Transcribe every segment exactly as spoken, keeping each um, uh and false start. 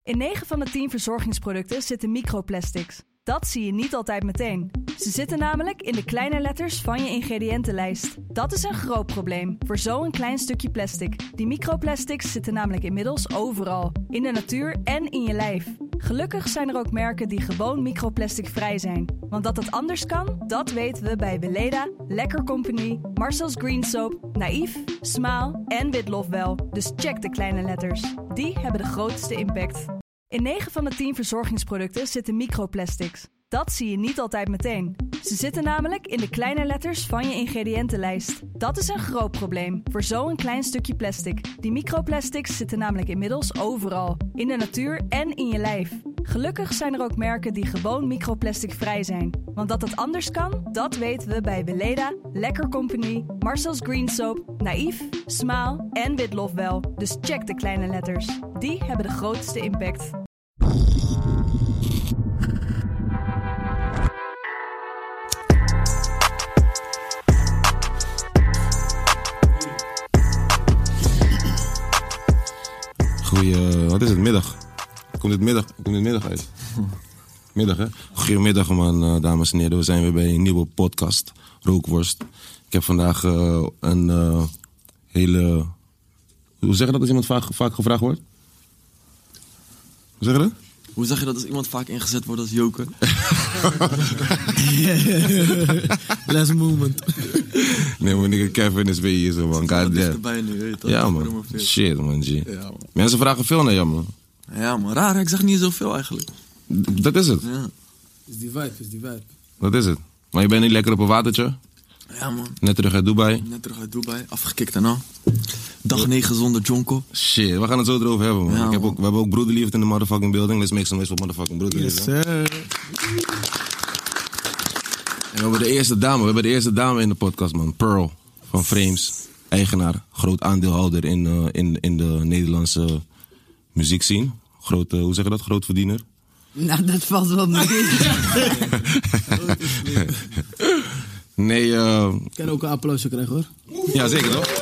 In negen van de tien verzorgingsproducten zitten microplastics. Dat zie je niet altijd meteen. Ze zitten namelijk in de kleine letters van je ingrediëntenlijst. Dat is een groot probleem voor zo'n klein stukje plastic. Die microplastics zitten namelijk inmiddels overal. In de natuur en in je lijf. Gelukkig zijn er ook merken die gewoon microplasticvrij zijn. Want dat het anders kan, dat weten we bij Weleda, Lekker Company, Marcel's Green Soap, Naïef, Smaal en Witlof wel. Dus check de kleine letters. Die hebben de grootste impact. In negen van de tien verzorgingsproducten zitten microplastics. Dat zie je niet altijd meteen. Ze zitten namelijk in de kleine letters van je ingrediëntenlijst. Dat is een groot probleem voor zo'n klein stukje plastic. Die microplastics zitten namelijk inmiddels overal. In de natuur en in je lijf. Gelukkig zijn er ook merken die gewoon microplasticvrij zijn. Want dat het anders kan, dat weten we bij Weleda, Lekker Company, Marcel's Green Soap, Naïef, Smaal en Witlof wel. Dus check de kleine letters. Die hebben de grootste impact. Goeie, wat is het, middag? Komt dit middag, komt dit middag uit? Middag, hè? Goedemiddag, man, uh, dames en heren. We zijn weer bij een nieuwe podcast, Rookworst. Ik heb vandaag uh, een uh, hele... Hoe zeg je dat als iemand vaak, vaak gevraagd wordt? Hoe zeg je dat? Hoe zeg je dat als iemand vaak ingezet wordt als joker? Last moment. Nee, man, nigga, Kevin is weer hier zo, man. God Dichterbij nu, weet je. Ja, man. Shit, man, G. Ja, man. Mensen vragen veel naar jou, man. Ja, man. Raar, ik zeg niet zoveel eigenlijk. D- dat is het. Ja. Is die vibe, is die vibe. Dat is het. Maar je bent niet lekker op een watertje? Ja, man. Net terug uit Dubai? Net terug uit Dubai. Afgekikt daarna. Dag negen zonder Jonko. Shit, we gaan het zo erover hebben, man. Ja, Ik heb man. ook, we hebben ook broederliefde in de motherfucking building. Let's make some noise for motherfucking broederliefde. Yes, sir. En we hebben de eerste dame, we hebben de eerste dame in de podcast, man. Pearl van Frames. Eigenaar, groot aandeelhouder in, uh, in, in de Nederlandse muziekscene. Groot, uh, hoe zeg je dat? Groot verdiener. Nou, dat valt wel mee. Nee, uh, Ik kan ook een applausje krijgen, hoor. ja, zeker toch?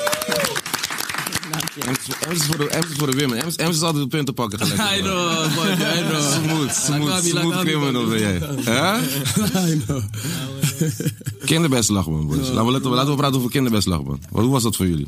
Ems is voor de, Ems is voor de women. Ems, Ems is altijd op punten pakken gelijk. I know, boy, I know. Smooth, smooth, smooth criminal ben jij. Huh? I know. Kinderbeslag, man, boys. Laten we, laten, laten we praten over kinderbeslag, man. Wat, hoe was dat voor jullie?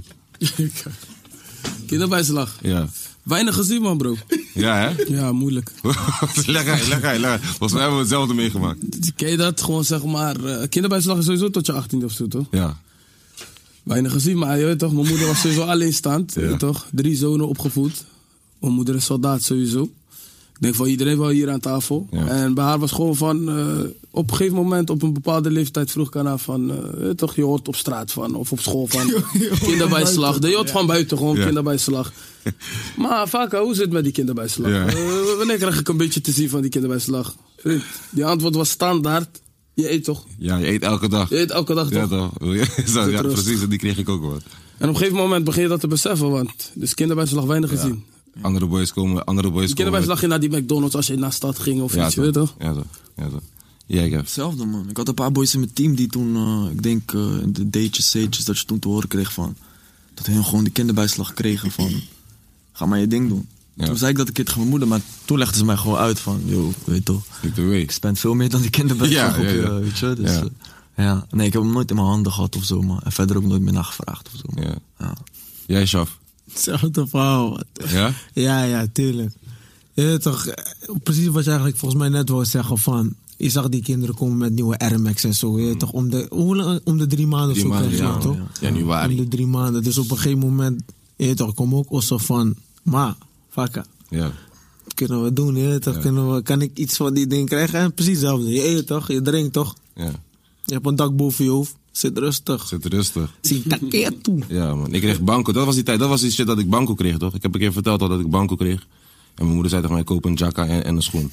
Kinderbijslag. Ja. Weinig gezien, man, bro. Ja, hè? Ja, moeilijk. leg uit, leg uit, leg uit. Volgens mij hebben we hetzelfde meegemaakt. Ken je dat? Gewoon zeg maar... Uh, kinderbijslag is sowieso tot je achttiende of zo, toch? Ja. Weinig gezien, maar je weet toch, mijn moeder was sowieso alleenstaand. Ja. Je weet toch? Drie zonen opgevoed. Mijn moeder is soldaat sowieso. Ik denk van iedereen wel hier aan tafel. Ja. En bij haar was gewoon van... Uh, op een gegeven moment, op een bepaalde leeftijd vroeg ik aan haar van... Uh, je weet toch, je hoort op straat van, of op school van... kinderbijslag. Je hoort van buiten gewoon Ja. kinderbijslag. Maar vaak, hoe zit het met die kinderbijslag? Ja. Uh, wanneer krijg ik een beetje te zien van die kinderbijslag? Vriend, die antwoord was standaard. Je eet toch? Ja, je eet elke dag. Je eet elke dag Ja, toch? toch? Ja, zo, ja, Troost. precies. Die kreeg ik ook wel. En op een gegeven moment begin je dat te beseffen, want dus kinderbijslag weinig Ja. gezien. Andere boys komen, andere boys Die komen. kinderbijslag je naar die McDonald's als je naar de stad ging of Ja, iets, weet je toch? Ja, toch. Ja, toch. Ja, ik heb. Hetzelfde, man. Ik had een paar boys in mijn team die toen, uh, ik denk, uh, de datejes, zeetjes, dat je toen te horen kreeg van... Dat hun gewoon de kinderbijslag kregen van... Ga maar je ding doen. Ja. Toen zei ik dat ik het tegen mijn moeder, maar toen legden ze mij gewoon uit van... Yo, weet toch, Ik de week. ik spend veel meer dan die kinderbijslag Ja, op ja, je, ja. weet je. Dus, Ja. ja. ja. Nee, ik heb hem nooit in mijn handen gehad of zo, man. En verder ook nooit meer nagevraagd of zo, man. Ja. Ja. Jij, Shaf. Hetzelfde verhaal. Wat. Ja? Ja, ja, tuurlijk. Je weet toch, eh, precies wat je eigenlijk volgens mij net wou zeggen van... Je zag die kinderen komen met nieuwe Air Max en zo. Je weet toch, om de, hoe lang- om de drie maanden of Drie zo maanden, krijg je ja, dat, toch? ja. Januari. Om de drie maanden. Dus op een gegeven moment, je weet toch, ik kom ook zo van... Maar, vakka, Ja. wat kunnen we doen? Je weet toch, Ja. kunnen we, kan ik iets van die ding krijgen? En precies hetzelfde. Je eet toch, je drinkt toch? Ja. Je hebt een dak boven je hoofd. Zit rustig. Zit rustig. Zie takeer toe. Ja, man. Ik kreeg banco. Dat was die tijd. Dat was die shit dat ik banco kreeg, toch? Ik heb een keer verteld al dat ik banco kreeg. En mijn moeder zei tegen mij, koop een jacka en, en een schoen.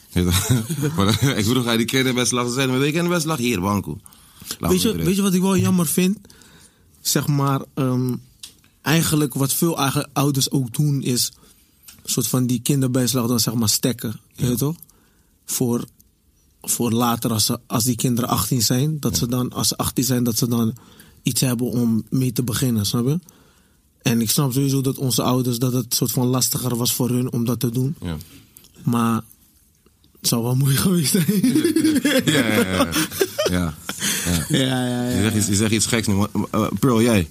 Maar ik vroeg, ga je die kinderbijslag? Ze zeiden, weet je kinderbijslag? Hier, banco. Laat Weet me je, erin. weet je wat ik wel jammer vind? Zeg maar, um, eigenlijk wat veel eigen ouders ook doen is... een soort van die kinderbijslag dan zeg maar stekken. Ja. Weet je toch? Voor, voor later als, ze, als die kinderen achttien zijn. Dat ja. ze dan, als ze achttien zijn, dat ze dan iets hebben om mee te beginnen, snap je? En ik snap sowieso dat onze ouders, dat het soort van lastiger was voor hun om dat te doen. Ja. Maar het zou wel mooi geweest zijn. Ja, ja, ja. ja. ja. ja, ja, ja. Je, zegt iets, je zegt iets geks nu. Uh, Pearl, jij?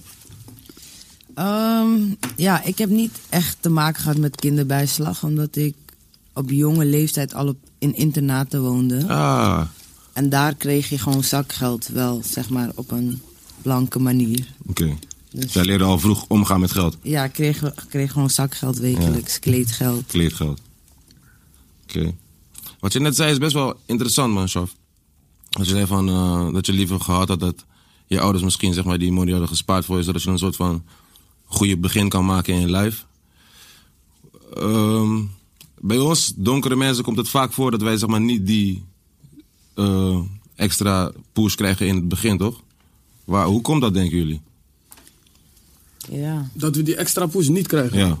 Um, ja, ik heb niet echt te maken gehad met kinderbijslag, omdat ik op jonge leeftijd al op, in internaten woonde. Ah. En daar kreeg je gewoon zakgeld wel, zeg maar, op een blanke manier. Oké. Okay. Dus, jij leerde al vroeg omgaan met geld? Ja, ik kreeg, kreeg gewoon zakgeld wekelijks, ja. kleedgeld. Kleedgeld. Oké. Okay. Wat je net zei is best wel interessant, man, Shaf. Als je zei van, uh, dat je liever gehad had dat je ouders misschien, zeg maar, die money hadden gespaard voor je, zodat je een soort van goede begin kan maken in je lijf. Um, bij ons, donkere mensen, komt het vaak voor dat wij, zeg maar, niet die uh, extra push krijgen in het begin, toch? Waar, hoe komt dat, denken jullie? Ja. Dat we die extra push niet krijgen? Ja.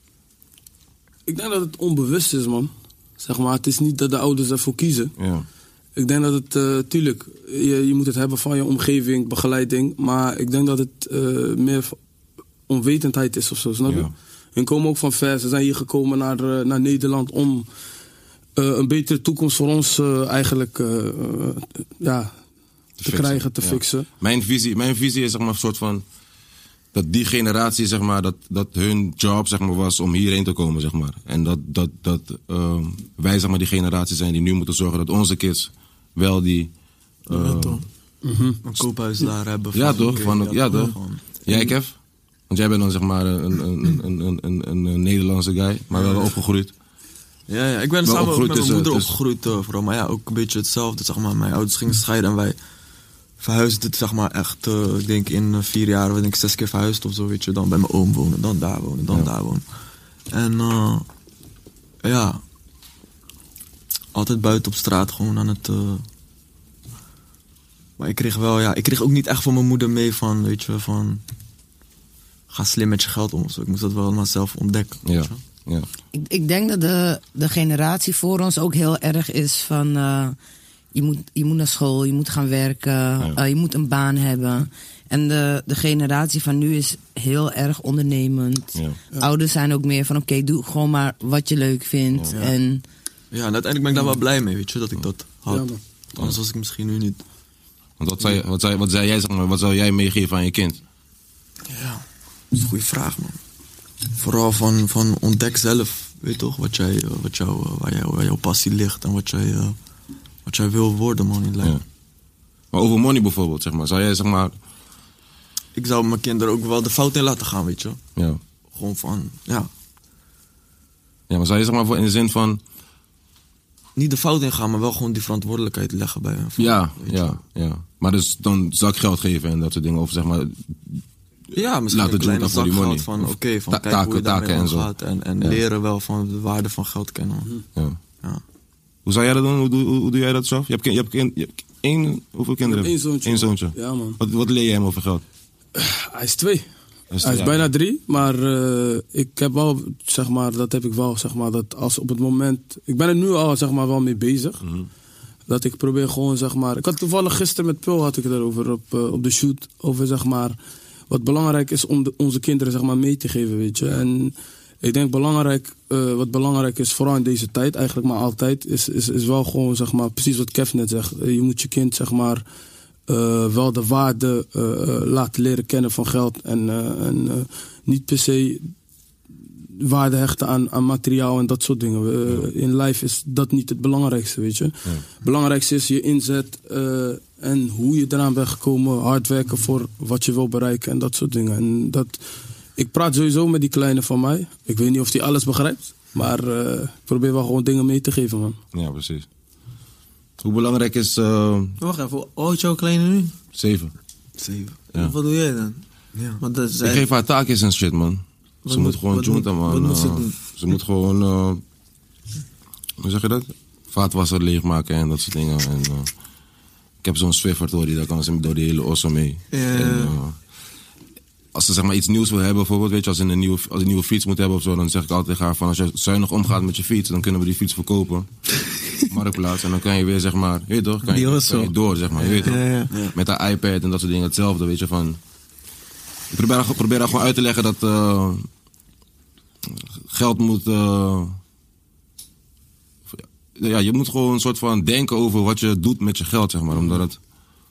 Ik denk dat het onbewust is, man. Zeg maar, het is niet dat de ouders ervoor kiezen. Ja. Ik denk dat het, uh, tuurlijk, je, je moet het hebben van je omgeving, begeleiding. Maar ik denk dat het uh, meer onwetendheid is of zo, snap je? Ja. Hun komen ook van ver. Ze zijn hier gekomen naar, uh, naar Nederland om uh, een betere toekomst voor ons uh, eigenlijk uh, uh, ja, te, te krijgen, te ja. fixen. Mijn visie, mijn visie is, zeg maar, een soort van dat die generatie, zeg maar, dat, dat hun job, zeg maar, was om hierheen te komen, zeg maar. En dat, dat, dat uh, wij, zeg maar, die generatie zijn die nu moeten zorgen dat onze kids wel die uh, ja, toch. Mm-hmm. Een koophuis daar hebben. Ja, toch? Van, ja, ja, toch? Van. Jij, Kev? Want jij bent dan, zeg maar, een, een, een, een, een, een, een Nederlandse guy, maar wel opgegroeid. Ja, ja, ik ben wel samen ook met mijn tussen, moeder tussen... opgegroeid, uh, vooral. Maar ja, ook een beetje hetzelfde, zeg maar. Mijn ouders gingen scheiden en wij verhuisden, zeg maar, echt, uh, ik denk in vier jaar, denk ik zes keer verhuisd of zo, weet je. Dan bij mijn oom wonen, dan daar wonen, dan ja. daar wonen. En uh, ja, altijd buiten op straat gewoon aan het... Uh, maar ik kreeg wel, ja, ik kreeg ook niet echt van mijn moeder mee van, weet je, van... Ga slim met je geld om. Zo. Ik moest dat wel allemaal zelf ontdekken. Ja. Ja. Ik, ik denk dat de, de generatie voor ons ook heel erg is van... Uh, je, moet, je moet naar school, je moet gaan werken, ja. uh, je moet een baan hebben. En de, de generatie van nu is heel erg ondernemend. Ja. Ja. Ouders zijn ook meer van, oké, okay, doe gewoon maar wat je leuk vindt. Ja, en, ja, en uiteindelijk ben ik daar wel blij mee, weet je, dat ik dat had. Ja, anders was ik misschien nu niet. Want wat, zei, wat, zei, wat zei jij, zeg maar, wat zou jij meegeven aan je kind? Ja, dat is een goede vraag, man. Vooral van, van ontdek zelf, weet je toch, wat jij, wat jou, waar, jou, waar jouw passie ligt en wat jij, uh, wat jij wil worden, man, in het leven. Ja. Maar over money bijvoorbeeld, zeg maar, zou jij, zeg maar... Ik zou mijn kinderen ook wel de fout in laten gaan, weet je. Ja. Gewoon van, ja. Ja, maar zou je, zeg maar, in de zin van... Niet de fout in gaan, maar wel gewoon die verantwoordelijkheid leggen bij hen. Ja, ja, ja. Maar dus dan zakgeld geven en dat soort dingen, of zeg maar... Ja, misschien laat een kleine zakgeld van, oké, okay, van Ta- kijk taken, hoe je daarmee en omgaat. En, en ja. leren wel van de waarde van geld kennen. Ja. Ja. Hoe zou jij dat doen? Hoe, hoe, hoe doe jij dat zelf? Je hebt, je hebt, je hebt één, hoeveel kinderen? Eén zoontje. Eén zoontje. Ja, man. Wat, wat leer je hem over geld? Uh, hij is twee. Hij is, hij is ja. bijna drie, maar uh, ik heb wel, zeg maar, dat heb ik wel, zeg maar, dat als op het moment... Ik ben er nu al, zeg maar, wel mee bezig. Mm-hmm. Dat ik probeer gewoon, zeg maar... Ik had toevallig gisteren met Pul had ik het erover op, uh, op de shoot. Over, zeg maar, wat belangrijk is om de, onze kinderen, zeg maar, mee te geven, weet je. En ik denk belangrijk, uh, wat belangrijk is, vooral in deze tijd eigenlijk, maar altijd, is, is, is wel gewoon, zeg maar, precies wat Kev net zegt. Uh, je moet je kind, zeg maar... Uh, wel de waarde uh, uh, laten leren kennen van geld. En, uh, en uh, niet per se waarde hechten aan, aan materiaal en dat soort dingen. Uh, ja. In life is dat niet het belangrijkste, weet je. Ja. Het belangrijkste is je inzet uh, en hoe je eraan bent gekomen. Hard werken voor wat je wil bereiken en dat soort dingen. En dat, ik praat sowieso met die kleine van mij. Ik weet niet of die alles begrijpt. Maar uh, ik probeer wel gewoon dingen mee te geven, man. Ja, precies. Hoe belangrijk is... Uh... Wacht even, hoe oud jouw kleine nu? Zeven. Zeven. Ja. Wat doe jij dan? Ja. Want dat is ik geef haar taakjes en shit, man. Wat ze moet, moet gewoon junten, man. Wat moet ze uh, doen? Ze moet gewoon... Uh, hoe zeg je dat? Vaatwasser leegmaken en dat soort dingen. En, uh, ik heb zo'n Swift hoor, die daar kan ze door die hele osso mee. Ja. En, uh, als ze zeg maar iets nieuws wil hebben, bijvoorbeeld, weet je, als ze een nieuwe, als ze een nieuwe fiets moet hebben of zo, dan zeg ik altijd tegen haar van, als je zuinig omgaat met je fiets, dan kunnen we die fiets verkopen. Marktplaats. En dan kan je weer, zeg maar, weet je toch, kan je, kan je door, zeg maar, je weet toch. Ja, ja. Met haar iPad en dat soort dingen, hetzelfde, weet je, van... Ik probeer, probeer haar gewoon uit te leggen dat uh, geld moet... Uh, ja, je moet gewoon een soort van denken over wat je doet met je geld, zeg maar. Omdat het...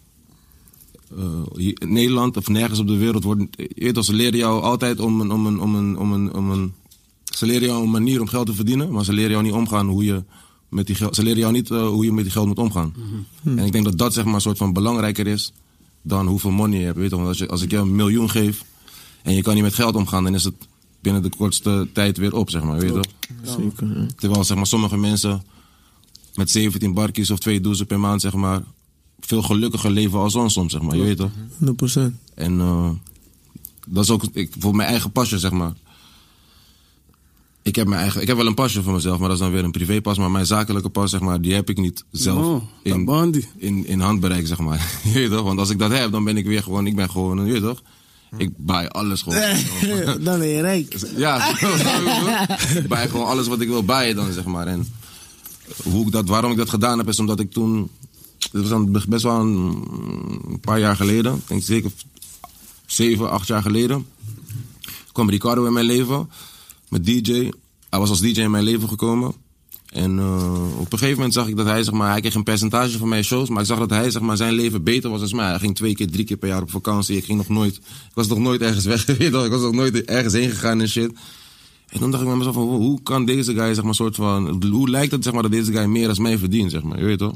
Uh, hier, in Nederland of nergens op de wereld wordt... Eerder, ze leren jou altijd om een, om, een, om, een, om, een, om een... Ze leren jou een manier om geld te verdienen, maar ze leren jou niet omgaan hoe je met die geld... Ze leren jou niet uh, hoe je met die geld moet omgaan. Mm-hmm. En ik denk dat dat zeg maar een soort van belangrijker is dan hoeveel money je hebt. Weet je? Want als, je, als ik je een miljoen geef en je kan niet met geld omgaan, dan is het binnen de kortste tijd weer op, zeg maar. Weet je? Ja. Zeker, ja. Terwijl zeg maar, sommige mensen met zeventien barkies of twee doezen per maand, zeg maar, veel gelukkiger leven als ons soms, zeg maar. Je weet toch? honderd procent. En uh, dat is ook ik, voor mijn eigen pasje, zeg maar. Ik heb, mijn eigen, ik heb wel een pasje voor mezelf, maar dat is dan weer een privépas. Maar mijn zakelijke pas, zeg maar, die heb ik niet zelf oh, in, in, in handbereik, zeg maar. Je weet toch? Want als ik dat heb, dan ben ik weer gewoon, ik ben gewoon, je weet toch? Ik buy alles gewoon. Dan ben je rijk. Ja, ik buy gewoon alles wat ik wil buyen dan, zeg maar. En hoe ik dat, waarom ik dat gedaan heb, is omdat ik toen... Dit was dan best wel een, een paar jaar geleden. Ik denk zeker zeven, acht jaar geleden. Kwam Ricardo in mijn leven. Met D J. Hij was als D J in mijn leven gekomen. En uh, op een gegeven moment zag ik dat hij, zeg maar, hij kreeg een percentage van mijn shows. Maar ik zag dat hij, zeg maar, zijn leven beter was dan mij. Hij ging twee keer, drie keer per jaar op vakantie. Ik ging nog nooit, ik was nog nooit ergens weg geweest. Ik was nog nooit ergens heen gegaan en shit. En toen dacht ik bij mezelf van, hoe kan deze guy, zeg maar, soort van, hoe lijkt het, zeg maar, dat deze guy meer dan mij verdient, zeg maar. Je weet toch?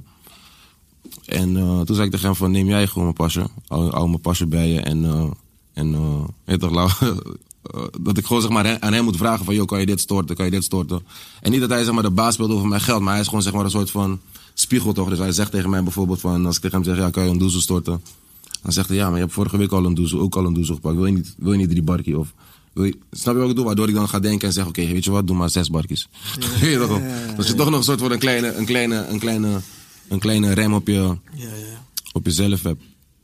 En uh, toen zei ik tegen hem van, neem jij gewoon mijn pasje. Hou, hou mijn pasje bij je. En, uh, en uh, weet toch, uh, dat ik gewoon, zeg maar, aan hem moet vragen van, joh, kan je dit storten, kan je dit storten. En niet dat hij, zeg maar, de baas speelt over mijn geld, maar hij is gewoon, zeg maar, een soort van spiegel, toch. Dus hij zegt tegen mij bijvoorbeeld van, als ik tegen hem zeg, ja, kan je een doezel storten. Dan zegt hij, ja, maar je hebt vorige week al een doezel, ook al een doezel gepakt. Wil je niet, wil je niet drie barkie? Of, wil je, snap je wat ik doe? Waardoor ik dan ga denken en zeg, oké, okay, weet je wat, doe maar zes barkies. Ja, ja, ja, ja. Dat je toch nog een soort van een kleine, een kleine, een kleine, een kleine rem op je, ja, ja. op jezelf hebt.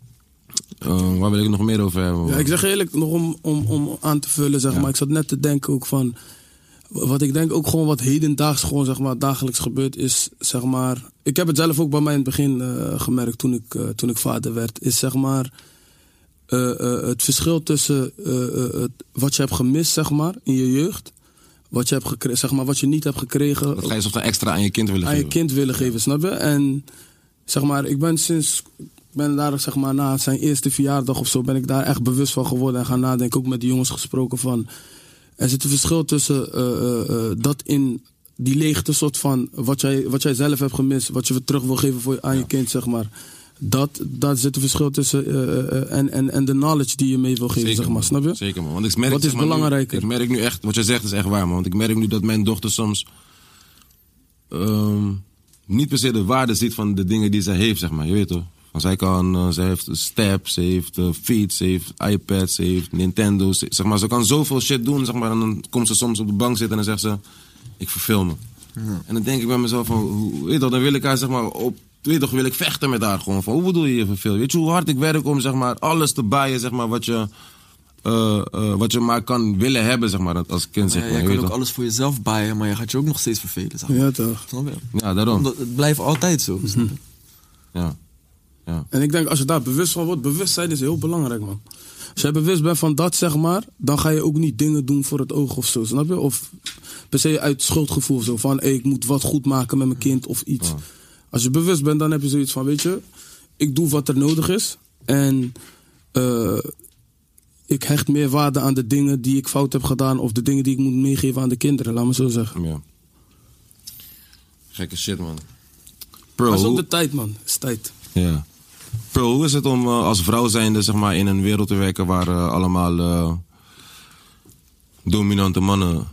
Uh, waar wil ik nog meer over hebben? Ja, ik zeg eerlijk, nog om, om, om aan te vullen, zeg ja. maar. Ik zat net te denken ook van... Wat ik denk ook gewoon wat hedendaags gewoon, zeg maar, dagelijks gebeurt is, zeg maar... Ik heb het zelf ook bij mij in het begin uh, gemerkt toen ik, uh, toen ik vader werd. Is, zeg maar, uh, uh, het verschil tussen uh, uh, het, wat je hebt gemist, zeg maar, in je jeugd. Wat je, hebt gekregen, zeg maar, wat je niet hebt gekregen. Dat ga je soms extra aan je kind willen aan geven. Aan je kind willen ja. geven, snap je? En, zeg maar, ik ben sinds... Ik ben daar, zeg maar, na zijn eerste verjaardag of zo, ben ik daar echt bewust van geworden. En gaan nadenken, ook met de jongens gesproken van... Er zit een verschil tussen uh, uh, uh, dat in die leegte soort van... Wat jij, wat jij zelf hebt gemist, wat je weer terug wil geven voor, aan ja. je kind, zeg maar. Dat, daar zit een verschil tussen uh, uh, en, en, en de knowledge die je mee wil geven, Zeker, zeg maar. Snap je? Zeker, man. Want ik merk, wat is zeg maar, belangrijker? Nu, ik merk nu echt, wat jij zegt is echt waar, man. Want ik merk nu dat mijn dochter soms... Um, niet per se de waarde ziet van de dingen die zij heeft, zeg maar. Je weet toch? Zij kan, uh, ze heeft Step, ze heeft uh, Feet, ze heeft iPads, ze heeft Nintendo. Ze, zeg maar, ze kan zoveel shit doen, zeg maar. En dan komt ze soms op de bank zitten en dan zegt ze, ik verveel me. Ja. En dan denk ik bij mezelf van, hoe, weet je toch, dan wil ik haar, zeg maar, op, weet je toch, wil ik vechten met haar gewoon. Van, hoe bedoel je je verveel? Weet je hoe hard ik werk om, zeg maar, alles te baaien, zeg maar, wat je... Uh, uh, wat je maar kan willen hebben, zeg maar, als kind, zeg maar. Ja, je jij kan ook toch? alles voor jezelf baaien, maar je gaat je ook nog steeds vervelen, zeg maar. Ja, toch. Snap je? Ja, daarom. Omdat het blijft altijd zo. Mm-hmm. Ja. Ja. En ik denk, als je daar bewust van wordt, bewustzijn is heel belangrijk, man. Als jij bewust bent van dat, zeg maar, dan ga je ook niet dingen doen voor het oog of zo, snap je? Of per se uit schuldgevoel, zo van, hey, ik moet wat goed maken met mijn kind of iets. Ja. Als je bewust bent, dan heb je zoiets van, weet je, ik doe wat er nodig is. En uh, ik hecht meer waarde aan de dingen die ik fout heb gedaan of de dingen die ik moet meegeven aan de kinderen, laat me zo zeggen. Ja. Gekke shit, man. Bro, dat is ook de tijd, man. Het is tijd. Ja. Bro, hoe is het om uh, als vrouw zijnde, zeg maar, in een wereld te werken waar uh, allemaal uh, dominante mannen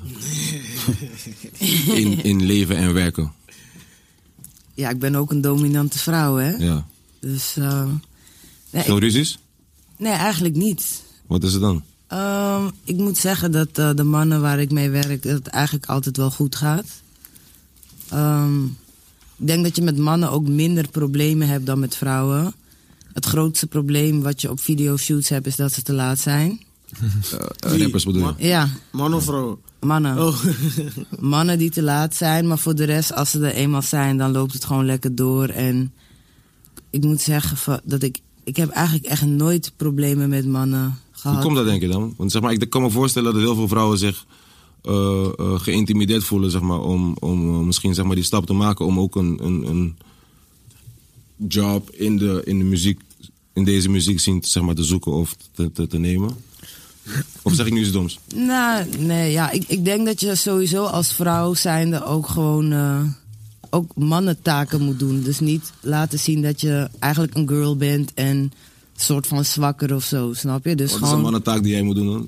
in, in leven en werken? Ja, ik ben ook een dominante vrouw, hè? Ja. Dus, uh, nee, Veel ik, ruzies? Nee, eigenlijk niet. Wat is het dan? Uh, ik moet zeggen dat uh, de mannen waar ik mee werk, dat het eigenlijk altijd wel goed gaat. Um, ik denk dat je met mannen ook minder problemen hebt dan met vrouwen. Het grootste probleem wat je op videoshoots hebt, is dat ze te laat zijn. Uh, rappers bedoel je? Ja. Man of vrouw? Mannen. Oh. Mannen die te laat zijn, maar voor de rest, als ze er eenmaal zijn, dan loopt het gewoon lekker door. En ik moet zeggen dat ik, ik heb eigenlijk echt nooit problemen met mannen gehad. Hoe komt dat, denk je dan? Want zeg maar, ik kan me voorstellen dat heel veel vrouwen zich uh, uh, geïntimideerd voelen, zeg maar, om, om uh, misschien zeg maar, die stap te maken om ook een, een, een job in de, in de muziek, in deze muziekscene, zeg maar, te zoeken of te, te, te nemen? Of zeg ik nu iets doms? Nou, nee, ja, ik, ik denk dat je sowieso als vrouw zijnde ook gewoon uh, ook mannentaken moet doen. Dus niet laten zien dat je eigenlijk een girl bent en een soort van zwakker of zo, snap je? Dus Wat gewoon, is een mannentaak die jij moet doen dan?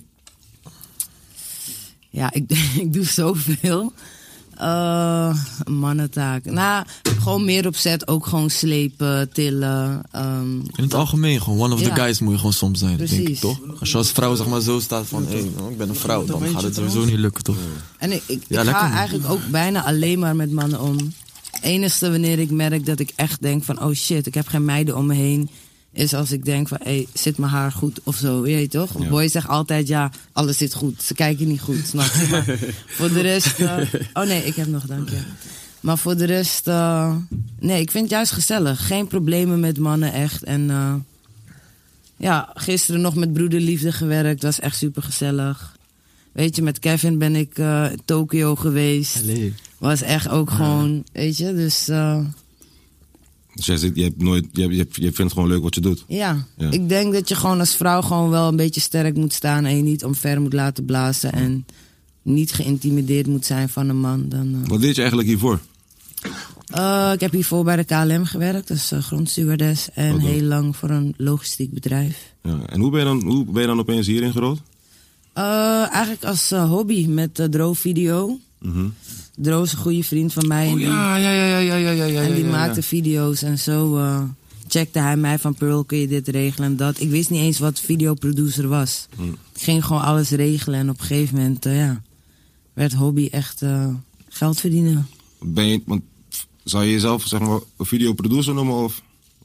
ja, ik, ik doe zoveel. Uh, mannentaak. Nou, gewoon meer opzet, ook gewoon slepen, tillen. Um, In het algemeen, gewoon one of Ja. the guys moet je gewoon soms zijn, Precies. denk ik, toch? Als je als vrouw zeg maar zo staat van, hé, hey, ik ben een vrouw, dan gaat het sowieso niet lukken, toch? En ik, ik, Ja, ik lekker, ga man. eigenlijk ook bijna alleen maar met mannen om. Enigste wanneer ik merk dat ik echt denk van... oh shit, ik heb geen meiden om me heen... is als ik denk van, hé, hey, zit mijn haar goed of zo, weet je toch? Ja. Boy zegt altijd, ja, alles zit goed. Ze kijken niet goed, snap je? Maar voor de rest... uh, oh nee, ik heb nog, dank je. Maar voor de rest... uh, nee, ik vind het juist gezellig. Geen problemen met mannen, echt. En uh, ja, gisteren nog met Broederliefde gewerkt. Was echt super gezellig. Weet je, met Kevin ben ik uh, in Tokio geweest. Allee. Was echt ook gewoon, weet je, dus... uh, Dus jij zit, je, hebt nooit, je, hebt, je, hebt- je vindt het gewoon leuk wat je doet. Ja. Ja. Ik denk dat je gewoon als vrouw gewoon wel een beetje sterk moet staan... en je niet omver moet laten blazen... en niet geïntimideerd moet zijn van een man. Dan, uh. Wat deed je eigenlijk hiervoor? Uh, ik heb hiervoor bij de K L M gewerkt, dus uh, grondstewardess... en Oké. heel lang voor een logistiek bedrijf. Ja. En hoe ben, je dan, hoe ben je dan opeens hierin gerold? Uh, eigenlijk als uh, hobby met uh, Dro Video. Mhm. Dro is een goede vriend van mij. en Oh die- ja, ja, ja, ja, ja, ja, ja. En die ja, ja. maakte video's en zo uh, checkte hij mij van... Pearl, kun je dit regelen en dat. Ik wist niet eens wat videoproducer was. Hmm. Ik ging gewoon alles regelen en op een gegeven moment... Uh, ja, werd hobby echt uh, geld verdienen. Ben je, want zou je jezelf zeg maar, een videoproducer noemen? Of?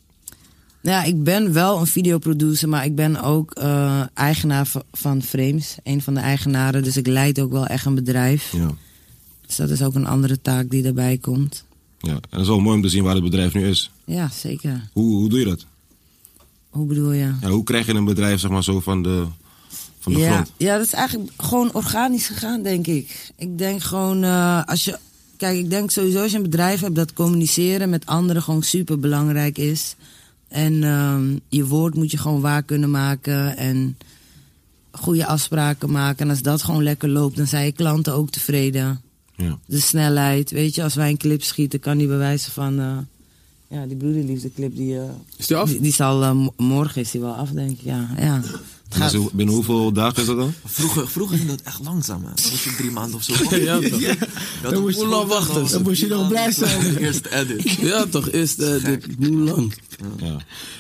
Ja, ik ben wel een videoproducer... maar ik ben ook uh, eigenaar v- van Frames. Een van de eigenaren. Dus ik leid ook wel echt een bedrijf. Ja. Dus dat is ook een andere taak die daarbij komt. Ja. En het is wel mooi om te zien waar het bedrijf nu is. Ja, zeker. Hoe, hoe doe je dat? Hoe bedoel je? Ja, hoe krijg je een bedrijf zeg maar, zo van de, van de ja, grond? ja, dat is eigenlijk gewoon organisch gegaan, denk ik. Ik denk gewoon, uh, als je... Kijk, ik denk sowieso als je een bedrijf hebt... dat communiceren met anderen gewoon super belangrijk is. En uh, je woord moet je gewoon waar kunnen maken. En goede afspraken maken. En als dat gewoon lekker loopt, dan zijn je klanten ook tevreden. Ja. De snelheid, weet je. Als wij een clip schieten, kan die bewijzen van... Uh, ja, die Broederliefde clip, die, uh, Is die af? die, die zal... Uh, m- morgen is die wel af, denk ik, ja. ja. Het En gaat- zo- binnen hoeveel dagen is dat dan? Vroeger, vroeger ging dat echt langzaam, man. Dat was je drie maanden of zo. Ja, toch? Ja, Dan moest je lang wachten. Dan moest je nog blij zijn. Eerst edit. Ja, toch? Is uh, dit hoe lang? Ja.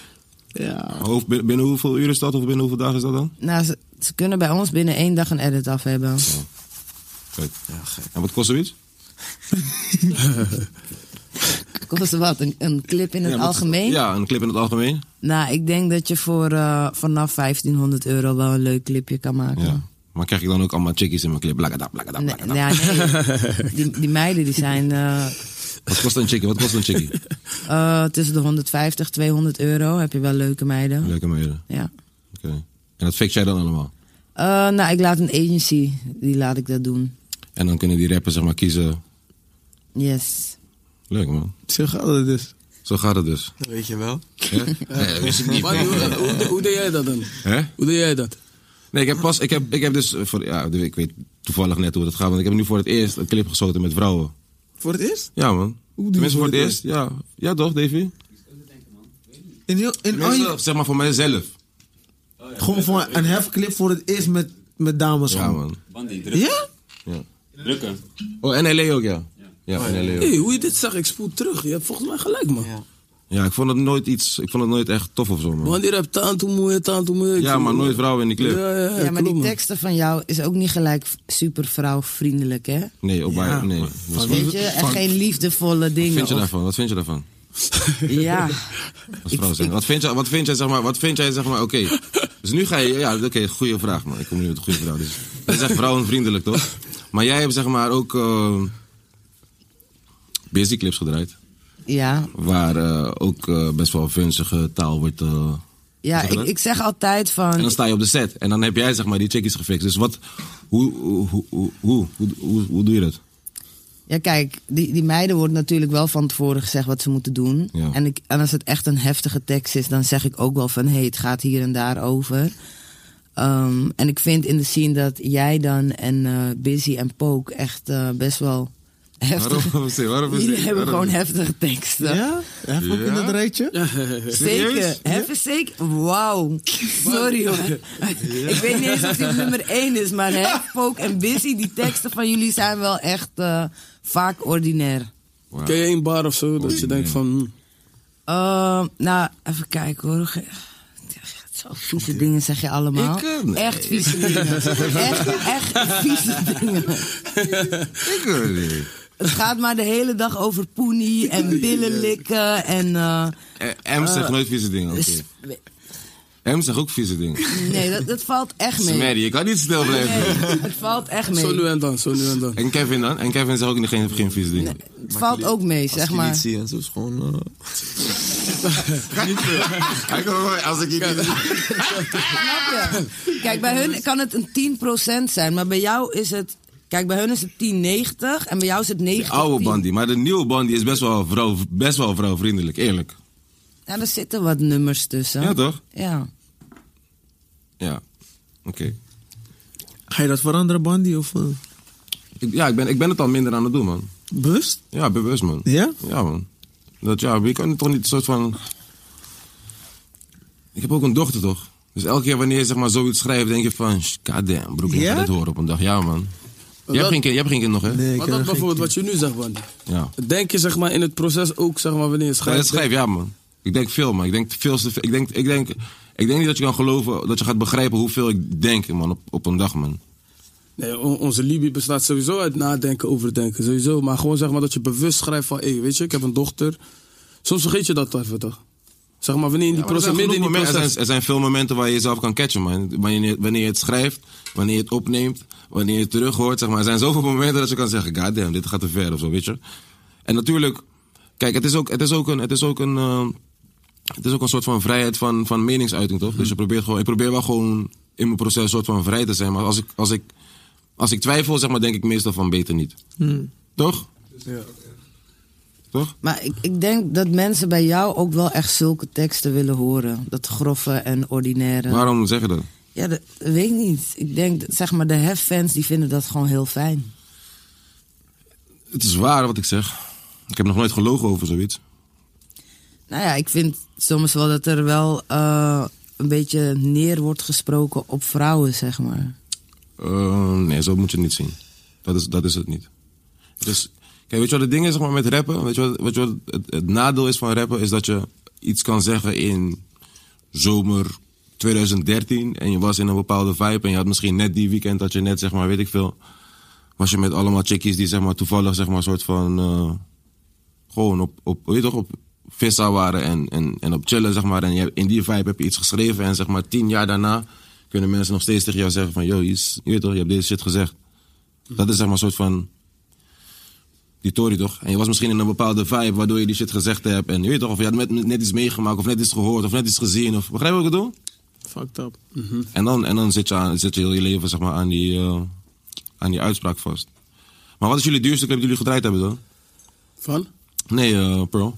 Ja. Hoe- binnen, binnen hoeveel uur is dat? Of binnen hoeveel dagen is dat dan? Nou, ze, ze kunnen bij ons binnen één dag een edit af hebben. Kijk. Ja, gek. En wat kost zoiets? Kost wat? Een, een clip in het Ja, wat- algemeen? Ja, een clip in het algemeen. Nou, ik denk dat je voor uh, vanaf vijftienhonderd euro wel een leuk clipje kan maken. Ja. Maar krijg ik dan ook allemaal chickies in mijn clip? Blakada, blakada, Nee, blakada. ja, nee. Die, die meiden die zijn uh, Wat kost een chickie? Wat kost een chickie? uh, tussen de honderdvijftig, tweehonderd euro. Heb je wel leuke meiden. Leuke meiden. Ja. Oké. En dat fix jij dan allemaal? Uh, nou, ik laat een agency, die laat ik dat doen. En dan kunnen die rappers zeg maar kiezen. Yes. Leuk man. Zo gaat het dus. Zo gaat het dus. Dat weet je wel. Ja? Nee, dat wist ik niet. Maar hoe, hoe, hoe deed jij dat dan? Hè? Hoe deed jij dat? Nee, ik heb pas, ik heb, ik heb dus, voor, ja, ik weet toevallig net hoe dat gaat, want ik heb nu voor het eerst een clip geschoten met vrouwen. Voor het eerst? Ja man. doe Tenminste je voor het eerst, ja. Ja toch, Davy? In heel, in, oh, Tenminste, je- zeg maar voor mijzelf. gewoon voor een hefclip voor het eerst met, met dames. Ja gewoon. man. Bandy, druk. Ja? Ja. Drukken. Oh, en L A ook, ja. Ja, en L A ook. Hey, hoe je dit zag, ik spoel terug. Je hebt volgens mij gelijk, man. Ja. Ja, ik vond het nooit iets, ik vond het nooit echt tof of zo man. Want die hebt tanto moeie, tanto moeie. Ja, maar nooit vrouwen in die clip. Ja, ja, ja, Ja, maar klopt, die man. teksten van jou is ook niet gelijk super vrouwvriendelijk, hè? Nee, op mij, nee. Dus Weet je, en geen liefdevolle dingen. wat vind je of- daarvan? Wat vind je daarvan? Ja. Als vrouw zijn. Wat vind jij, wat vind jij, zeg maar, wat vind jij, zeg maar, oké. Dus nu ga je, ja, oké, goede vraag, man. Ik kom nu met een goede vraag. Dus, dat is echt vrouwenvriendelijk, toch? Maar jij hebt, zeg maar, ook uh, busy clips gedraaid. Ja, Waar uh, ook uh, best wel vunzige taal wordt uh, Ja, Zeg ik, dat? ik zeg altijd van... En dan sta je op de set. En dan heb jij zeg maar die chickies gefixt. Dus wat, hoe, hoe, hoe, hoe, hoe, hoe, hoe doe je dat? Ja, kijk, die, die meiden wordt natuurlijk wel van tevoren gezegd wat ze moeten doen. Ja. En, ik, en als het echt een heftige tekst is, dan zeg ik ook wel van... hé, hey, het gaat hier en daar over. Um, en ik vind in de scene dat jij dan en uh, Busy en Poke echt uh, best wel heftig... Waarom? Waarom? Jullie hebben Waarom? gewoon heftige teksten. Ja? Hef ook Ja? in dat rijtje? Zeker. Hef is zeker. Wauw. Sorry hoor. Ik weet niet eens of dit nummer één is, maar Hef, Poke en Busy, die teksten van jullie zijn wel echt uh, vaak ordinair. Wow. Ken je één bar of zo, dat je denkt van... hm, Uh, nou, even kijken hoor. Zo vieze dingen zeg je allemaal. Ik, uh, nee. Echt vieze dingen. Echt, echt vieze dingen. Ik weet het niet. Het gaat maar de hele dag over poenie en billen likken en... Uh, Eh, M zegt nooit vieze dingen. Oké. s- M zegt ook vieze dingen. nee, dat, dat valt echt mee. Smerrie, je kan niet stil blijven. Nee, het valt echt Zo nu mee. Oh, en dan, zo nu en dan. En Kevin dan? En Kevin zegt ook niet, geen, geen vieze dingen. Het valt ook mee, Als zeg je maar. niet zie en zo is gewoon... Uh, Hij komt gewoon, als ik hier niet... Snap je? Kijk, bij hun kan het een tien procent zijn, maar bij jou is het... Kijk, bij hun is het tien negentig en bij jou is het negentig Oude tien. bandie, maar de nieuwe bandie is best wel, vrouw, best wel vrouwvriendelijk, eerlijk. Ja, er zitten wat nummers tussen. Ja, toch? Ja. Ja, oké. Ga je dat veranderen, Bandy? Of, uh, Ik- Ja, ik ben, ik ben het al minder aan het doen, man. bewust? Ja, bewust, man. Ja? Ja, man. Dat, ja, je kan toch niet een soort van... Ik heb ook een dochter, toch? Dus elke keer wanneer je zeg maar, zoiets schrijft, denk je van... God damn, broek, ik Ja? ga dit horen op een dag. Ja, man. Je hebt dat- geen kind, je hebt geen kind nog, hè? Nee, ik Maar heb dat geen bijvoorbeeld wat je nu zegt, man. Ja. Denk je zeg maar in het proces ook, zeg maar, wanneer je Ja, schrijft... dat schrijf, ja, man. Ik denk veel, man. Ik denk veel te veel. Ik denk, ik denk, ik denk niet dat je kan geloven, dat je gaat begrijpen hoeveel ik denk, man, op, op een dag, man. Nee, on- onze Libi bestaat sowieso uit nadenken over denken, sowieso. Maar gewoon zeg maar dat je bewust schrijft van, hé, weet je, ik heb een dochter. Soms vergeet je dat even, toch? Zeg maar, wanneer in die Ja, maar er, proces, zijn midden in die genoeg momenten- er, proces... zijn, er zijn veel momenten waar je jezelf kan catchen, man. Wanneer je, wanneer je het schrijft, wanneer je het opneemt, wanneer je het terug hoort, zeg maar. Er zijn zoveel momenten dat je kan zeggen, god damn, dit gaat te ver of zo, weet je. En natuurlijk, kijk, het is ook, het is ook een, het is ook een, uh, het is ook een soort van vrijheid van, van meningsuiting, toch? Dus je probeert gewoon, ik probeer wel gewoon in mijn proces een soort van vrij te zijn. Maar als ik, als ik, als ik twijfel, zeg maar, denk ik meestal van beter niet. Toch? Ja. Toch? Maar ik, ik denk dat mensen bij jou ook wel echt zulke teksten willen horen. Dat grove en ordinaire. Waarom zeg je dat? Ja, dat weet ik niet. Ik denk, dat, zeg maar, de Hef-fans die vinden dat gewoon heel fijn. Het is waar wat ik zeg. Ik heb nog nooit gelogen over zoiets. Nou ja, ik vind soms wel dat er wel uh, een beetje neer wordt gesproken op vrouwen, zeg maar. Uh, nee, zo moet je het niet zien. Dat is, dat is het niet. Dus, kijk, weet je wat het ding is zeg maar, met rappen? Weet je wat, weet je wat het, het nadeel is van rappen? Is dat je iets kan zeggen in zomer twintig dertien... en je was in een bepaalde vibe en je had misschien net die weekend... dat je net, zeg maar, weet ik veel... was je met allemaal chickies die, zeg maar, toevallig, zeg maar, een soort van... Uh, gewoon op, op, weet je toch, op vissa waren en, en, en op chillen, zeg maar. En je, in die vibe heb je iets geschreven en, zeg maar, tien jaar daarna... kunnen mensen nog steeds tegen jou zeggen van... yo, je, is, je weet toch, je hebt deze shit gezegd. Dat is, zeg maar, een soort van... die tory, toch? En je was misschien in een bepaalde vibe waardoor je die shit gezegd hebt. En je weet toch, of je had net, net iets meegemaakt, of net iets gehoord, of net iets gezien. Of, begrijp je wat ik bedoel? Fucked up. En dan, en dan zit, je aan, zit je heel je leven, zeg maar, aan die, uh, aan die uitspraak vast. Maar wat is jullie duurste clip die jullie gedraaid hebben dan? Van? Nee, uh, Pearl.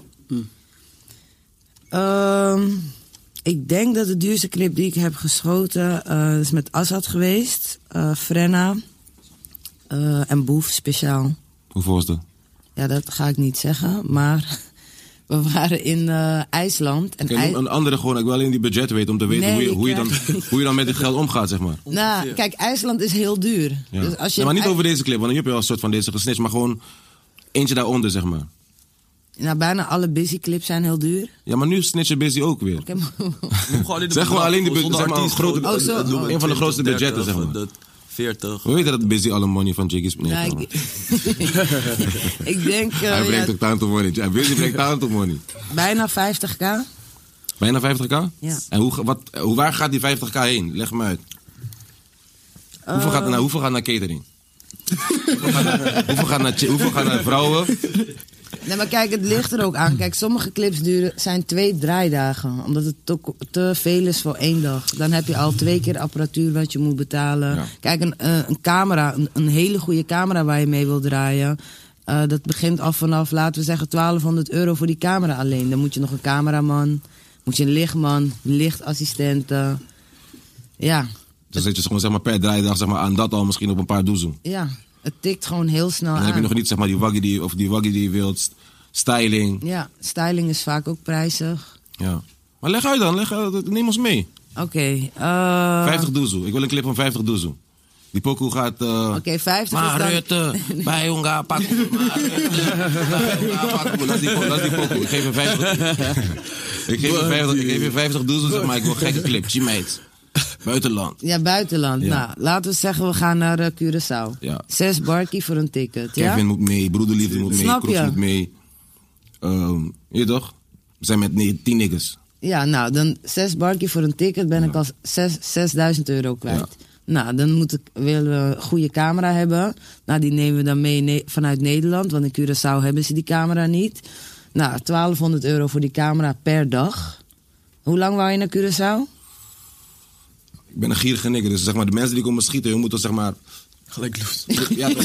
Um, ik denk dat de duurste clip die ik heb geschoten uh, is met Assad geweest. Uh, Frenna. Uh, en Boef speciaal. Hoeveel was dat? Ja, dat ga ik niet zeggen, maar we waren in uh, IJsland. En Kijk, IJ- een andere gewoon, ik wil alleen die budget weten om te weten Nee, hoe, je, ik hoe, je dan, krijg- hoe je dan met dit geld omgaat, zeg maar. Nou, kijk, IJsland is heel duur. Ja. Dus als je Ja, maar niet in over deze clip, want nu heb je wel een soort van deze gesnitcht, maar gewoon eentje daaronder, zeg maar. Nou, bijna alle busy clips zijn heel duur. Ja, maar nu snitch je busy ook weer. Ik heb- Zeg gewoon alleen die bu- zeg maar, een grote, Oh, zo. een, een van de grootste budgetten, zeg maar. veertig. We weten dat busy alle money van Jiggy's... Nee, Nou, maar. ik, ik denk uh, Hij brengt ja, ook down to money. Ja, busy brengt down to money. bijna vijftig k. Bijna vijftig k? Ja. En hoe, wat, hoe, waar gaat die vijftig k heen? Leg me uit. Hoeveel, gaat, er naar, hoeveel gaat naar catering? hoeveel, gaat naar, hoeveel, gaat naar, chi- hoeveel gaat naar vrouwen? Nee, maar kijk, het ligt er ook aan. Kijk, sommige clips duren, zijn twee draaidagen. Omdat het te, te veel is voor één dag. Dan heb je al twee keer apparatuur wat je moet betalen. Ja. Kijk, een, uh, een camera, een, een hele goede camera waar je mee wil draaien. Uh, dat begint al vanaf, laten we zeggen, twaalfhonderd euro voor die camera alleen. Dan moet je nog een cameraman, moet je een lichtman, lichtassistenten. Ja. Dus zit je gewoon zeg maar, per draaidag zeg maar, aan dat al misschien op een paar doezoen. Ja, het tikt gewoon heel snel En dan aan. heb je nog niet zeg maar, die waggie die, of die waggie die je wilt, styling. Ja, styling is vaak ook prijzig. Ja. Maar leg uit dan, leg uit, neem ons mee. Oké. Okay, uh... vijftig doezoe, ik wil een clip van vijftig doezoe. Die pokoe gaat... Uh... Oké, okay, vijftig maar is dan... Rutte, bij jonga, pak. Maar Rutte, dat is die, dat is die pokoe. Ik geef je vijftig... ik geef je vijftig, ik geef je vijftig doezoe, zeg maar ik wil een gekke clip. G-mate. Buitenland. Ja, buitenland. Ja. Nou, laten we zeggen, we gaan naar uh, Curaçao. Ja. Zes barkie voor een ticket, ja? Kevin moet mee, Broederliefde moet mee, Snap Kroes je? moet mee. Um, je toch? We zijn met nee, tien niggas. Ja, nou, dan zes barkie voor een ticket ben Ja. ik al zes, zesduizend euro kwijt. Ja. Nou, dan moet ik, willen we een goede camera hebben. Nou, die nemen we dan mee ne- vanuit Nederland, want in Curaçao hebben ze die camera niet. Nou, twaalfhonderd euro voor die camera per dag. Hoe lang wou je naar Curaçao? Ik ben een gierige nigger, dus zeg maar, de mensen die komen schieten, je moet toch zeg maar... Gelijk los. Ja, toch?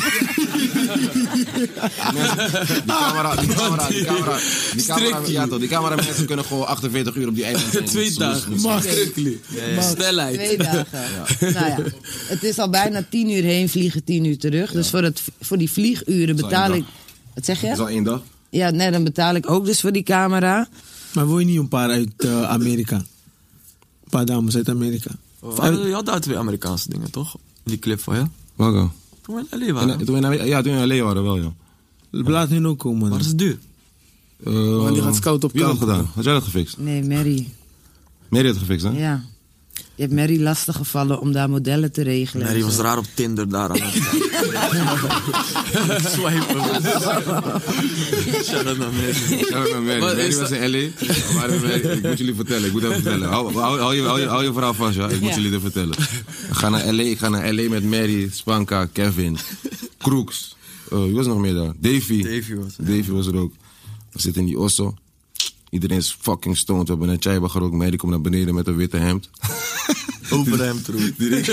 Die mensen- die camera, die camera, die camera, die camera, ja toch, die camera mensen kunnen gewoon achtenveertig uur op die eiland zijn. Twee Dus- dagen. dus- Mag strictly. Snelheid. Twee dagen. Nou ja, het is al bijna tien uur heen vliegen, tien uur terug. Dus voor, het, voor die vlieguren is al betaal één ik... Wat zeg Dat is je? al één dag. Ja, nee, dan betaal ik ook dus voor die camera. Maar wil je niet een paar uit uh, Amerika? Een paar dames uit Amerika. Oh, je had daar twee Amerikaanse dingen, toch? Die clip van, ja? Welke? Toen we in L A waren. En, toen we in- Ja, toen we in L A waren wel, ja. Laat hun ook komen. Maar dan. dat is duur. Uh, Maar die gaat scout op Wie had dat kamp. gedaan? Had jij dat gefixt? Nee, Mary. Mary had het gefixt, hè? Ja. Je hebt Mary lastig gevallen om daar modellen te regelen. Nee, en die was zo. raar op Tinder daar aan het swipen. Shout out naar Mary. Ja, maar Mary, Wat Mary is was in L A. Maar Mary, ik moet jullie vertellen, ik moet even vertellen. Hou, hou, hou, je, hou, je, hou je verhaal vast, ja. Ik moet Ja. jullie dit vertellen. Ik ga naar L A, ik ga naar L A met Mary, Spanka, Kevin, Crooks. Uh, wie was er nog meer daar? Davy. Davy was er. Davy was er ook. We zitten in die osso. Iedereen is fucking stoned. We hebben een chaiba gerookt. Mary komt naar beneden met een witte hemd. Overhemd, troe.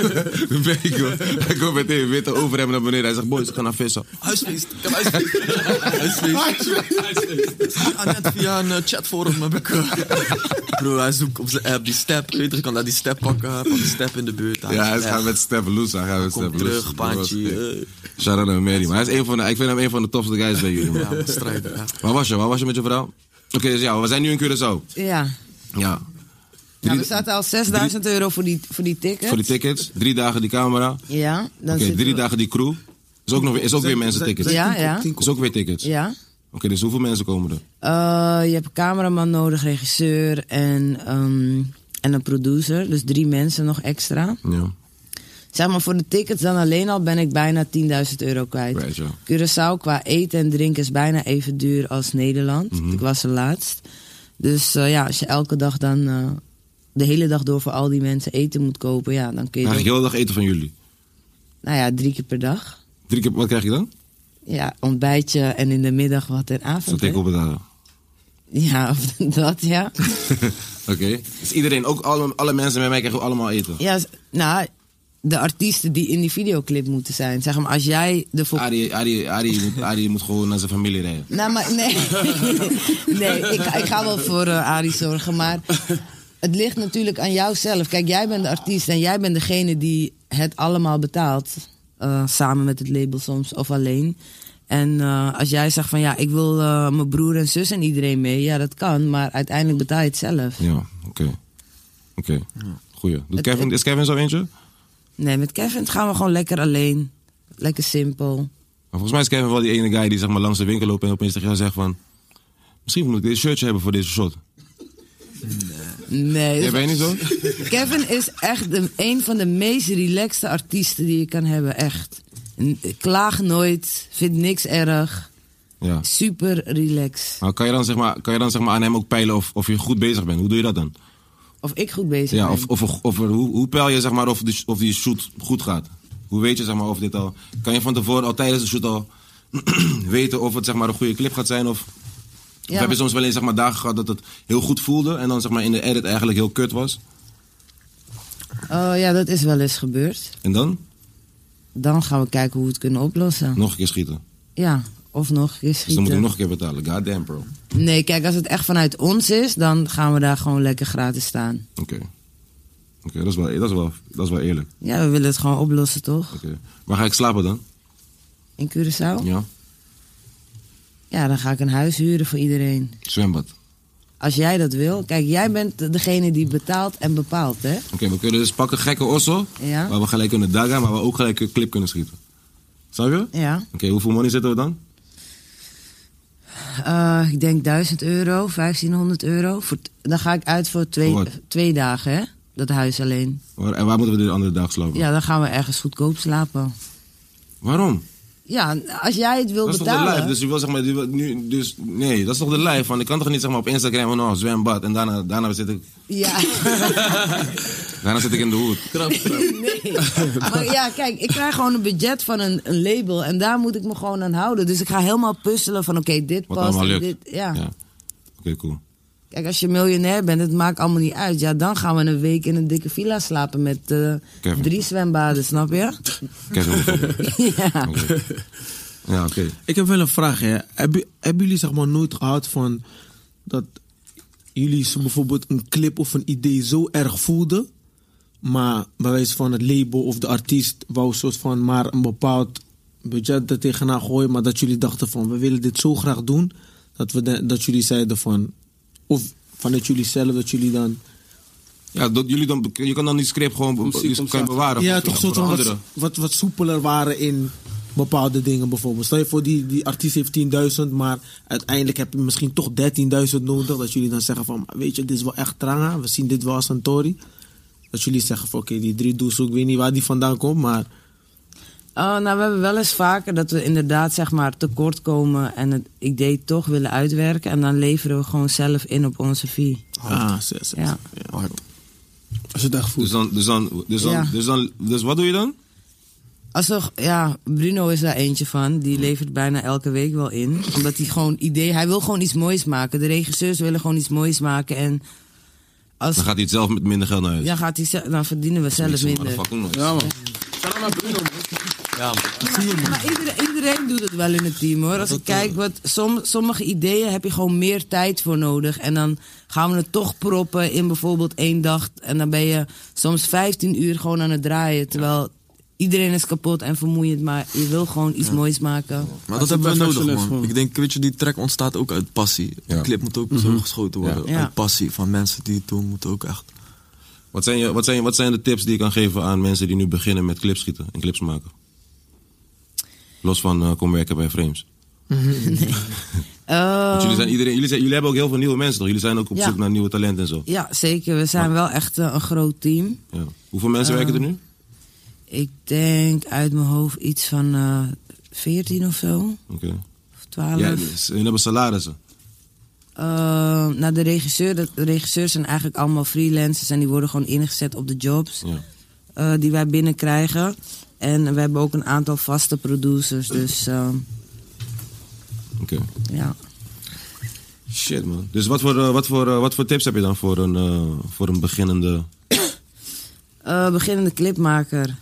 Hij komt meteen een witte overhemd naar beneden. Hij zegt, boys, we gaan naar vissen. Huisfeest. Ik heb huisfeest. Huisfeest. Ah, net via een uh, chatforum heb ik... Uh, bro, hij zoekt op zijn app die step. Weet je, je kan daar die step pakken. Pak die step in de buurt. Hij Ja, hij is gaat echt- met Step Loes. Hij gaat met Kom Step terug, Loes. paantje. eh. Shout-out naar Mary. Maar hij is een van de, ik vind hem een van de tofste guys bij jullie, man. Ja, wat strijden. Ja. Waar was je? Waar was je met je vrouw? Oké, dus ja, we zijn nu in Curaçao. Ja. Ja. Nou, Drie- we zaten al zesduizend euro voor die, voor die ticket. Voor die tickets. Drie dagen die camera. Oké, Ja. Dan zitten drie we- dagen die crew. Is ook, nog, weer- is ook weer mensen tickets. Ja, ja. Is ook weer tickets. Ja. Oké, dus hoeveel mensen komen er? Uh, je hebt een cameraman nodig, regisseur en, um, en een producer. Dus drie mensen nog extra. Ja. Zeg maar, voor de tickets dan alleen al ben ik bijna tienduizend euro kwijt. Right, ja. Curaçao qua eten en drinken is bijna even duur als Nederland. Mhm. Ik was er laatst. Dus uh, ja, als je elke dag dan uh, de hele dag door voor al die mensen eten moet kopen, ja, dan kun je... Eigenlijk dat- de hele dag eten van jullie. Nou ja, drie keer per dag. Drie keer, wat krijg je dan? Ja, ontbijtje en in de middag wat en avond. Zo tegen hè? op betalen. Ja, of dat, ja. Oké. Dus iedereen, ook alle, alle mensen bij mij krijgen allemaal eten. Ja, s- nou, de artiesten die in die videoclip moeten zijn. Zeg maar, als jij de... vo- Arie, Arie, Arie, moet, Arie moet gewoon naar zijn familie rijden. Nou, maar nee. nee, ik, ga- ik ga wel voor uh, Arie zorgen, maar het ligt natuurlijk aan jou zelf. Kijk, jij bent de artiest en jij bent degene die het allemaal betaalt. Uh, samen met het label soms, of alleen. En uh, als jij zegt van ja, ik wil uh, mijn broer en zus en iedereen mee. Ja, dat kan, maar uiteindelijk betaal je het zelf. Ja, oké. Oké. Goeie. Doet Het- Kevin, is Kevin zo eentje? Maar Nee, met Kevin gaan we gewoon lekker alleen. Lekker simpel. volgens mij is Kevin wel die ene guy die zeg maar, langs de winkel loopt en opeens tegen jou zegt van... Misschien moet ik dit shirtje hebben voor deze shot. Nee, Jij ben je niet zo? Kevin is echt de, een van de meest relaxte artiesten die je kan hebben, echt. N- Klaag nooit, vindt niks erg, Ja. super relaxed. Maar kan je dan, zeg maar, kan je dan zeg maar, aan hem ook peilen of, of je goed bezig bent? Hoe doe je dat dan? Of ik goed bezig Ja, ben. of, of, of, hoe, hoe peil je zeg maar, of, die, of die shoot goed gaat? Hoe weet je zeg maar, of dit al... Kan je van tevoren al tijdens de shoot al weten of het zeg maar, een goede clip gaat zijn? Of, Ja. of heb je soms wel eens zeg maar, dagen gehad dat het heel goed voelde en dan zeg maar, in de edit eigenlijk heel kut was? Oh ja, dat is wel eens gebeurd. En dan? Dan gaan we kijken hoe we het kunnen oplossen. Nog een keer schieten. Ja, of nog een keer Dus dan schieten. moet ik nog een keer betalen. God damn, bro. Nee, kijk, als het echt vanuit ons is, dan gaan we daar gewoon lekker gratis staan. Oké. Oké, okay, dat, is wel- dat, is wel- dat is wel eerlijk. Ja, we willen het gewoon oplossen, toch? Oké. Okay. Waar ga ik slapen dan? In Curaçao? Ja. Ja, dan ga ik een huis huren voor iedereen. Zwembad. Als jij dat wil. Kijk, jij bent degene die betaalt en bepaalt, hè? Oké, okay, we kunnen dus pakken gekke osso. Ja. Waar we gelijk kunnen dagen, maar we ook gelijk een clip kunnen schieten. Snap je? Oké, Ja. okay, hoeveel money zitten we dan? Uh, ik denk duizend euro, vijftienhonderd euro. Voor t- dan ga ik uit voor twee, Voor wat? twee dagen, hè? Dat huis alleen. Waar, en waar moeten we de andere dag slapen? Ja, dan gaan we ergens goedkoop slapen. Waarom? Ja, als jij het wil Dat is toch de betalen. live? Dus je wil zeg maar, je wil nu, dus, nee, dat is toch de live? Van, ik kan toch niet zeg maar op Instagram van, oh, zwembad en daarna, daarna zit ik, Ja. daarna zit ik in de hoed. Nee. Maar ja, kijk, ik krijg gewoon een budget van een, een label en daar moet ik me gewoon aan houden. Dus ik ga helemaal puzzelen van, oké, dit Wat past allemaal en lukt. dit. Ja. Ja. Oké, okay, cool. Kijk, als je miljonair bent, het maakt allemaal niet uit. Ja, dan gaan we een week in een dikke villa slapen met uh, Kevin. drie zwembaden, snap je? Kevin bijvoorbeeld. Ja. Oké. Ja, oké. Ik heb wel een vraag, hè. Hebben, hebben jullie zeg maar nooit gehad van dat jullie zo bijvoorbeeld een clip of een idee zo erg voelden, maar bij wijze van het label of de artiest wou een soort van maar een bepaald budget er tegenaan gooien, maar dat jullie dachten van we willen dit zo graag doen, dat, we de- dat jullie zeiden van, of vanuit jullie zelf, dat jullie dan... Ja, dat jullie dan, je kan dan die script gewoon be- Muziek je om kan je zaken. bewaren. Ja, voor- toch voor soort de van wat, anderen. wat, wat soepeler waren in bepaalde dingen bijvoorbeeld. Stel je voor, die, die artiest heeft tienduizend, maar uiteindelijk heb je misschien toch dertienduizend nodig. Dat jullie dan zeggen van, weet je, dit is wel echt tranga. We zien dit wel als een Tory. Dat jullie zeggen van, oké, die drie doezoek, ik weet niet waar die vandaan komt, maar... Oh, nou, we hebben wel eens vaker dat we inderdaad zeg maar tekort komen en het idee toch willen uitwerken. En dan leveren we gewoon zelf in op onze fee. Ah, zes, zes. Ja. Hard. Als je het echt voelt. Dus dan, dus dan, dus dan, Ja. dus dan, dus wat doe je dan? Als er, ja, Bruno is daar eentje van. Die levert bijna elke week wel in. Omdat hij gewoon idee... Hij wil gewoon iets moois maken. De regisseurs willen gewoon iets moois maken. En als... Dan gaat hij het zelf met minder geld naar huis. Ja, gaat hij, ze- dan verdienen we zelf minder. Motherfucking nooit. Ja, man. Shout out naar Bruno, man. Ja, Maar iedereen, iedereen doet het wel in het team, hoor. Als ik kijk, wat, som, sommige ideeën heb je gewoon meer tijd voor nodig. En dan gaan we het toch proppen in bijvoorbeeld één dag. En dan ben je soms vijftien uur gewoon aan het draaien. Terwijl iedereen is kapot en vermoeiend. Maar je wil gewoon iets moois maken. maar Als dat hebben we nodig, perfectionist, man. man. Ik denk, weet je, die track ontstaat ook uit passie. Ja. De clip moet ook zo geschoten worden. Ja. Uit passie van mensen die het doen, moeten ook echt... Wat zijn, je, wat, zijn, wat zijn de tips die je kan geven aan mensen die nu beginnen met clips schieten en clips maken? Los van uh, kom werken bij Frames. Uh, Want jullie, zijn iedereen, jullie, zijn, jullie hebben ook heel veel nieuwe mensen, toch? Jullie zijn ook op Ja. zoek naar nieuwe talenten en zo. ja, zeker. We zijn wel echt eh, een groot team. Ja. Hoeveel mensen werken er nu? Ik denk uit mijn hoofd iets van eh veertien of zo. Oké. Of twaalf. Ja, dus, jullie hebben salarissen. Uh, nou, de, regisseur, de, de regisseurs zijn eigenlijk allemaal freelancers en die worden gewoon ingezet op de jobs Ja. uh, die wij binnenkrijgen. En we hebben ook een aantal vaste producers, dus uh, Oké. ja. Shit, man. Dus wat voor, uh, wat, voor, uh, wat voor tips heb je dan voor een, uh, voor een beginnende... Uh, beginnende clipmaker.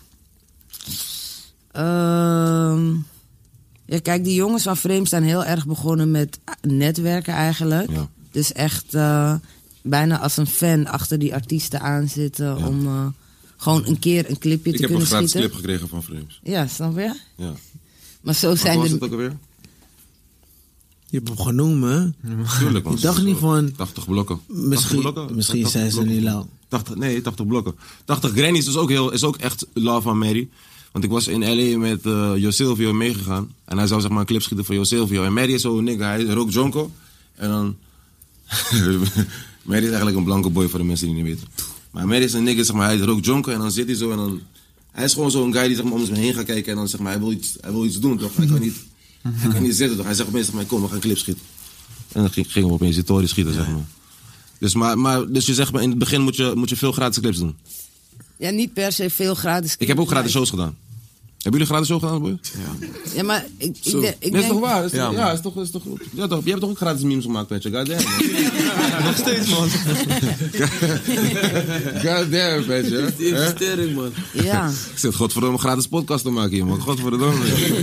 Ehm ja, kijk, die jongens van Frame zijn heel erg begonnen met netwerken eigenlijk. Ja. Dus echt uh, bijna als een fan achter die artiesten aanzitten Ja. om uh, gewoon een keer een clipje Ik te heb een kunnen gratis schieten. clip gekregen van Frames. Ja, snap je? Ja. Maar zo Wat zijn was er... het ook alweer? Je hebt hem genomen, hè? Tuurlijk, man. Ik dacht niet van... tachtig blokken. tachtig Misschien, blokken? misschien tachtig zijn ze blokken. niet lauw. tachtig, nee, tachtig blokken. tachtig Grannies is ook, heel, is ook echt love van Mary. Want ik was in L A met uh, Jo Silvio meegegaan. En hij zou zeg maar een clip schieten voor Jo Silvio. En Mary is zo'n nigga, hij rookt jonko. En dan... Mary is eigenlijk een blanke boy voor de mensen die het niet weten. Maar Mary is een nigga, zeg maar, hij rookt jonko en dan zit hij zo en dan... Hij is gewoon zo'n guy die zeg maar, om zich heen gaat kijken en dan zeg maar, hij wil iets, hij wil iets doen, toch? Hij kan niet, hij kan niet zitten, toch? Hij zegt opeens, zeg maar, kom, we gaan een clip schieten. En dan ging, gingen we opeens die toren schieten, zeg maar. Dus, maar, maar, dus je zegt maar, in het begin moet je, moet je veel gratis clips doen. Ja, niet per se veel gratis. Ik heb ook gratis maar- shows gedaan. Hebben jullie gratis show gedaan, boy? Ja. Ja, maar ik, ik, Zo. de- ik Nee, is denk... toch waar? Is Ja, toch, man. ja, is toch, is toch, ja, toch, je hebt toch ook gratis memes gemaakt, weet je? God damn, man. Nog steeds, man. God damn, weet je. Die investering, man. Ja. Ik zit godverdomme gratis podcast te maken hier, man. Godverdomme.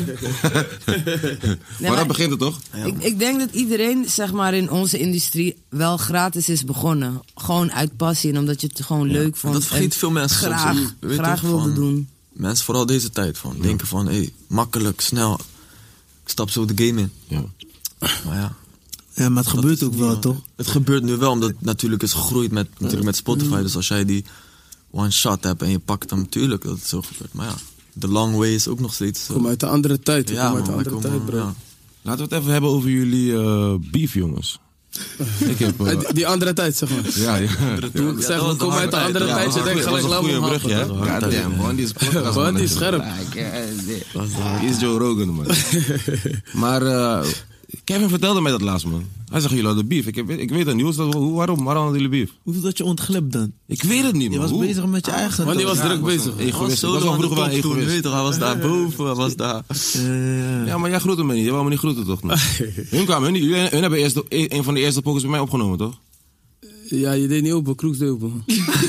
Maar maar- dat begint het toch? Ik, ik denk dat iedereen, zeg maar, in onze industrie wel gratis is begonnen. Gewoon uit passie en omdat je het gewoon leuk vond. Dat vergeet en veel mensen soms, Graag, hè. Je weet graag toch, wilde van- doen. Mensen vooral deze tijd van denken van, hé, hey, makkelijk, snel. Ik stap zo de game in. Ja. Maar ja. Ja, maar het dat gebeurt is ook niet, wel, man. toch? Het gebeurt nu wel, omdat het natuurlijk is gegroeid met, natuurlijk met Spotify. Dus als jij die one shot hebt en je pakt hem, natuurlijk dat het zo gebeurt. Maar ja, the long way is ook nog steeds... Kom uit de andere tijd. ja, Kom uit de man, wij andere komen- tijd, bro. ja. Laten we het even hebben over jullie eh, beef, jongens. Ik heb... eh, Eh, die, die andere tijd, zeg maar. ja, ja. Toen ik zeg, dat we was komen de uit de harde andere tijd. tijd. Je Ja, denkt dat was gelijk, een laat me goede brug, happen, hè? toch? God damn, man. Die is podcast, Man, man. die is scherp. Die is Joe Rogan, man. Maar eh, Kevin vertelde mij dat laatst, man. Hij zegt, jullie hadden beef. Ik, heb, ik weet het niet. Hoe is dat, hoe, waarom? Waarom hadden jullie beef? Hoeveel dat je ontglipt dan? Ik weet het niet, man. Je was Hoe? bezig met je eigen... Man, die was toch? druk bezig. Hij was Egoïst. zo Ik was al aan de vroeger wel top toen, egoïst. weet je toch? Hij was daar boven, hij was daar... Eh, Ja, maar jij groette me niet. Jij wou me niet groeten, toch? man? hun kwamen, hun, hun, hun hebben eerst de- een van de eerste pokers bij mij opgenomen, toch? Ja, je deed niet open, Kroeks deed open.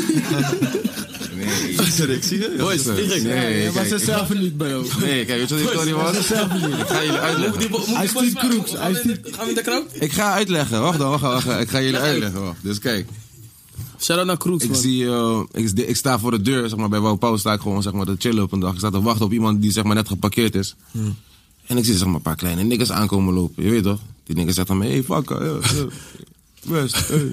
Nee. Ik zie je. Boys, vlieg Nee, Hij was kijk, er zelf niet bij ook. nee, kijk, weet je wat die story was? Ik ga jullie uitleggen. Hij stuurt Kroeks. Hij stuurt... Gaan we in de krant? Ik ga uitleggen. Wacht dan, wacht, wacht. Ik ga jullie uitleggen. Wacht. Dus kijk, Shout-out naar Kroeks, ik man. zie, eh, ik, ik sta voor de deur, zeg maar, bij Wouw Pauw sta ik gewoon, zeg maar, te chillen op een dag. Ik sta te wachten op iemand die, zeg maar, net geparkeerd is. En ik zie, zeg maar, een paar kleine niggers aankomen lopen. Je weet toch? Die niggers zeggen aan me, hey, fuck, ja, ja. Best, hey.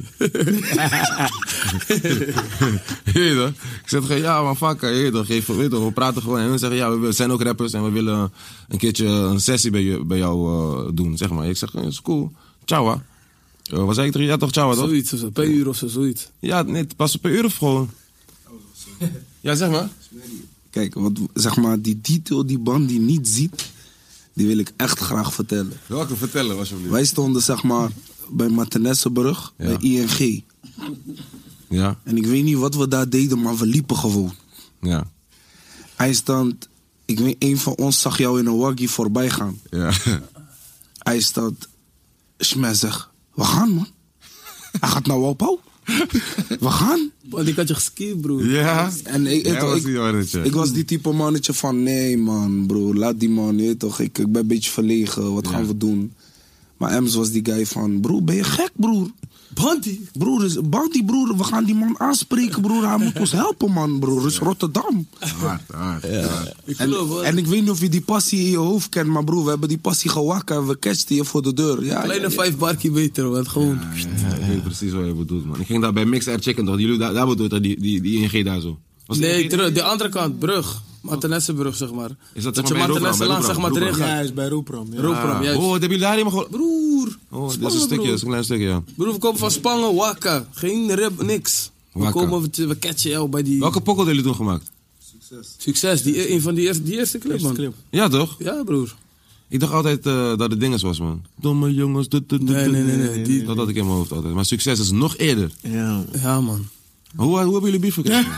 Je weet toch? Ik zeg gewoon, ja, man, fuck, je weet toch? Geef, weet toch? We praten gewoon. En hun zeggen, ja, we zijn ook rappers en we willen een keertje een sessie bij, je, bij jou uh, doen, zeg maar. Ik zeg, is cool. Ciao, hè. Uh, wat zei ik tegen je? Ja, toch, ciao, toch? Zoiets of zo, per uur of zo, zoiets. Ja, nee, pas per uur of gewoon. Ja, zeg maar. Kijk, wat, zeg maar, die detail die band die niet ziet, die wil ik echt graag vertellen. Welke vertellen, alsjeblieft. Wij stonden, zeg maar, bij Martinessenbrug, Ja. bij I N G. Ja, En ik weet niet wat we daar deden, maar we liepen gewoon. ja, Hij stond, ik weet, een van ons zag jou in een waggie voorbij gaan. ja. Hij stond, Schmer zegt, we gaan, man. Hij gaat naar Wauw. We gaan. Man, ik had je geskiet, broer. Ja, En ik, Jij ik, was ik, die mannetje. ik was die type mannetje van, nee man, bro, laat die man, je weet toch, ik, ik ben een beetje verlegen, wat gaan we doen? Maar Ems was die guy van, broer, ben je gek, broer? Bandy. Broer, is, Bandy, broer, we gaan die man aanspreken, broer, hij moet ons helpen, man, broer, het is Rotterdam. Hard, hard, hard. Ik En, geloof, hoor. en ik weet niet of je die passie in je hoofd kent, maar broer, we hebben die passie gewakken en we catchten je voor de deur. Ja, Kleine ja, ja. vijf bar kilometer, man. Gewoon. Ja, ik weet precies wat je bedoelt, man. Ik ging daar bij Mix Air Chicken, toch? Jullie, daar, daar bedoelt dat, die, die, die I N G daar zo. Was het Nee, I N G? terug, de andere kant, brug. Martinessenbrug, zeg maar. Is dat, dat zeg je maar, bij Martinessenlaan, Roepram, zeg maar, bij erin Ja, gaat. hij is bij Roepram. Ja. Roepram, Ah, juist. oh, hebben jullie daar helemaal gewoon... Broer. Oh, dat is Spangen, een stukje, broer. dat is een klein stukje, ja. Broer, we komen van Spangen, Wakka. Geen rib, niks. We Wakka. komen, we, we catchen jou bij die... Welke pokkel hebben jullie toen gemaakt? Succes, die, een van die eerste, die eerste clip, man. clip. Ja, toch? Ja, broer. Ik dacht altijd eh, dat het dinges was, man. Domme jongens. Dut, dut, dut, Nee, nee, nee, dut. nee, die- Dat had ik in mijn hoofd altijd. Maar succes is nog eerder. Ja. Ja, man. Hoe, hoe hebben jullie beef gekregen?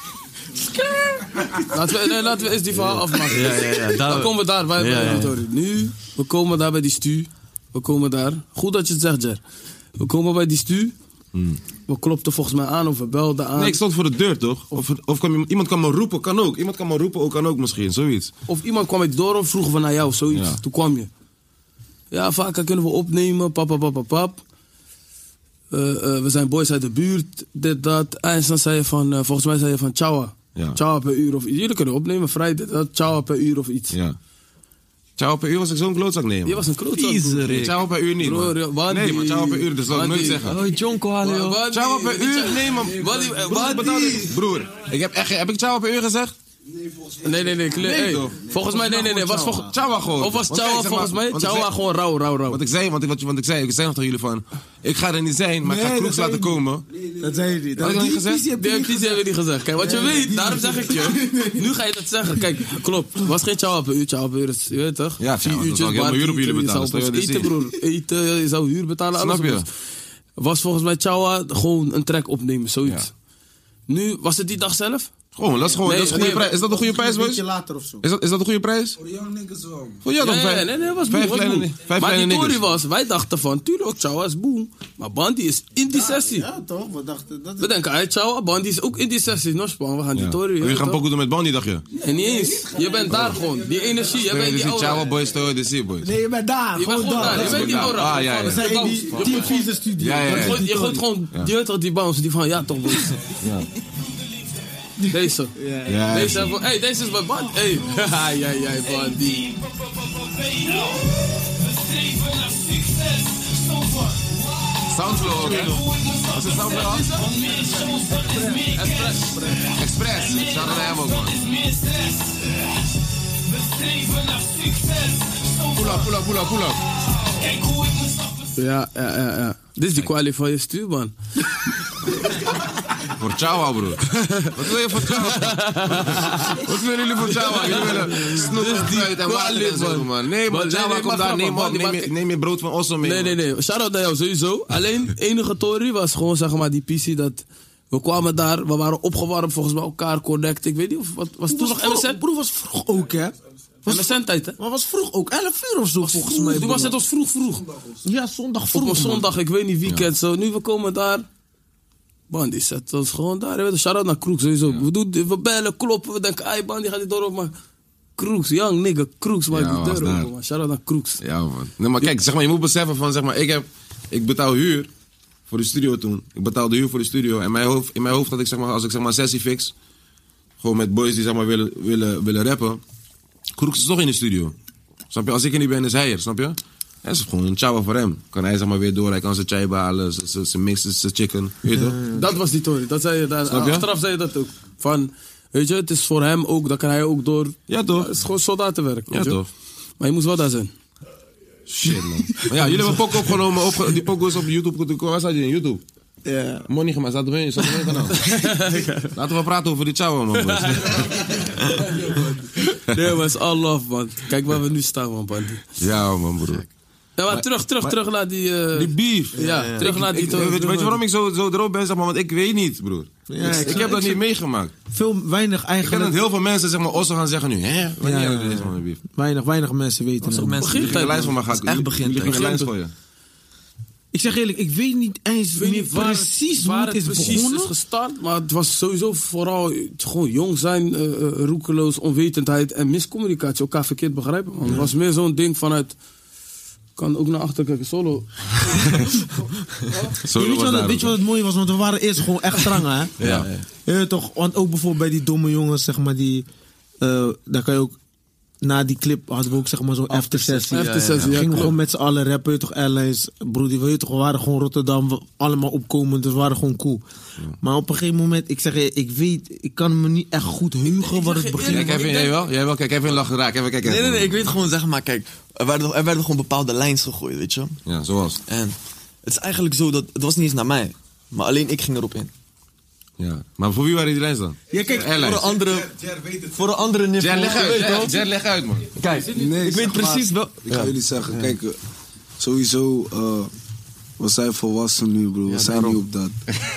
Laten we, nee, laten we eens die verhaal afmaken. Ja, ja, ja. Daar- Dan komen we daar bij Ja, bij ja. de Victoria. Nu, we komen daar bij die stu. We komen daar. Goed dat je het zegt, Jer. We komen bij die stu. We klopten volgens mij aan of we belden aan. Nee, ik stond voor de deur, toch? Of, of kan, iemand- iemand kan me roepen, kan ook. Iemand kan me roepen, ook kan ook misschien, zoiets. Of iemand kwam uit door of vroegen we naar jou, zoiets. Ja. Toen kwam je. Ja, vaker kunnen we opnemen, pap, pap, pap, pap, pap. Eh, eh, we zijn boys uit de buurt, dit, dat. En dan zei je van, eh, volgens mij zei je van, ciao. Ja. Ciao per uur of iets. Jullie kunnen opnemen, vrij, dit, dat. Ciao per uur of iets. Ja. Ciao per uur was ik zo'n klootzak nemen. Je was een klootzak, broer. Nee, ciao per uur niet, man. Broer, ja, wat Nee, die- maar ciao per uur, dat zou ik wat nooit die- zeggen. Oh, Jonko halen, joh. Wat Ciao die- per uur? Nee, man. Wat die- Broer, wat ik betaalde- die- Broer, ik heb, echt, heb ik ciao per uur gezegd? Nee, nee, nee. kle- hey, toch? volgens mij, nee, nee, nee. Was volgens Ciao gewoon. Of was Want Ciao kijk, zeg volgens maar, mij? want ik Ciao zei- gewoon rauw, rauw, rauw. Wat ik zei, want ik, wat, wat ik zei, ik zei nog tegen jullie van... Ik ga er niet zijn, maar ik ga Nee, Kroeks dat laten zei je komen. Dat zei je niet. Had ik nog niet gezegd? Die heb je Die niet heb die hebben we niet gezegd. Kijk, wat je weet, daarom zeg ik je. Nu ga je dat zeggen. Kijk, klopt. Was geen ciao per uur, ciao per uur. is- Je weet toch? Ja, Vier ciao, dan uurtjes, zou ik helemaal huur op jullie je betalen, zou stel je ons dat eten, zien. broer. Eten, je zou huur betalen, alles. Snap je? op ons. Was volgens mij ciao gewoon een track opnemen, zoiets. Nu, was het die dag zelf? Gewoon, dat is gewoon, Nee, dat is een goede nee, prijs. Is dat een goede prijs, Een boys? beetje later of zo. Is dat, is dat een goede prijs? Voor young niggas wel. Voor jou Ja, toch? ja, Vijf, nee, nee, was vijf boem, was kleine, boem. vijf Maar kleine die Tory niggas. was, wij dachten van, tuurlijk, Chawa is boem. Maar Bandy is in die sessie. Ja, toch? We dachten, dat We is... denken, hey, Chawa, Bandy is ook in die sessie. No span, we gaan die Ja. Tory. Oh, ja, je gaat toch? pokoe doen met Bandy, dacht je? Nee, niet eens. Je bent daar gewoon. Die energie, je bent Dus die die Chawa aura. boys to de boys. Nee, je bent daar. Je bent gewoon daar, je bent die aura. Ah, ja, ja. We zijn in die Je Team gooit gewoon- Visa studio. Ja, ja, ja. Je gooit- Je gooit gewoon, je weet toch die bounce, die van, ja toch boys. Deze. Ja, Deze, hebben we- hey, deze is mijn band. Hey, ja, ja, ja, Bandy. Soundflow ook, hè? Wat is het Soundflow? Express. Express. Shout out naar hem ook, man. Pull up, pull up, pull up, pull up. Ja, ja, ja, ja. Dit is die kwalie van je stuurman. Voor Chawa, bro. Wat wil je voor Chawa? Wat willen jullie voor Chawa? Jullie willen snoep, fruit en water en zo, man. Nee, man. Maar- Chawa, nee, nee, kom maar daar. grappig, Neem, man. neem, Maar- je- neem je brood van Osso mee. Nee, nee, man. nee. Shout-out naar jou, sowieso. Alleen, enige Tory was gewoon, zeg maar, die P C dat... We kwamen daar, we waren opgewarmd volgens mij elkaar connect. Ik weet niet of... Wat, was het toen nog M S N? Broer was vroeg ook, hè? M S N-tijd, hè? Maar was vroeg ook, elf uur of zo volgens mij. Toen was het broer. ons vroeg, vroeg. Ja, zondag Op vroeg. een man. zondag, ik weet niet, weekend zo. Nu we komen daar. Man, die zet ons gewoon daar. Je weet, shout-out naar Kroeks sowieso. We, doen, we bellen, kloppen, we denken, ai man, die gaat die door op. Maar Kroeks, young nigga, Kroeks, maar Ja, die was deur daar. open, man. Shout-out naar Kroeks. Ja, man. Nee, maar kijk, zeg maar, je moet beseffen van, zeg maar, ik heb... Ik betaal huur voor de studio toen. Ik betaalde huur voor de studio. En in mijn hoofd, in mijn hoofd had ik, zeg maar, als ik zeg maar sessie fix... Gewoon met boys die, zeg maar, willen, willen, willen rappen... Kroeks is toch in de studio. Snap je? Als ik er niet ben, is hij er, snap je? Dat is gewoon een Chawa voor hem. Kan hij, zeg maar, weer door. Hij kan zijn chai halen, zijn- zijn zijn mixen, zijn chicken. Weet je toch? Dat was die Tory. Dat zei je daar. Snap je? Achteraf zei je dat ook. Van, weet je, het is voor hem ook, dan kan hij ook door. Ja, toch? Het is gewoon soldatenwerk. Ja, weet je. toch? Maar je moest wel daar zijn. Shit, man. Maar ja, jullie hebben een pokoe opgenomen. Opge die pokoe is op YouTube. Waar staat die in YouTube? Ja. Money gemaakt, staat er mee, staat er mee kanaal. Laten we praten over die Chawa, man. boys. Nee, maar het is all love, man. Kijk waar we nu staan, man, Bandy. Ja, man, broer. Ja, maar terug, terug, terug naar die... eh, Die beef. Ja, terug naar die... Ik, weet, weet je waarom ik zo, zo erop ben, zeg maar? Want ik weet niet, broer. Ja, ik, ik- ik heb dat niet meegemaakt. Veel, weinig Ik ken dat eigenlijk. heel veel mensen, zeg maar, Osso gaan zeggen nu, hè? Wanneer Ja, heb ja, je ja. deze beef? Weinig, weinig mensen weten het. mensen Er ligt een lijst van me, ga ik. Het is echt Er begint, ligt een hè. lijst voor je. Ik zeg eerlijk, ik weet niet eens Ik weet meer niet waar, precies hoe waar het is precies begonnen. is gestart, maar het was sowieso vooral gewoon jong zijn, eh, eh, roekeloos, onwetendheid en miscommunicatie, elkaar verkeerd begrijpen. Man. Het was meer zo'n ding vanuit, ik kan ook naar achter kijken, solo. Zo Ja, weet, je was wat, daar weet je ook. wat het mooie was? Want we waren eerst gewoon echt trangen, hè? Ja. Ja, toch? Want ook bijvoorbeeld bij die domme jongens, zeg maar, die... eh daar kan je ook... Na die clip hadden we ook, zeg maar, zo'n aftersessie. Aftersessie, ja, Gingen we klopt. gewoon met z'n allen rappen, je toch, Airlines. Broer, die weet je toch, we waren gewoon Rotterdam, we allemaal opkomend, dus we waren gewoon cool. Maar op een gegeven moment, ik zeg je, ik weet, ik kan me niet echt goed heugen wat het begin Kijk was. even, jij wel? Jij wel? Kijk even lachen raak. Even kijken. Nee, nee, nee, ik weet gewoon, zeg maar, kijk, er werden, er werden gewoon bepaalde lijns gegooid, weet je. Ja, zoals. En het is eigenlijk zo dat, het was niet eens naar mij, maar alleen ik ging erop in. Ja. Maar voor wie waren die lijns dan? Ja, kijk, Voor een Airlines. andere, voor een andere niveau. Jet, leg je uit. weet Jet, toch? Jet, leg uit, man. Kijk, Nee, ik zeg weet maar, precies wel. Ik ga jullie zeggen, kijk, eh, sowieso, eh, we zijn volwassen nu, bro. We Ja, zijn daarom. niet op dat.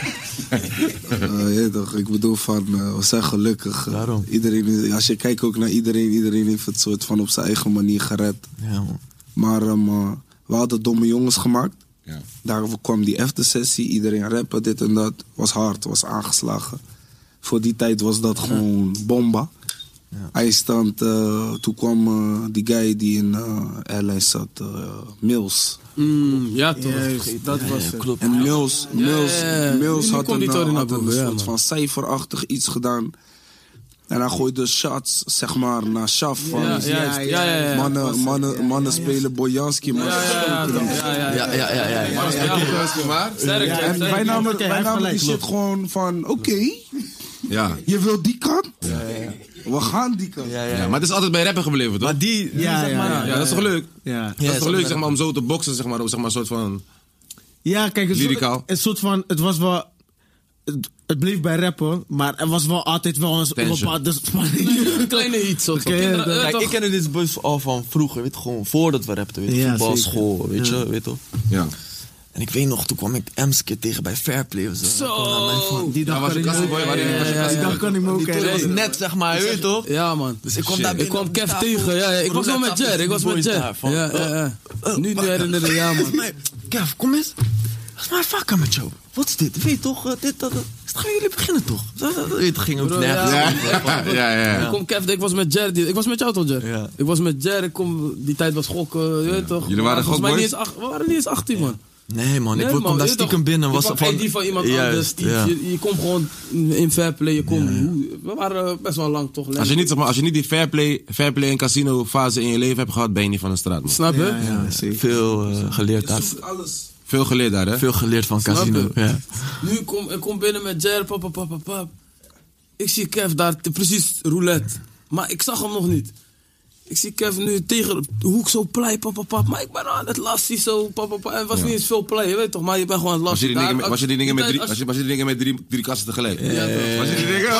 Eh, je weet toch, ik bedoel van, eh, we zijn gelukkig. eh. Daarom. Iedereen, is- als je kijkt ook naar iedereen, iedereen heeft het soort van op zijn eigen manier gered. Ja, man. Maar ehm, eh, we hadden domme jongens gemaakt. Ja. Daar kwam die aftersessie, iedereen rappen, dit en dat. Was hard, was aangeslagen. Voor die tijd was dat gewoon bomba. Eindstand, eh, toen kwam eh, die guy die in uh, Airlines zat, eh, Mills. Mm, ja, toch. Juist, dat was het. Klopt. En Mills, Mills, ja, ja. Mills Nu had komt een, die Tory eh, naar had een boven, ja, soort man. van cijferachtig iets gedaan. En hij gooide shots, zeg maar, naar Shaf. Van, Ja, juist. Ja, ja, ja. Mannen, mannen, mannen spelen Bojanski, maar Ja, ja, ja, toch. ja, ja, ja. Ja, ja, ja, ja. ja. Maar? Sterk, Ja, En sterk. wij namen, oké, hij wij heeft namen die gelijk, shit gewoon van, oké, Ja. je wilt die kant? We gaan die kant. Ja, Ja, ja. maar het is altijd bij rappen gebleven, toch? Maar die, die Ja, zeg ja, maar, ja. Ja, dat is toch leuk? Ja. Dat is Ja, toch dat leuk, is zeg maar, om zo te boksen, zeg maar, op zeg maar, een soort van... Ja, kijk, het, Lyricaal. een soort van, het was wel, het, het bleef bij rappen, maar er was wel altijd wel een, een Tension. bepaalde spanning. Een kleine iets. Zo, Oké, ja, dat- Kijk, ik kende dit bus al van vroeger, weet je, gewoon voordat we rapten, weet je, Ja, voetbal, zeker. school, weet je, Ja. weet je. Ja. En ik weet nog, toen kwam ik Ems keer tegen bij Fairplay of zo. Zo! Die dag Ja, was kan je ik me Kassenboy? ook- Waar die- was je Die Kassenboy? dag kan ik me ook Die tour was herinneren. net, zeg maar, je weet toch? Ja, man. Dus ik kwam Shit. daar Ik binnen. kwam Kev tafel, tegen, ja, ja. Ik was wel met roulette Jer, ik was tafel, met die boys Jer. daar van, Ja, ja, ja. Nu, nu herinneren, ja, man. Volgens mij, Kev, kom eens. Dat is maar vakken met jou. Wat is dit? Weet je toch, uh, dit, dat, dat. Dus gaan jullie beginnen toch? Dat, dat, dat, dat ging ook Bro, nergens. ja. Ja, ja, Ik ja. kom Kev, ik was met Jer. die- Ik was met jou toch, Jer? Ja. Ik was met Jer, ik kom, die tijd was gokken, je weet toch? Jullie waren Volgens mij gokboys? niet eens ach- We waren niet eens achttien, man. Nee man, ik Nee, kwam man, daar je stiekem toch- binnen. je Was pakt van, I D van iemand Juist, anders. Die, ja. je, je komt gewoon in Fairplay, je komt... hoe- We waren best wel lang toch. Als je niet, zeg maar, als je niet die fairplay, fairplay en casino fase in je leven hebt gehad, ben je niet van de straat, man. Snap je? Ja, ja, zeker. Veel uh, geleerd daar. Veel geleerd daar, hè? Veel geleerd van Snap casino. je? Ja. Nu kom ik kom binnen met Jer, pap, pap, pap, pap, pap. Ik zie Kev daar, te- precies roulette. Maar ik zag hem nog niet. Ik zie Kev nu tegen de hoek zo play, pap, pap, pap. Maar ik ben aan het lassie zo, pap, pap, pap. En het was Ja. niet eens veel play, je weet toch. Maar je bent gewoon aan het Was je lassie. die dingen met, was je die dingen met, drie, Als- was je, was je die dingen met drie, drie kasten tegelijk? Ja, toch. Was je die dingen...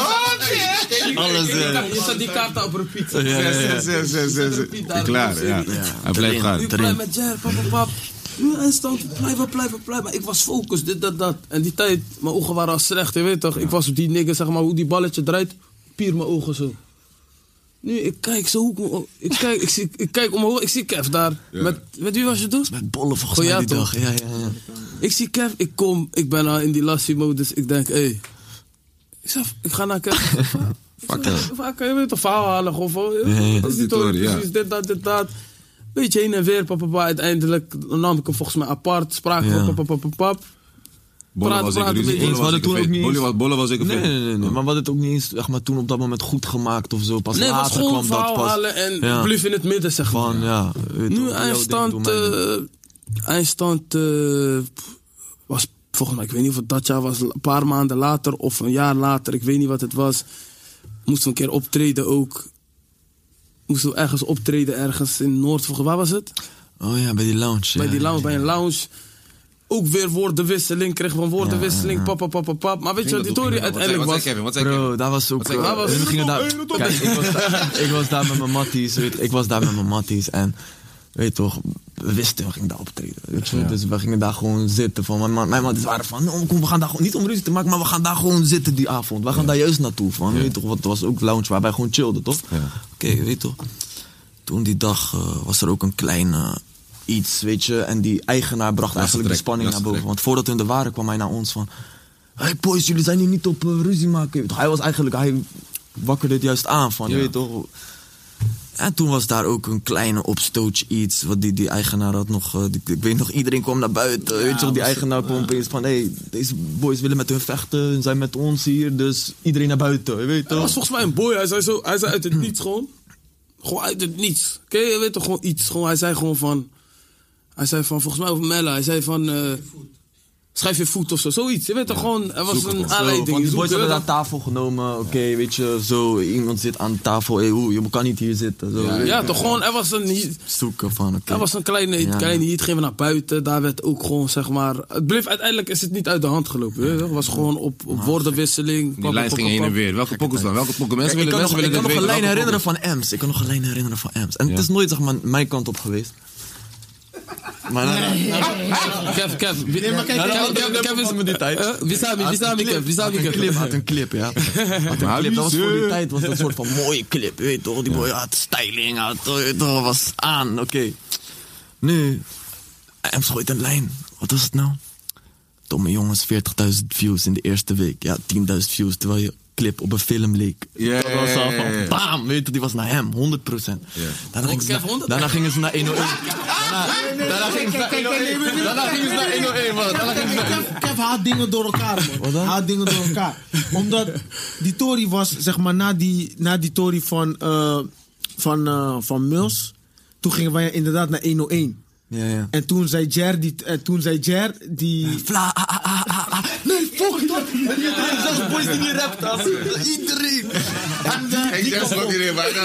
Oh, Alles, Je je zet die kaarten op repeat. Ja, ja, ja. zes, zes, zes, zes, zes. Klaar, ja. Hij blijft gaan. Nu play met Jer, pap, pap, pap. Nu eindstand, blijven, blijven, blijven. Maar ik was focus, dit, dat, dat. En die tijd, mijn ogen waren al slecht, je weet toch. Ik was op die nigger, zeg maar, hoe die balletje draait. Pier mijn ogen zo. Nu, ik kijk zo, hoe ik, mijn o- ik, kijk, ik, zie, ik kijk omhoog, ik zie Kev daar. Ja. Met, met wie was je toen? Met bollen volgens Oh, mij ja, die toch? dag. Ja, ja, ja. Ik zie Kev, ik kom, ik ben al in die lassie-modus. Ik denk, hé. Hey. Ik zeg, ik ga naar Kev. Fuck hem. Vaak, je weet toch, verhaal halen gewoon van. ja. Dat is die Story, tory, ja. precies, dit, dat, dit, dat. Beetje heen en weer, pap, pap, pap. Uiteindelijk nam ik hem volgens mij apart. Spraak, Ja. pap, pap, pap, pap, pap. Bollen Praat, was praat ik een ruzie. beetje. Bollen was We ik hadden toen ook een niet Bollen eens- was- Bollen was ik een Nee, vet. nee, nee, nee. Maar we hadden het ook niet eens zeg maar, toen op dat moment goed gemaakt of zo. Pas Nee, het was later gewoon kwam dat verhaal pas. halen en Ja. blief in het midden, zeg maar. Van, ja. weet toch, Nu jouw eindstand, ding, doe mijn ding. eh, eindstand eh, was volgens mij, ik weet niet of het dat jaar was, een paar maanden later of een jaar later, ik weet niet wat het was. Moesten we een keer optreden ook. Moesten we ergens optreden, ergens in Noord, volgens waar was het? Oh ja, bij die lounge. Bij ja, die lounge, ja, bij een lounge. Ook weer woordenwisseling, kregen we een woordenwisseling, pap, pap, pap, pap, pap. Maar weet je wat die tory uiteindelijk Wat was? zei Kevin? Wat zei Bro, Kevin? daar was ook... zei je? eh, Waar was- we gingen daar, Hey, top. kijk, ik was, daar, ik was daar met mijn matties. Weet, je, ik was daar met mijn matties. En weet je toch, we wisten, we gingen daar optreden. Weet je, dus we gingen daar gewoon zitten. Van, mijn, ma- mijn matties waren van, no, kom, we gaan daar gewoon, niet om ruzie te maken, maar we gaan daar gewoon zitten die avond. We gaan daar juist naartoe. Van, weet je toch, want het was ook lounge waar wij gewoon chillden, toch? Ja. Oké, weet je toch. Toen die dag uh, was er ook een klein uh, iets, weet je. En die eigenaar bracht eigenlijk de trek, spanning laatste naar boven. trek. Want voordat we in de waren kwam hij naar ons van... Hey boys, jullie zijn hier niet op uh, ruzie maken. Hij was eigenlijk, hij wakkerde het juist aan van, je Ja. weet toch. En toen was daar ook een kleine opstootje iets. Wat die, die eigenaar had nog, uh, die, ik weet nog, iedereen kwam naar buiten. weet je toch, die eigenaar kwam opeens van, hey, deze boys willen met hun vechten. Ze zijn met ons hier, dus iedereen naar buiten, je weet Dat was toch. volgens mij een boy, hij zei, zo, hij zei uit het niets gewoon. Gewoon uit het niets. Oké, je weet toch gewoon iets. Gewoon, hij zei gewoon van... Hij zei van, volgens mij over Mella. Hij zei van... eh schrijf je voet of zo. Zoiets. Je weet toch gewoon... Er was Zoek het een op. aanleiding. Zo, van die Je boys zoekt, hadden je daar weet tafel genomen, oké, weet je, zo, iemand zit aan tafel, hey, hoe, je kan niet hier zitten. Zo, toch? weet Ja, je. toch gewoon... Er was een... Zoeken van, oké. Er was een kleine, Ja. kleine hit, gingen we naar buiten. Daar werd ook gewoon, zeg maar... Het bleef, uiteindelijk is het niet uit de hand gelopen. Je weet toch? Het was gewoon op, op woordenwisseling. Die lijn ging heen en weer. Welke pokkels dan? Welke pokkels? Mensen Kijk, ik willen, kan nog, mensen ik willen kan nog dit een weten. lijn Welke herinneren van Ems. Ik kan nog een lijn herinneren van Ems. En het Ja. is nooit zeg maar mijn kant op geweest. Maar Kev, Kev. Wie, Nee, maar kijk, Kev, kijk, Kev, kijk, Kev is... van me die tijd. Eh, Wie staat wie staat Kev? Wie staat een Kev? clip, had een clip, ja. Had een clip. Dat was voor die tijd was dat een soort van mooie clip, weet je toch? Die mooie had styling, had, weet je toch, was aan, oké. Nu, Ems gooit een lijn. Wat was het nou? Domme jongens, veertigduizend views in de eerste week. Ja, tienduizend views, terwijl je clip op een film leek. Ja, Dat was al ja, ja, ja. van bam, weet je, die was naar hem, honderd procent. Daarna, gingen ze Kev, naar- honderd? daarna gingen ze naar honderdéén. Daarna, daarna gingen ze naar honderdéén. Daarna gingen ze naar honderdéén, man. Daarna gingen ze naar Kev, Kev haalt dingen door elkaar, man. Wat dan? Haalt dingen door elkaar. Omdat die Tory was, zeg maar, na die, na die Tory van, eh van, eh van Mills. Toen gingen wij inderdaad naar honderdéén. Ja, ja. En toen zei Jer, die, eh, toen zei Jer, die... Vla, ah, ah, ah, ah, ah. Nee, fuck dat. Iedereen, zelfs boys die niet rapten. als- Iedereen. En die, die kwam ook.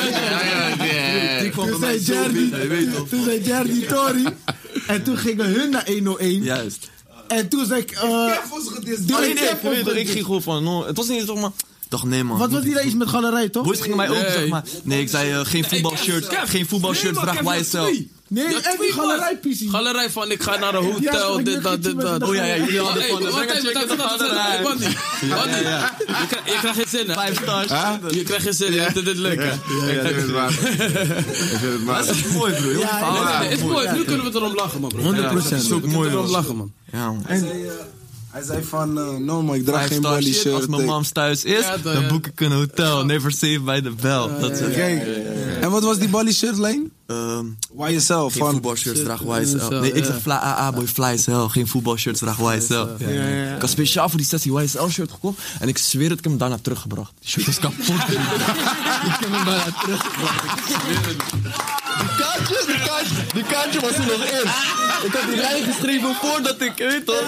Die kwam Toen bij zei mij Jer, zo die, binnen, je weet toch. toen zei Jer die Tory. En toen gingen hun naar honderdéén. Juist. En toen zei ik... eh Nee, nee, Kev je weet toch, was- ik ging gewoon van, no, het was niet toch maar... Ik dacht, nee man. Wat was die daar iets met galerij, toch? Boys gingen mij ook, Nee. zeg maar. Nee, ik zei, uh, geen voetbalshirt, Kev, geen voetbalshirt, nee, maar vraag Kev, Y S L. twee. Nee, Ja, echt twee die galerij, was. Pissie. Galerij van ik ga naar een Ja, hotel, zo, dit, je dat, giet dit, je met dat. de- Oh ja, ja, jullie hadden Hey, van de wacht even, check in de wacht even, galerij. wacht even, wacht even. Je krijgt- Je krijgt geen zin, hè? Vijf stars. Je krijgt geen zin, je vindt dit leuk, hè? Ja, dat is waar. Ik vind het maar. Dat is mooi, bro. Heel Ja, verhaal. ja, Nee, nee, is mooi. Nu kunnen we erom lachen, man, bro. honderd procent. Dat is ook We mooi, kunnen erom man. lachen, man. Ja, man. Hij zei, eh, hij zei van, eh, no maar ik draag Vijf geen star body shit. shirt. Als mijn Ik- mams thuis is, Ja, dan, dan ja. boek ik een hotel. Never save by the bell. Dat is Kijk, en wat was die body shirt lijn? Ehm, Waar jezelf Geen van. voetbalshirts dragen Y S L. Ja, Nee, ik ja. zeg fly, A A boy, fly S L. Geen voetbalshirts dragen Y S L. Ja. Ik had speciaal voor die sessie Y S L shirt gekocht. En ik zweer het, ik heb hem daarna teruggebracht. Die shirt was kapot. Ik heb hem daarna teruggebracht. Ik zweer het. Die kaartje, die kaartje, die kaartje was er nog in. Ik had die lijn geschreven voordat ik, weet toch?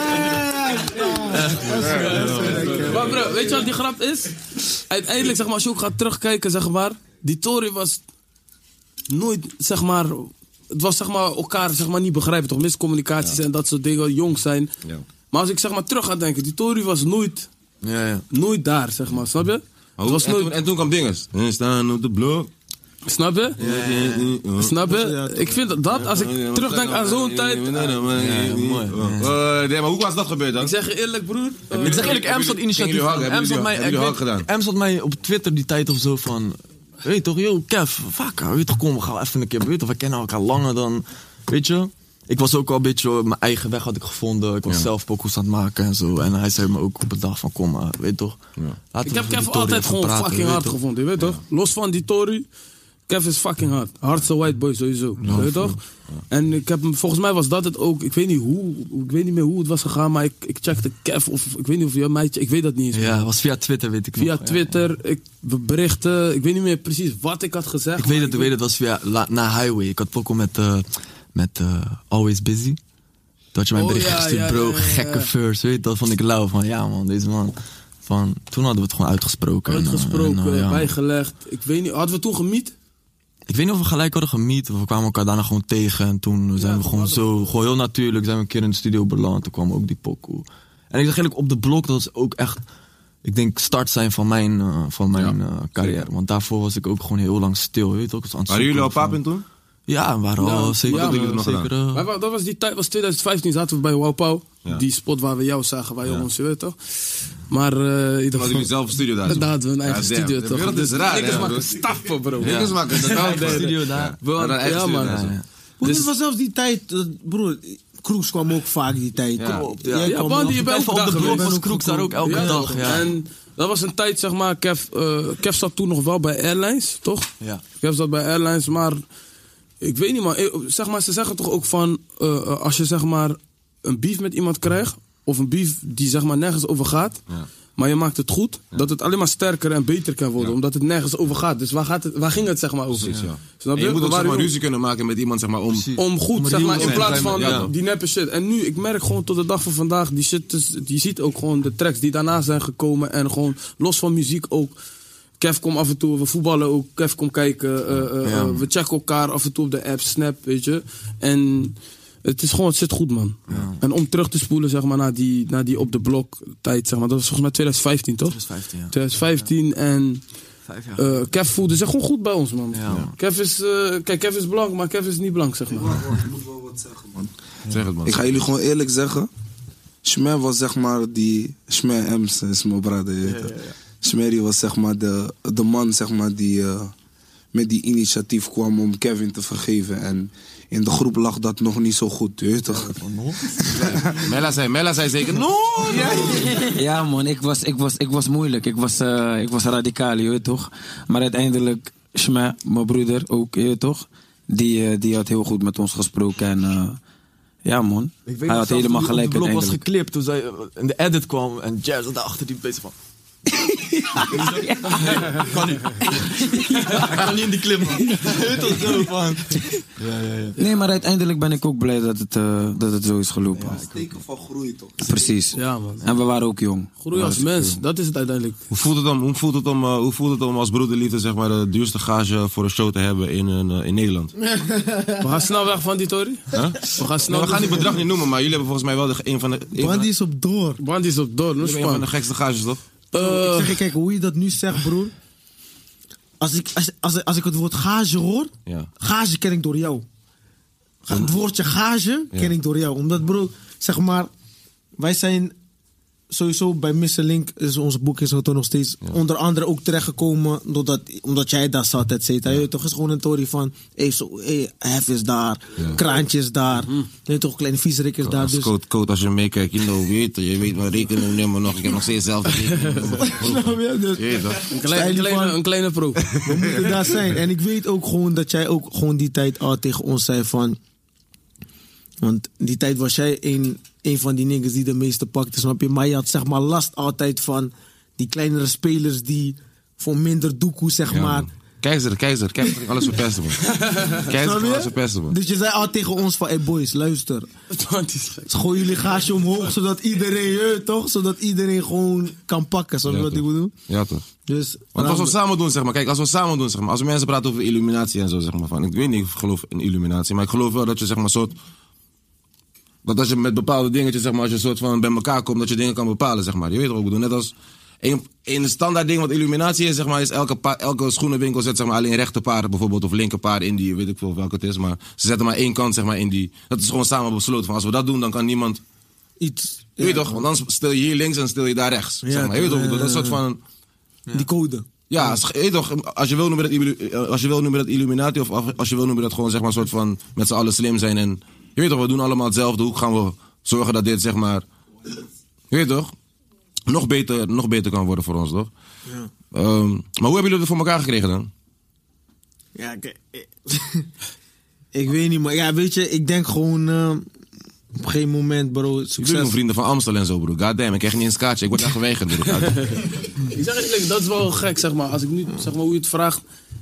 Maar bro, weet je wat die grap is? Uiteindelijk, zeg maar, als je ook gaat terugkijken, zeg maar, die Tory was nooit, zeg maar, het was zeg maar elkaar zeg maar niet begrijpen, toch? Miscommunicaties en dat soort dingen, jong zijn. Ja. Maar als ik zeg maar terug ga denken, die Tory was nooit, Ja, ja. nooit daar, zeg maar, snap je? Het Hoe- was en, nooit, toen, en toen kwam dinges. We staan op de blok. snap je? Snap je? Ik vind dat, dat als ik terugdenk aan zo'n tijd. mooi. Uh, nee, maar hoe was dat gebeurd dan? Ik zeg je eerlijk, broer. eh, Ik zeg eerlijk, Ems had initiatief. Gingen jullie hak- hebben Ems had jullie- mij, hebben jullie ik hak weet- gedaan? Ems had mij op Twitter die tijd of zo van... Weet je toch, yo, Kev, fuck, weet je toch, kom, we gaan even een keer... Weet je toch, we kennen elkaar langer dan... Weet je? Ik was ook al een beetje... Mijn eigen weg had ik gevonden. Ik was Ja. zelf pokoes aan het maken en zo. En hij zei me ook op een dag van, kom maar, weet je toch. Laten Ik we heb over Kev die Tory altijd even gewoon praten, fucking weet hard je toch. gevonden, je weet toch? Los van die Tory, Kev is fucking hard. Hardste white boy sowieso, je weet toch? En ik heb hem, volgens mij was dat het ook, ik weet niet hoe, ik weet niet meer hoe het was gegaan, maar ik, ik checkte Kev of ik weet niet of je mij, ik weet dat niet eens. Ja, het was via Twitter, weet ik Via nog. Ja. Twitter, ik, we berichten, ik weet niet meer precies wat ik had gezegd. Ik maar weet het, ik weet het, was via la, na Highway. Ik had pokoe met, eh met eh, Always Busy. Toen had je mijn Oh, bericht ja, gestuurd, ja, bro, ja, ja, gekke ja. verse, weet je. Dat vond ik lauw, van ja man, deze man. Van, toen hadden we het gewoon uitgesproken. en, eh, Uitgesproken, en, eh, ja, man. bijgelegd. Ik weet niet, hadden we toen gemiet? Ik weet niet of we gelijk hadden gemiet, of we kwamen elkaar daarna gewoon tegen. En toen zijn we we gewoon hadden- zo, gewoon heel natuurlijk, zijn we een keer in de studio beland. Toen kwam ook die pokoe. En ik zeg eigenlijk op de blok, dat was ook echt, ik denk, start zijn van mijn, eh, van mijn eh, carrière. Want daarvoor was ik ook gewoon heel lang stil, weet je toch? Ik was aan het Waren jullie al zoeken paap in van- toen? Ja, we waren Ja, al zeker. wat hadden jullie nog zeker, gedaan? eh, Maar wa- dat was die tijd, was twintig vijftien, zaten we bij Wow Pauw. Ja. Die spot waar we jou zagen, waar je Ja. ons, je weet toch? Maar eh in ieder Hadden geval... jullie zelf een studio daar? zo? Daar hadden we een eigen Ja, damn. studio, De toch? wereld is Dus raar, niks hè, maken bro. stappen, bro. Niks maken, dat nou de studio daar. We Ja, hadden- een eigen ja, studio man. daar, zo. Broer, Dus- het was zelfs die tijd, eh, broer, Kroeks kwam ook vaak die tijd. Ja. Kom op. Ja. Jij Ja, kwam man, nog- die je bent Even ook op de daar blok geweest. was Kroeks daar ook elke Ja, dag, ja. En dat was een tijd, zeg maar, Kev, eh, Kev zat toen nog wel bij Airlines, toch? Ja. Kev zat bij Airlines, maar ik weet niet, man. Eh, Zeg maar, ze zeggen toch ook van, eh, eh, als je zeg maar een beef met iemand krijgt, of een beef die zeg maar nergens over gaat, Ja. maar je maakt het goed, dat het alleen maar sterker en beter kan worden, Ja. omdat het nergens over gaat. Dus waar, gaat het, waar ging het zeg maar over? Precies, ja. Snap En je? je moet We ook zeg waren maar jong. ruzie kunnen maken met iemand zeg maar, om... Precies. Om goed, Om zeg maar, real in te plaats zijn. van Ja, toch. die neppe shit. En nu, ik merk gewoon tot de dag van vandaag, die shit, is, je ziet ook gewoon de tracks die daarna zijn gekomen. En gewoon, los van muziek ook. Kev komt af en toe, we voetballen ook. Kev komt kijken, eh, eh, Ja. eh, we checken elkaar af en toe op de app, Snap, weet je. En het is gewoon, het zit goed, man. En om terug te spoelen, zeg maar, naar die, naar die op de blok tijd, zeg maar. Dat was volgens mij twintig vijftien, toch? twintig vijftien, ja. twintig vijftien en... Vijf jaar. eh, Kev voelde zich gewoon goed bij ons, man. Ja, man. Kev is, eh, kijk, Kev is blank, maar Kev is niet blank, zeg maar. Ik moet wel wat zeggen, man. Zeg het man. Ik ga jullie gewoon eerlijk zeggen. Shmer was zeg maar die... Shmer Ems is mijn brother, je weet het. Shmer was zeg maar de, de man zeg maar die eh, met die initiatief kwam om Kevin te vergeven. En in de groep lag dat nog niet zo goed, je weet toch? Mella zei, Mella zei zeker, no! Ja man, ik was, ik was, ik was moeilijk. Ik was, eh, ik was radicaal, je weet toch. Maar uiteindelijk, Shma, mijn broeder ook, je weet toch. Die, eh, die had heel goed met ons gesproken. En uh, ja man, Ik weet hij nog had zelfs helemaal toen gelijk op de blok was uiteindelijk. geklipt, toen zij eh, in de edit kwam en Jazz zat daarachter die bezig van... Ik kan niet. Ik kan niet in die clip, man. Weet toch zo van... Ja, ja, ja. Nee, maar uiteindelijk ben ik ook blij dat het, uh, dat het zo is gelopen. Dat is teken van groei, toch? Precies. Ja, man. En we waren ook jong. Groei als mens, dat is het uiteindelijk. Hoe voelt het om, hoe voelt het om, uh, hoe voelt het om als broederliefde zeg maar, de duurste gage voor een show te hebben in, een, uh, in Nederland? We gaan snel weg van die Tory. Huh? We gaan snel. Nee, we gaan die bedrag niet noemen, maar jullie hebben volgens mij wel de, een van de, een van Bandy de, is op door. Bandy is op door, no een van de span. gekste gages, toch? Ik Eh, zeg je, kijk, hoe je dat nu zegt, broer. Als ik, als, als, als ik het woord gage hoor, Ja. gage ken ik door jou. Het woordje gage ken ik door jou. Omdat bro, zeg maar, wij zijn sowieso bij Missing Link, is onze boek is toch nog steeds ja. onder andere ook terechtgekomen doordat, omdat jij daar zat, et cetera. Ja. Je toch is gewoon een tory van, hey, zo, hey, hef is daar, ja. kraantje is daar, mm. je toch kleine viezerik is ja, daar. Als dus... code, code, als je meekijkt, je know, weet, je weet mijn rekeningnummer nog, ik heb nog steeds zelf rekeningnummer. dus, een, kleine, een, kleine, een kleine pro. We moeten daar zijn. En ik weet ook gewoon dat jij ook gewoon die tijd al tegen ons zei van, want die tijd was jij een, een van die niggas die de meeste pakte, snap je? Maar je had zeg maar last altijd van die kleinere spelers die voor minder doekoe, zeg ja, maar. Man. Keizer, keizer, keizer, alles verpesten, man. Keizer, alles verpesten, man. Dus je zei al tegen ons van, hey boys, luister. Gooi jullie gage omhoog, zodat iedereen, je, toch? Zodat iedereen gewoon kan pakken, snap je ja, wat ik bedoel? Ja, toch. Dus, want als we samen doen, zeg maar, kijk, als we samen doen, zeg maar, als we mensen praten over illuminatie en zo, zeg maar, van, ik weet niet of ik geloof in illuminatie, maar ik geloof wel dat je, zeg maar, soort, dat als je met bepaalde dingetjes, zeg maar, als je soort van bij elkaar komt, dat je dingen kan bepalen, zeg maar. Je weet wat ik bedoel, net als een, een standaard ding wat illuminatie is, zeg maar, is elke, pa, elke schoenenwinkel zet, zeg maar, alleen rechterpaarden bijvoorbeeld, of linkerpaarden in die, weet ik veel welke het is, maar ze zetten maar één kant, zeg maar, in die, dat is gewoon samen besloten van, als we dat doen, dan kan niemand iets, je weet ja, toch, want dan stel je hier links en stel je daar rechts, ja, zeg maar. Je weet toch, uh, dat is een soort van, ja. die code. Ja, als, je weet toch, als je wil noemen dat, als je wil noemen dat illuminatie, of als je wil noemen dat gewoon, zeg maar, een soort van, met z'n allen slim zijn en, je weet toch, we doen allemaal hetzelfde, hoe gaan we zorgen dat dit, zeg maar, je weet toch, nog beter, nog beter kan worden voor ons, toch? Ja. Um, maar hoe hebben jullie het voor elkaar gekregen dan? Ja, ik, ik weet niet, maar ja, weet je, ik denk gewoon, uh, op een gegeven moment, bro, succes. Jullie zijn vrienden van Amstel en zo, bro. Goddamn, ik krijg niet eens een kaartje, ik word echt geweigerd, bro. Ik zeg eerlijk, dat is wel gek, zeg maar, als ik nu, zeg maar, hoe je het vraagt.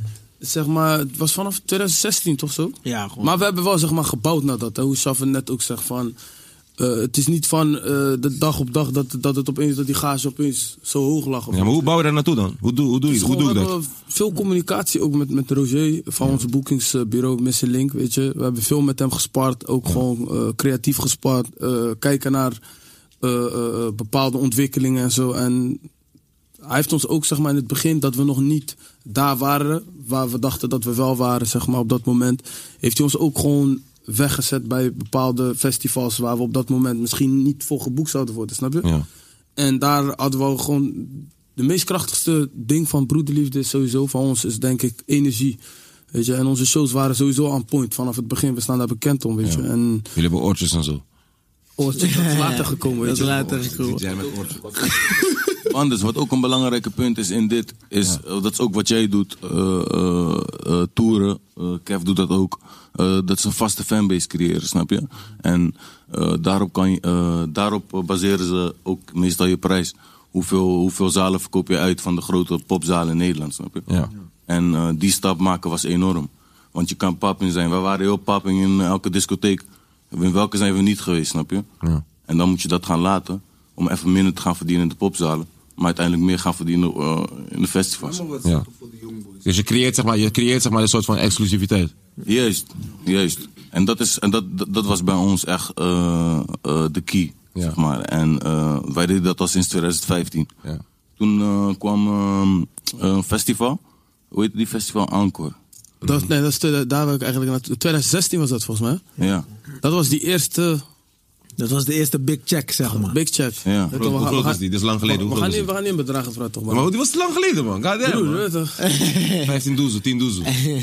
Zeg maar, het was vanaf twintig zestien toch zo? Ja, gewoon. Maar we hebben wel, zeg maar, gebouwd naar dat. Hè? Hoe Safin net ook zegt van, uh, het is niet van uh, de dag op dag dat, dat het opeens, dat die gage opeens zo hoog lag. Ja, maar hoe bouw je daar naartoe dan? Hoe doe, hoe doe je hoe doe je dat? We hebben veel communicatie ook met, met Roger van ja. onze boekingsbureau Missing Link, weet je. We hebben veel met hem gespart, ook ja. gewoon uh, creatief gespart. Uh, kijken naar uh, uh, bepaalde ontwikkelingen en zo. En hij heeft ons ook, zeg maar, in het begin, dat we nog niet daar waren, waar we dachten dat we wel waren, zeg maar, op dat moment, heeft hij ons ook gewoon weggezet bij bepaalde festivals waar we op dat moment misschien niet voor geboekt zouden worden, snap je? Ja. En daar hadden we gewoon, de meest krachtigste ding van broederliefde sowieso van ons is denk ik energie. Weet je, en onze shows waren sowieso on point vanaf het begin. We staan daar bekend om, weet je. Ja. En jullie hebben oortjes en zo. Oortjes, dat is later gekomen, weet dat je. is later gekomen. Jij met oortjes. Anders, wat ook een belangrijke punt is in dit, is, ja. uh, dat is ook wat jij doet, uh, uh, uh, toeren, uh, Kev doet dat ook, uh, dat is een vaste fanbase creëren, snap je? En uh, daarop, kan je, uh, daarop baseren ze ook meestal je prijs. Hoeveel, hoeveel zalen verkoop je uit van de grote popzalen in Nederland, snap je? Ja. En uh, die stap maken was enorm. Want je kan popping zijn, wij waren heel popping in elke discotheek. In welke zijn we niet geweest, snap je? Ja. En dan moet je dat gaan laten, om even minder te gaan verdienen in de popzalen. Maar uiteindelijk meer gaan verdienen uh, in de festivals. Ja. Dus je creëert, zeg maar, je creëert zeg maar, een soort van exclusiviteit. Juist, juist. En dat, is, en dat, dat was bij ons echt uh, uh, de key, ja. zeg maar. En uh, wij deden dat al sinds twintig vijftien. Ja. Toen uh, kwam uh, een festival. Hoe heet die festival? Encore. Dat, nee, dat is te, daar wil ik eigenlijk naartoe. twintig zestien was dat volgens mij. Ja. Dat was die eerste... Dat was de eerste big check, zeg maar. Big check. Ja. Hoe groot, groot is die? Dat is lang geleden. We, we, gaan, niet, we gaan niet in bedragen praten, toch, man. Maar die was te lang geleden, man. God damn, man. vijftien doezel, tien doezel.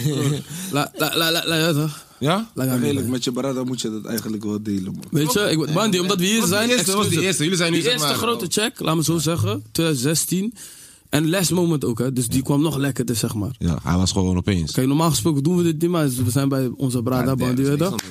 La, la, la, la, la, toch? Ja? Eigenlijk, met je brada moet je dat eigenlijk wel delen, man. Weet je, ik, Bandy, omdat we hier zijn... Dat was die eerste. Jullie zijn nu, die zeg eerste maar, grote check, laat me zo zeggen, twintig zestien. En last moment ook, hè. Dus die kwam nog lekkerder, zeg maar. Ja, hij was gewoon opeens. Kijk, normaal gesproken doen we dit niet, maar we zijn bij onze brada, Bandy, weet je.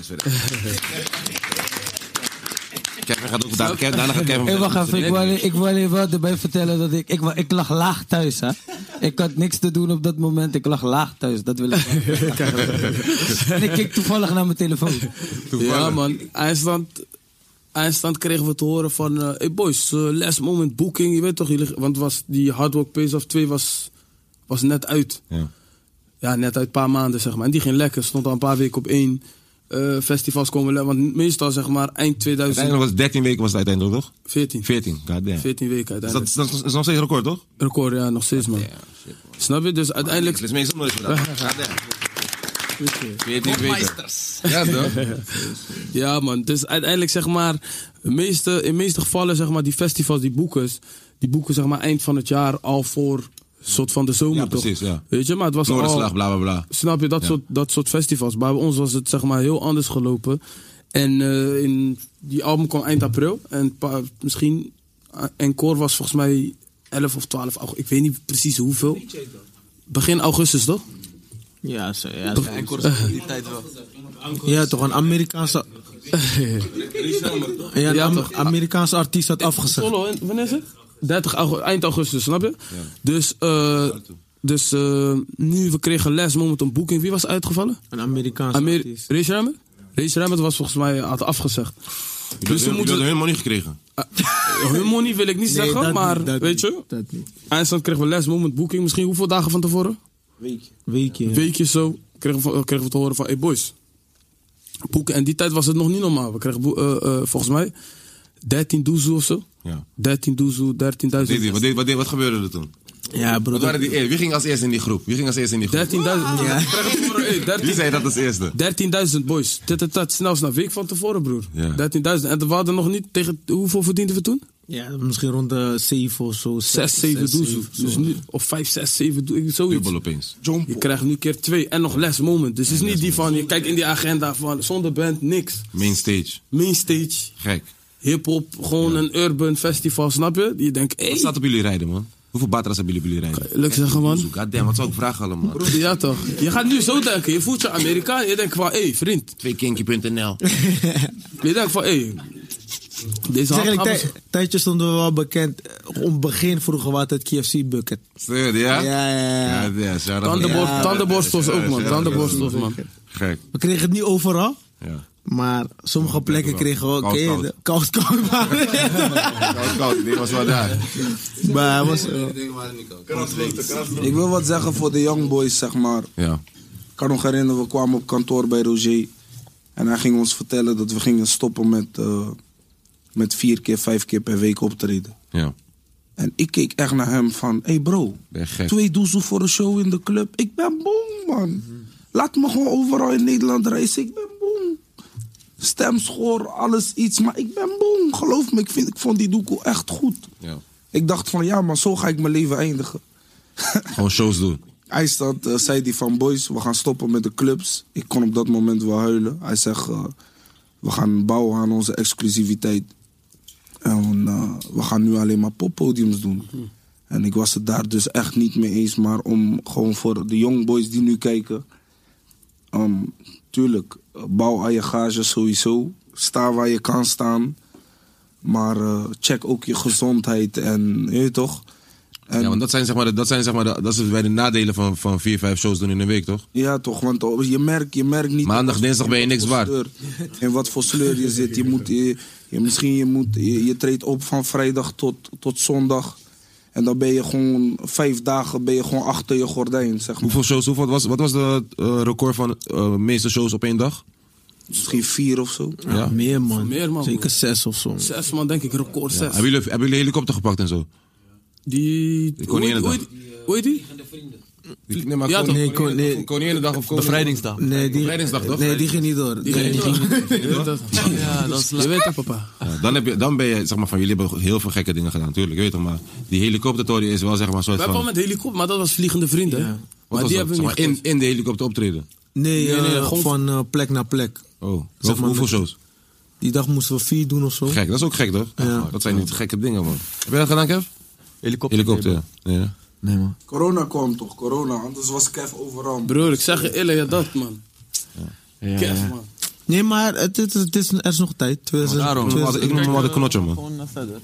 Kevin gaat ook daar. Daarna gaat Kevin. Hey, wacht even, ik wil, ik wil je wel erbij vertellen dat ik, ik... Ik lag laag thuis, hè. Ik had niks te doen op dat moment. Ik lag laag thuis, dat wil ik wel. En ik keek toevallig naar mijn telefoon. Toevallig. Ja, man. Eindstand, eindstand kregen we te horen van... Uh, hey boys, uh, last moment booking. Je weet toch, jullie, want was die Hard Work Pays Off twee was, was net uit. Ja. Ja, net uit een paar maanden, zeg maar. En die ging lekker. Stond al een paar weken op één. Uh, festivals komen le- want meestal zeg maar eind tweeduizend. Uiteindelijk was dertien weken was het uiteindelijk, toch? veertien. veertien, goddamn. veertien weken uiteindelijk. Dat, dat is nog steeds een record, toch? Record, ja, nog steeds, man. Yeah, shit, man. Snap je? Dus uiteindelijk... Dat is meestal nooit gedaan. veertien weken. Ja, toch? Ja, man. Dus uiteindelijk, zeg maar, de meeste, in de meeste gevallen, zeg maar, die festivals, die boeken, die boeken, zeg maar, eind van het jaar al voor soort van de zomer, Ja, toch? precies, ja. Weet je, maar het was Noorderslag, al... bla, bla, bla. Snap je, dat, Ja. soort, dat soort festivals. Bij ons was het, zeg maar, heel anders gelopen. En eh, in, die album kwam eind april. En pa, misschien, uh, Encore was volgens mij elf of twaalf augustus. Ik weet niet precies hoeveel. Begin augustus, toch? Ja, zo, ja, Ja, en kort die tijd wel. ja, toch een Amerikaanse... Ja, een Ja, Am- toch? Amerikaanse artiest had afgezegd. Solo, en wanneer is het? dertig augustus, eind augustus, snap je? Dus, eh, dus eh, nu, we kregen last moment een boeking. Wie was uitgevallen? Een Amerikaanse Amer artiest. Race Ramet? Race Ramet was volgens mij had afgezegd. Dus Dus we we moeten... hadden hun money gekregen. Hun money wil ik niet Nee, zeggen, dat maar niet, dat weet niet, je? dat niet. Eindstand kregen we last moment boeking. Misschien hoeveel dagen van tevoren? Weekje. Een weekje zo kregen we, kregen we te horen van, hey boys, boeken. En die tijd was het nog niet normaal. We kregen boe- eh, eh, volgens mij dertien doezoe of zo. Ja. dertien doezoe, dertienduizend. Wat, deed, wat, deed, wat, deed, wat gebeurde er toen? Ja, Wat broer. waren die, eh, wie ging als eerste in die groep? Wie ging als eerste in die groep? dertienduizend. Ja. We kregen te horen, hey, Wie dertien zei dat als eerste? dertienduizend boys. Dit en dat, snel, snel. Week van tevoren, broer. Ja. dertienduizend. En we hadden nog niet tegen... Hoeveel verdienden we toen? Ja, misschien rond de zeven of zo. zes, zeven doezoe. Dus nu, of vijf, zes, zeven doezoe. Zoiets. Dubbel opeens. Je krijgt nu keer twee. En nog last moment. Dus het is niet die van... Je kijkt in die agenda van... Zonder band, niks. Main stage. Mainstage. Gek. Hip-hop. Gewoon een urban festival, snap je? Je denkt, hé... Wat staat op jullie rijden, man? Hoeveel batras hebben jullie op jullie rijden? Leuk zeggen, man. Goddamn, wat zou ik vragen allemaal? Ja, toch. Je gaat nu zo denken. Je voelt je Amerikaan. Je denkt van, hé, hey, vriend. twee kinky punt n l. Je denkt van, hé... Hey, deze Zeg hand- ik, tij- tijdje stonden we wel bekend. Om het begin vroeger wat het K F C bucket. Steur, ja? Ja, ja, ja. Ja, ja, shout out. Tandenborst, Ja. tandenborstels ook, man. Ja, Tandenborstels, man. Gek. We kregen het niet overal. Ja. Maar sommige plekken wel. kregen we ook. Koud, ken je koud. de- Koud, koud. maar- Koud, koud, die was wel daar. Maar hij was... Ik wil wat zeggen voor de young boys, zeg maar. Ja. Ik kan nog herinneren, we kwamen op kantoor bij Roger. En hij ging ons vertellen dat we gingen stoppen met, uh, met vier keer, vijf keer per week optreden. Ja. En ik keek echt naar hem van, hé hey bro, Ben je gek? twee doezel voor een show in de club. Ik ben boem, man. Laat me gewoon overal in Nederland reizen. Ik ben boem. Stemschoor, alles iets, maar ik ben boem. Geloof me, ik, vind, ik vond die doekoe echt goed. Ja. Ik dacht van, ja man, zo ga ik mijn leven eindigen. Gewoon shows doen. Eindstand uh, zei hij van, boys, we gaan stoppen met de clubs. Ik kon op dat moment wel huilen. Hij zegt, uh, we gaan bouwen aan onze exclusiviteit. En uh, we gaan nu alleen maar poppodiums doen. En ik was het daar dus echt niet mee eens. Maar om gewoon voor de young boys die nu kijken... Um, tuurlijk, uh, bouw aan je gage sowieso. Sta waar je kan staan. Maar uh, check ook je gezondheid en, je weet toch... En, Ja, want dat zijn zeg maar, de, dat zijn zeg maar de, dat is bij de nadelen van, van vier, vijf shows doen in een week, toch? Ja, toch, want oh, je merkt, je merkt niet... Maandag, in dinsdag ben je wat niks voor waard. sleur- In wat voor sleur je zit. Je moet, je, je, misschien je, moet, je, je treedt op van vrijdag tot, tot zondag. En dan ben je gewoon vijf dagen ben je gewoon achter je gordijn, zeg maar. Hoeveel shows, hoeveel, wat was, wat was de uh, record van uh, meeste shows op één dag? Misschien vier of zo. Ja. Meer man. Meer, man, Zeker broer. zes of zo. Zes, man, denk ik. Record Ja. zes. Hebben, jullie, hebben jullie helikopter gepakt en zo? Die... Die Koninginnedag. Hoe heet- hoe heet die? Die, nee, maar Ja, kon- toch? Nee, kon- nee. Koninginnedag of Koning- Bevrijdingsdag. Nee, die, Bevrijdingsdag, toch? nee, die ging niet door. Die Nee, ging die niet ging- door. Je weet dat. Ja, dat is Je weet het, papa. Ja, dan, heb je, dan ben je, zeg maar, van jullie hebben heel veel gekke dingen gedaan, tuurlijk, je weet toch, maar die helikoptertory is wel, zeg maar, een soort We hebben van... al met helikopter, maar dat was Vliegende Vrienden. Ja. Maar Wat was die dat? hebben we Zeg niet maar, in, in de helikopter optreden. Nee, Nee, nee, eh, gewoon- van eh, plek naar plek. Oh, Zeg maar hoeveel met- shows? Die dag moesten we vier doen of zo. Gek, dat is ook gek, toch? Ja. Dat zijn niet gekke dingen, man. Heb je dat gedaan, Kev? Helikopter. Helikopter, ja. Nee, ja. Nee, man. Corona kwam toch, corona. Anders was Kev overal. Broer, ik zeg je eerlijk, ja, dat, man. Ja, Kev, ja. man. Nee, maar het, het, het is, er is nog tijd. twintig Daarom. Ik noem altijd- ik noem hem altijd knotje, man. Gewoon uh, verder.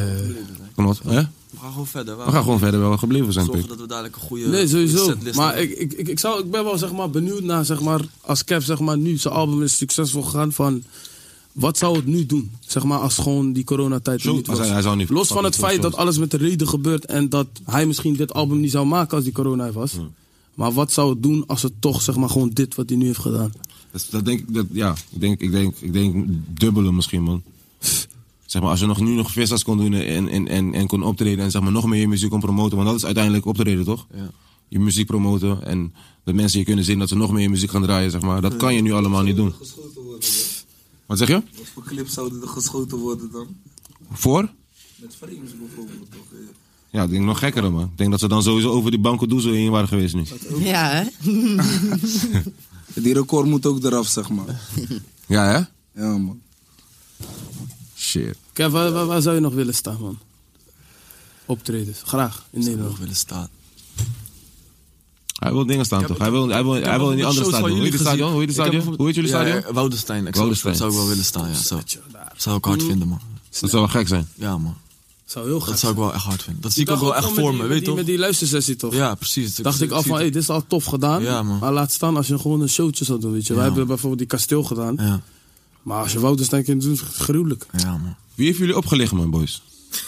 Knot, hè? We gaan gewoon verder. We gaan gewoon verder wel gebleven zijn, zorgen pik. dat we dadelijk een goede Nee, sowieso. setlist Maar hebben. ik, ik, ik, ik, zou, ik ben wel zeg maar, benieuwd naar, zeg maar, als Kev zeg maar, nu zijn album is succesvol gegaan, van wat zou het nu doen? Zeg maar, als gewoon die coronatijd er Zo, niet als was. hij- hij zou niet- Los van het fucking feit veel dat alles met de reden gebeurt en dat hij misschien dit album niet zou maken als die corona er was. Maar wat zou het doen als het toch, zeg maar, gewoon dit wat hij nu heeft gedaan? Dat, dat denk ik, dat, ja, ik denk, ik denk, ik denk dubbele misschien, man. Zeg maar, als je nog, nu nog visas kon doen en, en, en, en kon optreden en zeg maar, nog meer je muziek kon promoten, want dat is uiteindelijk optreden, toch? Ja. je muziek promoten en dat mensen je kunnen zien dat ze nog meer je muziek gaan draaien, zeg maar. Dat kan je nu allemaal niet doen. Geschoten worden, Wat zeg je? Wat voor clips zouden er geschoten worden dan? Voor? Met frames bijvoorbeeld, toch? Ja, ik denk nog gekker, man. Ik denk dat ze dan sowieso over die Banco Doezo heen waren geweest nu. Ja, hè? Die record moet ook eraf, zeg maar. Ja, hè? Ja, man. Shit. Kijk, waar, waar, waar zou je nog willen staan, man? Optredens. Graag, in Ik Nederland. nog willen staan. Hij wil dingen staan, toch? Hij wil, hij wil, hij wil in die andere stadion. Hoe heet die stadion? Hoe heet die stadion? Hoe heet jullie stadion? Ja, Woudenstein. Ik Woudenstein. Zou, zou ik wel willen staan, ja. Zou, zou ik hard vinden, man. Dat zou wel gek zijn. Ja, man. Zou heel gaaf Dat zou ik wel echt hard vinden. Dat zie ik Ik ook wel dacht echt met voor die- me, met weet die- je Met toch? die luistersessie, toch? Ja, precies. Ik- Dacht ik ik al zie van, hé, het. dit is al tof gedaan. Ja, man. Maar laat staan als je gewoon een showtje zou doen, weet je. Wij Ja. hebben bijvoorbeeld die kasteel gedaan. Ja, Maar als je Woudenstein kunt doen, is het gruwelijk. ja, man. Wie heeft jullie opgelicht, man, boys?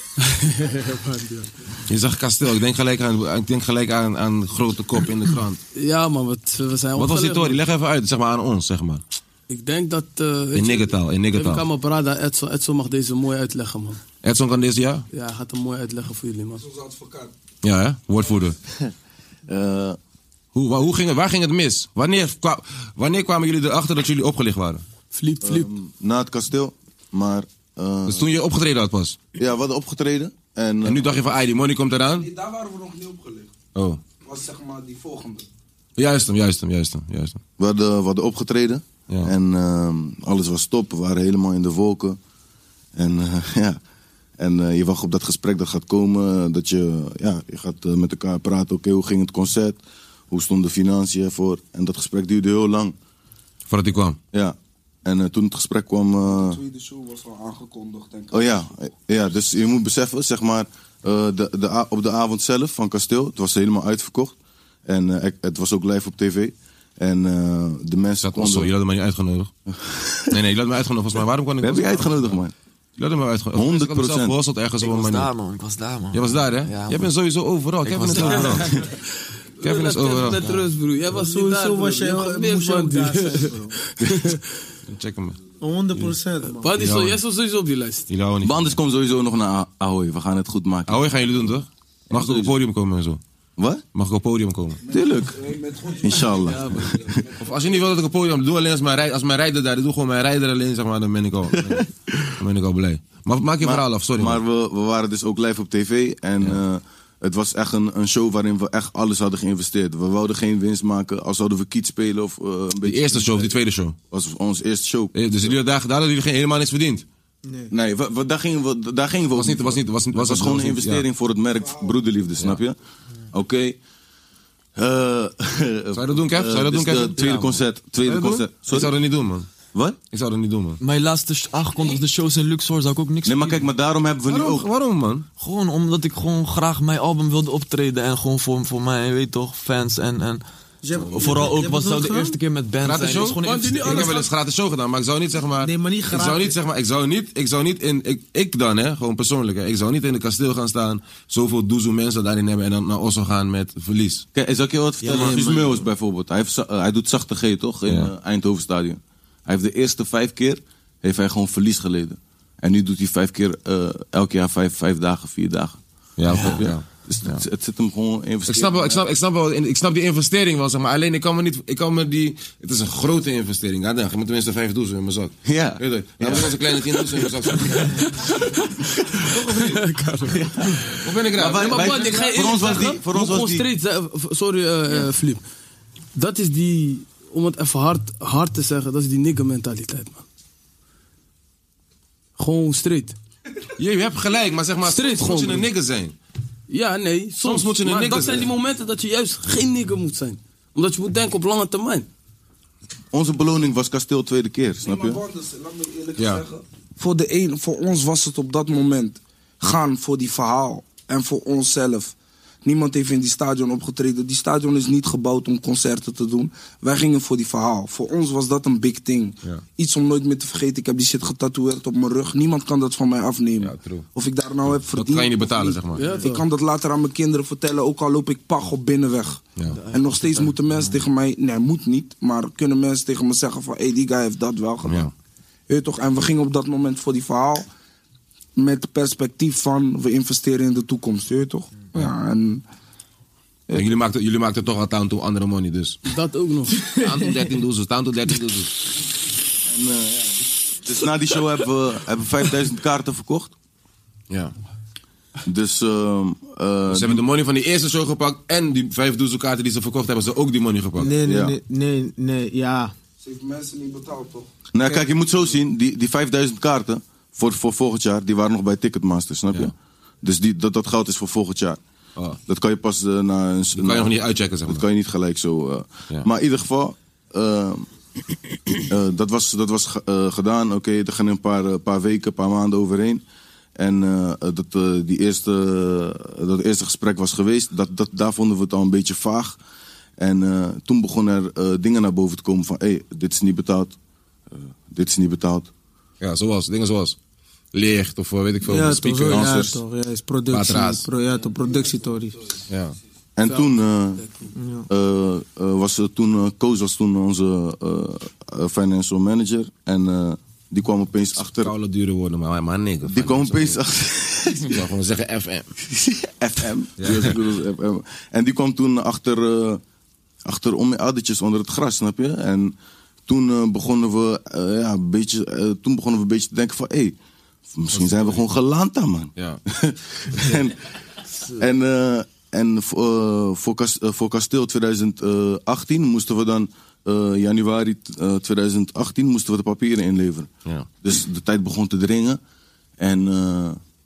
Je zag kasteel. Ik denk gelijk aan, ik denk gelijk aan, aan grote kop in de krant. Ja, man, wat, we zijn Wat was die opgelegd, tory? man. Leg even uit, zeg maar aan ons, zeg maar. Ik denk dat... Uh, weet In je, niggertaal, in Even niggertaal. aan mijn brada Edson. Edson mag deze mooi uitleggen, man. Edson kan deze, ja? Ja, hij gaat hem mooi uitleggen voor jullie, man. Onze advocaat. Ja, hè? Woordvoerder. Eh, Hoe, waar, hoe ging het, waar ging het mis? Wanneer, kwa, wanneer kwamen jullie erachter dat jullie opgelicht waren? Fliep, fliep. ehm, na het kasteel, maar... eh, Dus toen je opgetreden had pas. ja, we hadden opgetreden. En, En nu dacht je van, ai, die money komt eraan. Nee, daar waren we nog niet opgelicht. Oh. Was zeg maar die volgende. Juist hem, juist hem, juist hem. Juist hem. we, hadden, we hadden opgetreden. Ja. En ehm, alles was top. We waren helemaal in de wolken. En eh, ja... En eh, je wacht op dat gesprek dat gaat komen. Dat je, ja, je gaat eh, met elkaar praten. Oké, hoe ging het concert? Hoe stonden de financiën ervoor? En dat gesprek duurde heel lang. Voordat hij kwam. Ja. En eh, toen het gesprek kwam... eh, De tweede show was al aangekondigd, denk ik. oh ja. Ja, dus je moet beseffen, zeg maar... eh, de, de, a- op de avond zelf van Kasteel, het was helemaal uitverkocht. En eh, ik- het was ook live op tv. En eh, de mensen Dat was zo, jullie hadden mij niet uitgenodigd. Nee, nee, jullie hadden mij uitgenodigd. Volgens mij, waarom kon ik... We hebben je uitgenodigd, man. Jullie hadden mij uitgenodigd. honderd Ik had mezelf procent. gewasseld ergens Ik op een was manier. daar, man. Ik was daar, man. Jij was daar, hè? Ja, Jij man. bent sowieso overal. Kevin was is daar. overal. Kevin is overal. Met rust, broer. Jij was niet daar, Sowieso broer. was Je hebt jij, geprobeerd, moest je ook man, daar die- zijn, bro. Check hem. honderd procent, man. Wat is Ja, zo? man. Jij stond sowieso op die lijst. Jullie houden niet. Maar anders komt sowieso nog naar A- Ahoy. We gaan het goed maken. Ahoy gaan jullie doen, toch? Mag ik op het podium komen en zo? Wat? Mag ik op het podium komen? Tuurlijk. Inshallah. Of als je niet wil dat ik op het podium doe, alleen als mijn, rij, als mijn rijder daar, doe gewoon mijn rijder alleen, zeg maar, dan ben ik al, dan ben ik al blij. Maar maak je verhaal af, sorry. Maar man. we, we waren dus ook live op tv. En eh, het was echt een, een show waarin we echt alles hadden geïnvesteerd. We wouden geen winst maken. Als zouden we kiet spelen of eh, een beetje... Die eerste show of die tweede show? was onze eerste show. Eh, Dus jullie hadden daar, daar hadden jullie geen, helemaal niks verdiend? Nee, we, we- daar gingen we, daar gingen we Was ook niet- was niet- was niet- was- Het was was gewoon een niet- investering ja. voor het merk Broederliefde, snap je? Oké. Eh, Zou je dat doen, Kev? Zou je dat doen, dus Kev? de tweede Ja, man. concert. Zou Tweede je dat doen? concert. Ik zou Sorry? dat niet doen, man. Wat? Ik zou dat niet doen, man. Mijn laatste sh- aangekondigde shows in Luxor zou ik ook niks Nee, maar verdienen. kijk, maar daarom hebben we nu Waarom, ook... waarom, man? Gewoon omdat ik gewoon graag mijn album wilde optreden. En gewoon voor, voor mijn, je weet toch, fans. En, en Je hebt- vooral je ook hebt was het zou de gedaan? eerste keer met band Gratis zijn. show? Dat was gewoon Want een jullie Ik heb wel alles- eens gratis show gedaan, maar ik zou niet zeg maar... Nee, maar niet Ik zou gratis. niet zeg maar, ik zou niet, ik zou niet in, ik, ik dan hè, gewoon persoonlijk hè, ik zou niet in het kasteel gaan staan, zoveel doezoe mensen daarin hebben en dan naar Oslo gaan met verlies. Kijk, zal ik je wat vertellen? Ja, Guus maar- Meeuwis bijvoorbeeld. Hij, heeft, za- eh, hij doet zachte G, toch? In Ja. eh, Eindhoven Stadion. Hij heeft de eerste vijf keer heeft hij gewoon verlies geleden. En nu doet hij vijf keer, eh, elk jaar vijf, vijf dagen, vier dagen. Ja, Snap je? ja. Dus het, het zit hem gewoon investeren. Ik snap wel, ik snap, ik snap wel, ik snap die investering wel, zeg maar. Alleen ik kan me niet, ik kan me die, het is een grote investering. Ja, dan, je moet tenminste vijf doezen in mijn zak. Ja. Weet je, dan moet ik als een kleine tien doezen in mijn zak. Toch of niet? Hoe ben ik raar? Maar wij- Maar wij- man, ik ga je voor eerlijk ons was die- zeggen, voor ons gewoon was die- straight zeggen, v- sorry, eh eh, Flip. Dat is die, om het even hard, hard te zeggen, dat is die nigger mentaliteit, man. Gewoon straight. Je, je hebt gelijk, maar zeg maar, Straight soms moet je gewoon, een nigger zijn. Ja, nee, soms, Soms moet je een maar nigger dat zijn die zijn. momenten dat je juist geen nigger moet zijn. Omdat je moet denken op lange termijn. Onze beloning was Kasteel tweede keer, snap Maar je? Wanders, laat me eerlijk Ja. zeggen. Voor, de een, voor ons was het op dat moment gaan voor die verhaal. En voor onszelf. Niemand heeft in die stadion opgetreden. Die stadion is niet gebouwd om concerten te doen. Wij gingen voor die verhaal. Voor ons was dat een big thing. Ja. Iets om nooit meer te vergeten. Ik heb die shit getatoeëerd op mijn rug. Niemand kan dat van mij afnemen. Ja, true. Of ik daar nou heb verdiend. Dat kan je niet of betalen, zeg maar. Ja, Ik toch. kan dat later aan mijn kinderen vertellen. Ook al loop ik pag op binnenweg. Ja. En nog steeds moeten mensen tegen mij... Nee, moet niet. Maar kunnen mensen tegen me zeggen van... Hé, hey, die guy heeft dat wel gedaan. Ja. Weet je toch? En we gingen op dat moment voor die verhaal... met het perspectief van... we investeren in de toekomst, weet je toch? Ja, en... En jullie maakten, jullie maakten toch al Town to andere money, dus. Dat ook nog. Town to dertien doezel, Town to dertien doezel. En, uh, ja. Dus na die show hebben we, hebben we vijfduizend kaarten verkocht. Ja. Dus, uh, uh, Ze hebben de money van die eerste show gepakt en die vijf doezel kaarten die ze verkocht hebben, ze ook die money gepakt. Nee, nee, Ja. nee, nee, nee, ja. Ze heeft mensen niet betaald, toch? Nou, kijk, je moet zo zien, die, die vijfduizend kaarten voor, voor volgend jaar, die waren nog bij Ticketmaster, snap je? Ja. Dus die, dat, dat geld is voor volgend jaar. Oh. Dat kan je pas uh, na een... Dat kan je nog niet uitchecken, zeg maar. Dat kan je niet gelijk zo... Uh. Ja. Maar in ieder geval, uh, uh, dat was, dat was uh, gedaan. Oké, okay, er gaan een paar, uh, paar weken, een paar maanden overheen. En uh, dat, uh, die eerste, uh, dat eerste gesprek was geweest, dat, dat, daar vonden we het al een beetje vaag. En uh, toen begonnen er uh, dingen naar boven te komen van... hé, hey, dit is niet betaald. Uh, dit is niet betaald. Ja, zoals, dingen zoals licht of weet ik veel, Ja, speaker, toch, ja, dansers. toch, ja, is productie, Patra's. pro, ja, toch, productietorisch. Ja. En toen, uh, uh, uh, was uh, toen uh, Koos was toen onze uh, uh, financial manager. En uh, die kwam opeens achter... Koude dure woorden, maar, maar nee. Die kwam opeens achter... Ik zou gewoon zeggen F M. F M. Ja. F M. En die kwam toen achter, uh, achter om addertjes onder het gras, snap je? En toen uh, begonnen we uh, ja, een beetje, uh, toen begonnen we een beetje te denken van... hé, hey, misschien zijn we gewoon geland daar, man. Ja. en en, uh, en uh, voor, kast, uh, voor kasteel twintig achttien moesten we dan... Uh, januari uh, twintig achttien moesten we de papieren inleveren. Ja. Dus de tijd begon te dringen. En uh,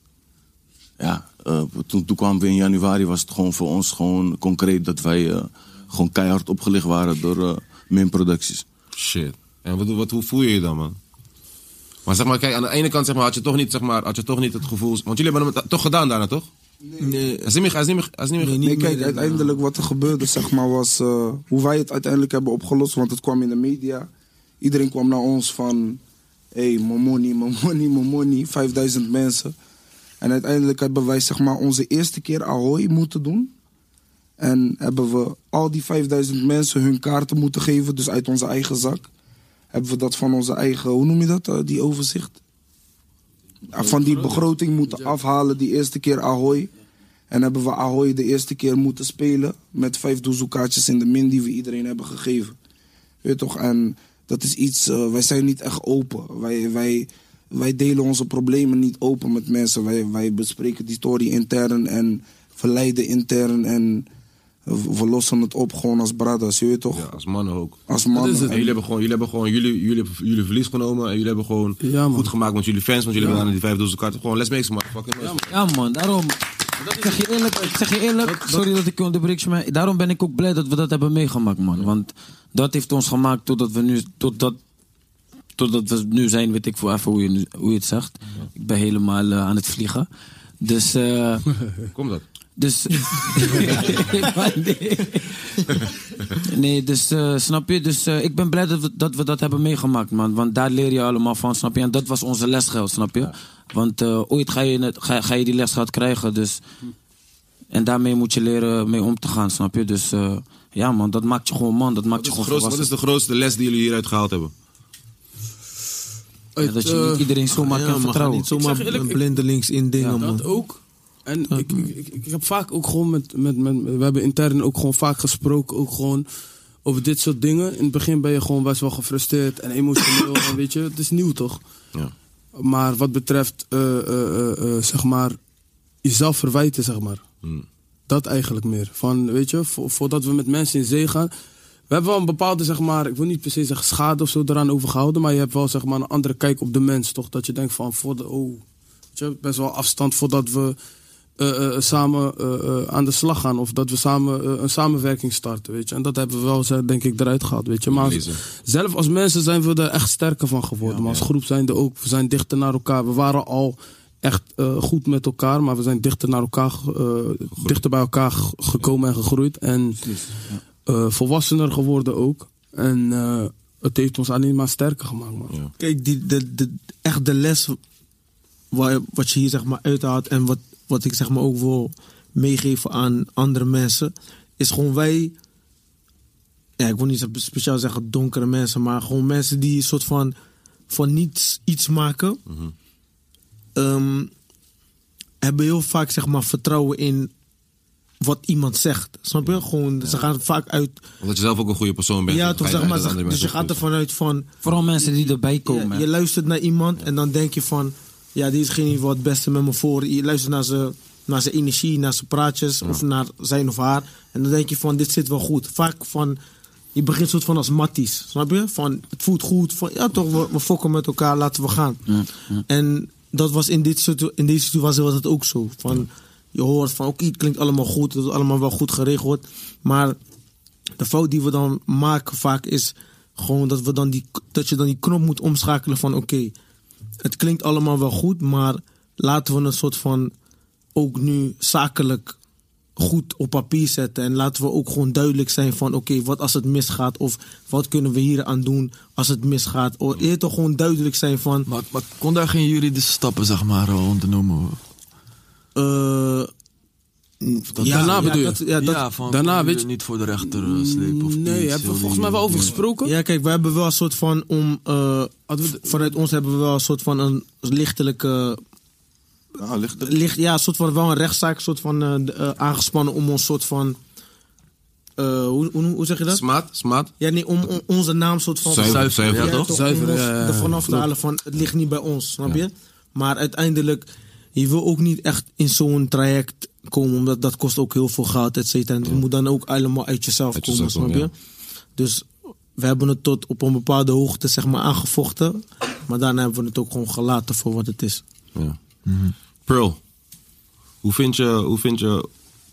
ja, uh, toen, toen kwamen we in januari, was het gewoon voor ons gewoon concreet dat wij uh, gewoon keihard opgelicht waren door uh, Min Producties. Shit. En wat, wat, hoe voel je je dan, man? Maar zeg maar, kijk, aan de ene kant zeg maar, had je toch niet, zeg maar, had je toch niet het gevoel... Want jullie hebben het toch gedaan daarna, toch? Nee, Hij is niet meer... Hij is niet meer, hij is niet meer nee, niet Nee, kijk, meer, uiteindelijk wat er gebeurde, zeg maar, was uh, hoe wij het uiteindelijk hebben opgelost. Want het kwam in de media. Iedereen kwam naar ons van... Hé, hey, mijn money, mijn money, mijn money. vijfduizend mensen. En uiteindelijk hebben wij, zeg maar, onze eerste keer Ahoy moeten doen. En hebben we al die vijfduizend mensen hun kaarten moeten geven. Dus uit onze eigen zak. Hebben we dat van onze eigen, hoe noem je dat, uh, die overzicht? Van die begroting moeten afhalen, die eerste keer Ahoy. En hebben we Ahoy de eerste keer moeten spelen met vijf doezelkaartjes in de min die we iedereen hebben gegeven. Weet je toch? En dat is iets, uh, wij zijn niet echt open. Wij, wij, wij delen onze problemen niet open met mensen. Wij, wij bespreken die story intern en verleiden intern en we lossen het op gewoon als brothers, je weet toch? Ja, als mannen ook. Als mannen. En jullie hebben gewoon, jullie hebben gewoon, jullie, jullie, jullie verlies genomen en jullie hebben gewoon Ja, man. goed gemaakt met jullie fans, want jullie hebben aan die vijf doezel kaarten gewoon let's make some fucking noise. Ja man, daarom... Ik zeg je eerlijk, ik zeg je eerlijk sorry dat ik je onderbreek, maar daarom ben ik ook blij dat we dat hebben meegemaakt, man. Want dat heeft ons gemaakt totdat we nu, totdat, totdat we nu zijn, weet ik voor even hoe je, nu- hoe je het zegt. Ik ben helemaal uh, aan het vliegen. Dus... Uh, Kom dat? Dus. nee. nee, dus uh, snap je? Dus uh, ik ben blij dat we, dat we dat hebben meegemaakt, man. Want daar leer je allemaal van, snap je? En dat was onze lesgeld, snap je? Ja. Want uh, ooit ga je, het, ga, ga je die lesgeld krijgen, dus. En daarmee moet je leren mee om te gaan, snap je? Dus uh, ja, man, dat maakt je gewoon man. Dat maakt Wat je is, de gewoon grootste, wat is volwassen. de grootste les die jullie hieruit gehaald hebben? Ja, dat je niet iedereen zomaar ja, kan maar ga vertrouwen. niet zomaar Ik zeg eerlijk, ik- blindelings in dingen, Ja, man. dat ook. En ik, ik, ik, ik heb vaak ook gewoon met, met, met... We hebben intern ook gewoon vaak gesproken, ook gewoon over dit soort dingen. In het begin ben je gewoon best wel gefrustreerd en emotioneel. En weet je, het is nieuw toch? Ja. Maar wat betreft, uh, uh, uh, uh, zeg maar, jezelf verwijten, zeg maar. Hmm. Dat eigenlijk meer. Van, weet je, vo- voordat we met mensen in zee gaan. We hebben wel een bepaalde, zeg maar, ik wil niet per se zeggen schade of zo eraan overgehouden. Maar je hebt wel, zeg maar, een andere kijk op de mens, toch? Dat je denkt van, voor de, oh, weet je, best wel afstand voordat we uh, uh, samen uh, uh, aan de slag gaan. Of dat we samen uh, een samenwerking starten, weet je. En dat hebben we wel, zeg, denk ik, eruit gehaald, weet je. Maar Lezen. zelf als mensen zijn we er echt sterker van geworden. Maar als groep zijn er ook, we zijn dichter naar elkaar. We waren al echt uh, goed met elkaar, maar we zijn dichter naar elkaar, uh, dichter bij elkaar g- gekomen en gegroeid. En uh, volwassener geworden ook. En uh, het heeft ons alleen maar sterker gemaakt, man. Ja. Kijk, die, de, de, echt de les waar, wat je hier zeg maar uithaalt en wat, wat ik zeg maar ook wil meegeven aan andere mensen, is gewoon wij, ja, ik wil niet speciaal zeggen donkere mensen, maar gewoon mensen die een soort van van niets iets maken, Mhm. um, hebben heel vaak zeg maar vertrouwen in wat iemand zegt. Snap je? Gewoon, ja. Ze gaan vaak uit... Omdat je zelf ook een goede persoon bent. Ja, toch zeg maar. Zeg, dus je gaat er vanuit van... Vooral mensen die erbij komen. Ja, je luistert naar iemand en dan denk je van... Ja, die is geen ieder geval het beste met me voor. Je luistert naar zijn, naar zijn energie, naar zijn praatjes ja. of naar zijn of haar. En dan denk je van, dit zit wel goed. Vaak van... Je begint soort van als matties, snap je? Van, het voelt goed. Van, ja toch, we, we fokken met elkaar, laten we gaan. Ja, ja. En dat was in, dit, in deze situatie was het ook zo. Van... Ja. Je hoort van, oké, het klinkt allemaal goed, het is allemaal wel goed geregeld. Maar de fout die we dan maken vaak is gewoon dat, we dan die, dat je dan die knop moet omschakelen van, oké, okay, het klinkt allemaal wel goed, maar laten we een soort van ook nu zakelijk goed op papier zetten. En laten we ook gewoon duidelijk zijn van, oké, okay, wat als het misgaat? Of wat kunnen we hier aan doen als het misgaat? Of eerder toch gewoon duidelijk zijn van... Maar, maar kon daar geen juridische stappen, zeg maar, ondernomen worden? Uh, dat, ja, daarna bedoel je? Ja, ja, dat, ja, van, daarna weet je niet voor de rechter uh, slepen of nee, iets. hebben we volgens mij wel over gesproken. Ja, kijk, we hebben wel een soort van om uh, vanuit ons hebben we wel een soort van een lichtelijke ja, lichtelijk. licht, ja, een soort van wel een rechtszaak soort van uh, uh, aangespannen om ons soort van uh, hoe, hoe, hoe zeg je dat? Smaad, smaad. Ja, nee, om, om onze naam soort van zuiver, zuiver, ja, toch? toch? Zuiver, om ons ja, ja, ja. ervan af te halen van het ligt niet bij ons, snap je? Ja. Maar uiteindelijk je wil ook niet echt in zo'n traject komen, omdat dat kost ook heel veel geld, et cetera. En het ja. moet dan ook allemaal uit jezelf uit komen, jezelf, snap je? Ja. Dus we hebben het tot op een bepaalde hoogte, zeg maar, aangevochten. Maar daarna hebben we het ook gewoon gelaten voor wat het is. Ja. Mm-hmm. Pearl, hoe vind je... Hoe vind je...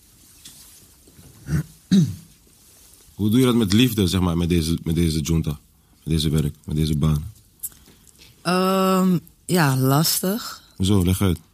hoe doe je dat met liefde, zeg maar, met deze, met deze junta? Met deze werk, met deze baan? Um, ja, lastig. Zo, leg uit.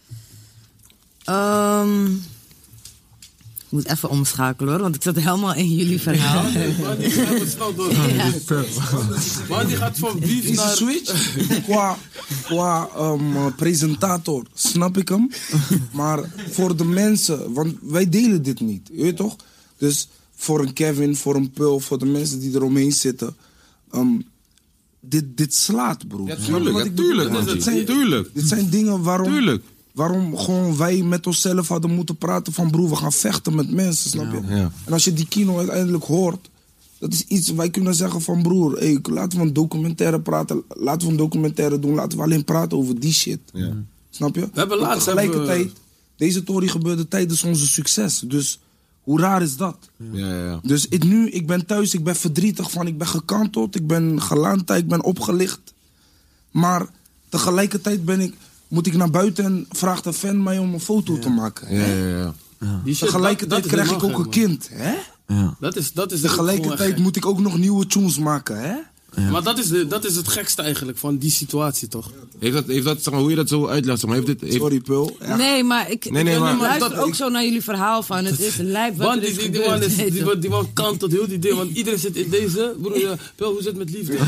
Um, ik moet even omschakelen hoor, want ik zat helemaal in jullie verhaal. Maar die gaat snel door. Ja. Maar die gaat van brief naar... switch qua, qua um, presentator snap ik hem. Maar voor de mensen, want wij delen dit niet, je weet toch? Dus voor een Kevin, voor een Pearl, voor de mensen die eromheen zitten... Um, dit, dit slaat, broer. Ja, tuurlijk, ja, tuurlijk, man. Dit zijn, tuurlijk. Dit zijn dingen waarom... Tuurlijk. Waarom gewoon wij met onszelf hadden moeten praten van... broer, we gaan vechten met mensen, snap je? Ja, ja. En als je die kino uiteindelijk hoort... dat is iets, wij kunnen zeggen van... broer, hey, laten we een documentaire praten... laten we een documentaire doen... laten we alleen praten over die shit. Ja. Snap je? We hebben laatst tegelijkertijd... hebben... deze tory gebeurde tijdens onze succes. Dus hoe raar is dat? Ja, ja, ja. Dus ik, nu, ik ben thuis, ik ben verdrietig van... ik ben gekanteld, ik ben geland, ik ben opgelicht. Maar tegelijkertijd ben ik... moet ik naar buiten en vraagt een fan mij om een foto ja. te maken. Ja, ja, ja. ja. Die tegelijkertijd dat, dat krijg ik ook een kind. Hè? Ja. Dat is, dat is tegelijkertijd moet ik ook nog nieuwe tunes maken. Hè? Ja. Maar dat is, de, dat is het gekste eigenlijk van die situatie, toch? Heeft dat, heeft dat, zeg maar, hoe je dat zo uitlegt? Zeg maar, heeft dit, heeft... Sorry, Pearl. Ja. Nee, maar ik, nee, nee, ik maar, luister dat, ook ik... zo naar jullie verhaal van het is lijp wat want er is die, die, gebeurd. Die man, is, die, die, die man kant tot heel die ding, want iedereen zit in deze... Broer, Pearl, hoe zit het met liefde?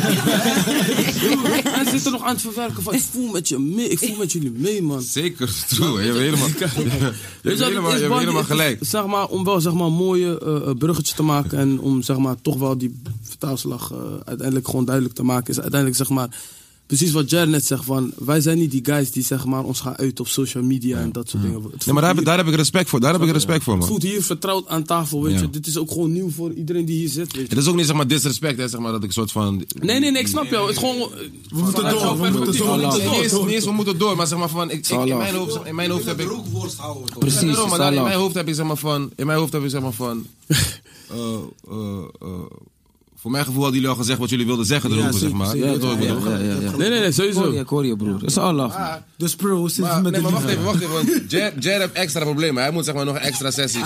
En zitten nog aan het verwerken van, ik voel met je mee, ik voel met jullie mee, man. Zeker, true. Je hebt helemaal, je hebt helemaal, je hebt helemaal gelijk. Zeg maar, om wel zeg maar, een mooie uh, bruggetje te maken en om zeg maar, toch wel die vertaalslag uh, uiteindelijk gewoon duidelijk te maken, is uiteindelijk zeg maar, precies wat Jer net zegt, van, wij zijn niet die guys die zeg maar, ons gaan uit op social media ja. en dat soort ja. dingen. Ja, maar daar, hier, daar heb ik respect voor, daar heb ik respect ja. voor, man. Het voelt hier vertrouwd aan tafel, weet ja. je. Dit is ook gewoon nieuw voor iedereen die hier zit, weet je. Het is ook niet zeg maar disrespect, hè, zeg maar, dat ik een soort van... Nee, nee, nee, ik snap jou. Het is gewoon... We moeten door, we moeten door. Niet eens, we moeten door, maar zeg maar van, ik, ik, in mijn hoofd, in mijn hoofd heb ik... Precies, ja, maar daar, in mijn hoofd heb ik zeg maar van, in mijn hoofd heb ik zeg maar van... Uh, uh, uh, voor mijn gevoel hadden jullie al gezegd wat jullie wilden zeggen erover, ja, zeg maar. Ja, ja, ja, ja, ja, ja. Nee, nee, nee, sowieso. Ik hoor je, broer. Dat is al lach. Ah, dus Pearl, hoe zit het met nee, de maar wacht even, wacht even. Want Jer, Jer heeft extra problemen. Hij moet zeg maar nog een extra sessie.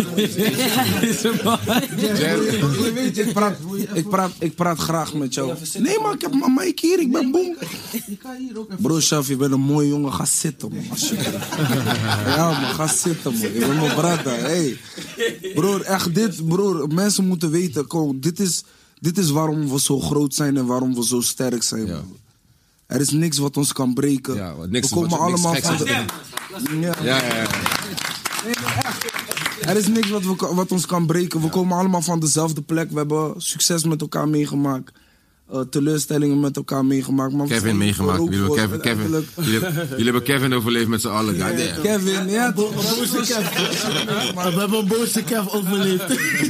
Jer, weet je, ik praat, ik, praat, ik praat graag met jou. Nee, maar ik heb mijn mic hier, ik ben boem. Bro, Shaf, je bent een mooie jongen. Ga zitten, man. Ja, man, ga zitten, man. Je bent mijn brada. Hey. Broer, echt dit, broer. Mensen moeten weten, kom, dit is... Dit is waarom we zo groot zijn en waarom we zo sterk zijn. Ja. Er is niks wat ons kan breken. Ja, niks, we komen allemaal van de... Ja, ja, ja. ja. Nee, echt. Er is niks wat, we, wat ons kan breken. We ja. komen allemaal van dezelfde plek. We hebben succes met elkaar meegemaakt. uh, teleurstellingen met elkaar meegemaakt. Maar we Kevin zijn meegemaakt. voor Jullie hebben Rookworst Kevin, uiteindelijk- jullie, hebben- jullie hebben Kevin overleefd met z'n allen. God damn. Kevin, ja. Bo- boze Kev. We hebben een boze Kev overleefd.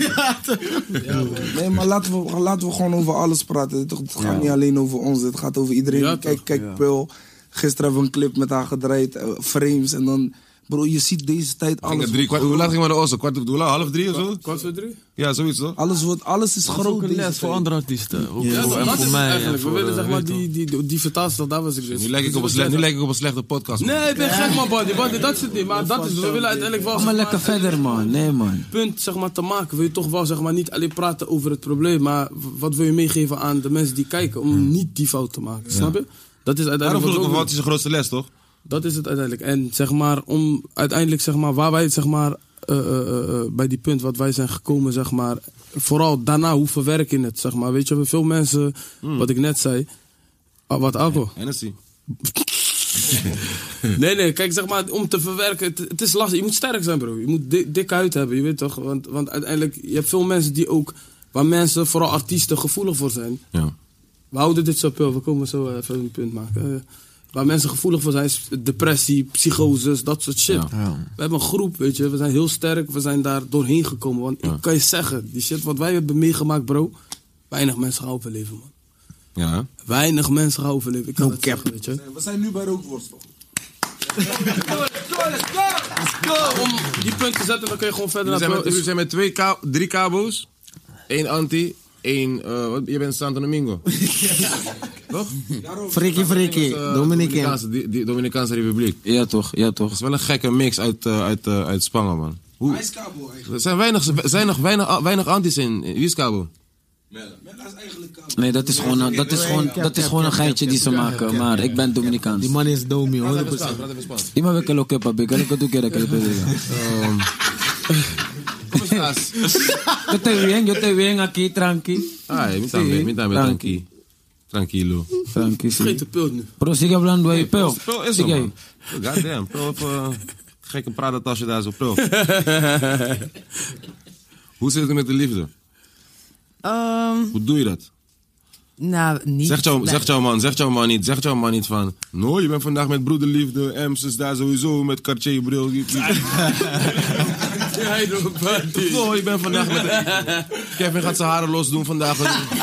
Nee, maar laten we, laten we gewoon over alles praten. Het het gaat niet alleen over ons, het gaat over iedereen. Ja, kijk, toch? kijk, Pearl. Gisteren hebben we een clip met haar gedraaid, uh, frames. En dan, bro, je ziet deze tijd Ging alles. het drie, kwart, hoe laat gingen we naar Oslo? Kwart over hoe laat? Half drie of zo? Kwart voor drie? Ja, zoiets toch? Alles, wordt, alles is Dat is groot ook een deze les voor tijd. andere artiesten. Ook Ja, voor, dat, en dat voor is mij. het en eigenlijk. We voor, willen eh, zeg maar weet je die, die, die vertaalslag, daar was ik dus. Nu lijk ik op een, slecht, nu lijk ik op een slechte podcast. man. Nee, ik ben gek man, Buddy. Buddy, dat is het niet. Maar dat is, we willen uiteindelijk wel... Kom maar zeg lekker verder, man. Nee, man. punt zeg maar, te maken. Wil je toch wel zeg maar, niet alleen praten over het probleem, maar w- wat wil je meegeven aan de mensen die kijken om niet die fout te maken. Snap je? Dat is Daarom uiteindelijk vroeg ik wat nog, we wat is de grootste les, toch? Dat is het uiteindelijk. En zeg maar, om uiteindelijk zeg maar, waar wij zeg maar, uh, uh, uh, bij die punt wat wij zijn gekomen, zeg maar, vooral daarna, hoe verwerk je het, zeg maar. Weet je, veel mensen, wat ik net zei, ah, wat alcohol. Hennessy. Nee, nee, kijk, zeg maar, om te verwerken, het, het is lastig. Je moet sterk zijn, bro. Je moet dik, dik huid hebben, je weet toch? Want, want uiteindelijk, je hebt veel mensen die ook, waar mensen, vooral artiesten, gevoelig voor zijn. Ja. We houden dit zo op, we komen zo even een punt maken. Eh, Waar mensen gevoelig voor zijn, is depressie, psychoses, dat soort shit. Ja. Ja. We hebben een groep, weet je, we zijn heel sterk, we zijn daar doorheen gekomen. Want Ja. ik kan je zeggen, die shit wat wij hebben meegemaakt, bro, weinig mensen gaan overleven, man. Ja, hè? Weinig mensen gaan overleven. Ik kan het zeggen, weet je. We zijn nu bij Rookworst, toch? Om die punt te zetten, dan kun je gewoon verder Jullie zijn, naar met, jullie zijn met twee ka- drie cabo's, één anti, één... eh, wat, je bent Santo Domingo. Toch? Frikkie, frikkie. Eh, Dominican. Dominicaanse, die, die Dominicaanse Republiek. Ja, toch. Ja, Dat toch. is wel een gekke mix uit, eh, uit, eh, uit Spangen, man. Hoe? IJskabel eigenlijk. Er zijn weinig, er zijn nog weinig, weinig antis in. Wie is Cabo? Mella is eigenlijk kabel. Nee, dat is gewoon, een- dat is gewoon, dat is gewoon een geintje die ze maken. Maar ik ben Dominicaans. Die man is Domi, honderd procent. Ima ve que lo que papi, que lo que tú quieras que yo te diga. ¿Cómo estás? Yo estoy bien, yo estoy bien aquí, tranqui. Ay, mi también, mi también, tranqui. Tranquilo. Tranqui, sí. Vergeet de pult nu. Pero sigue hablando ahí, peo. Pro is er, Sigue ahí. man. Goddamn, pro op uh, gekke pratentasje daar zo, pro. Hoe zit het met de liefde? Ehm, Hoe doe je dat? nou, niet. Zegt jouw, nee. zegt jouw man, zegt jouw man niet, zegt jouw man niet van... No, je bent vandaag met broederliefde, Ems is daar sowieso met Cartier bril. No, je bent vandaag met... Kevin gaat zijn haren los doen vandaag.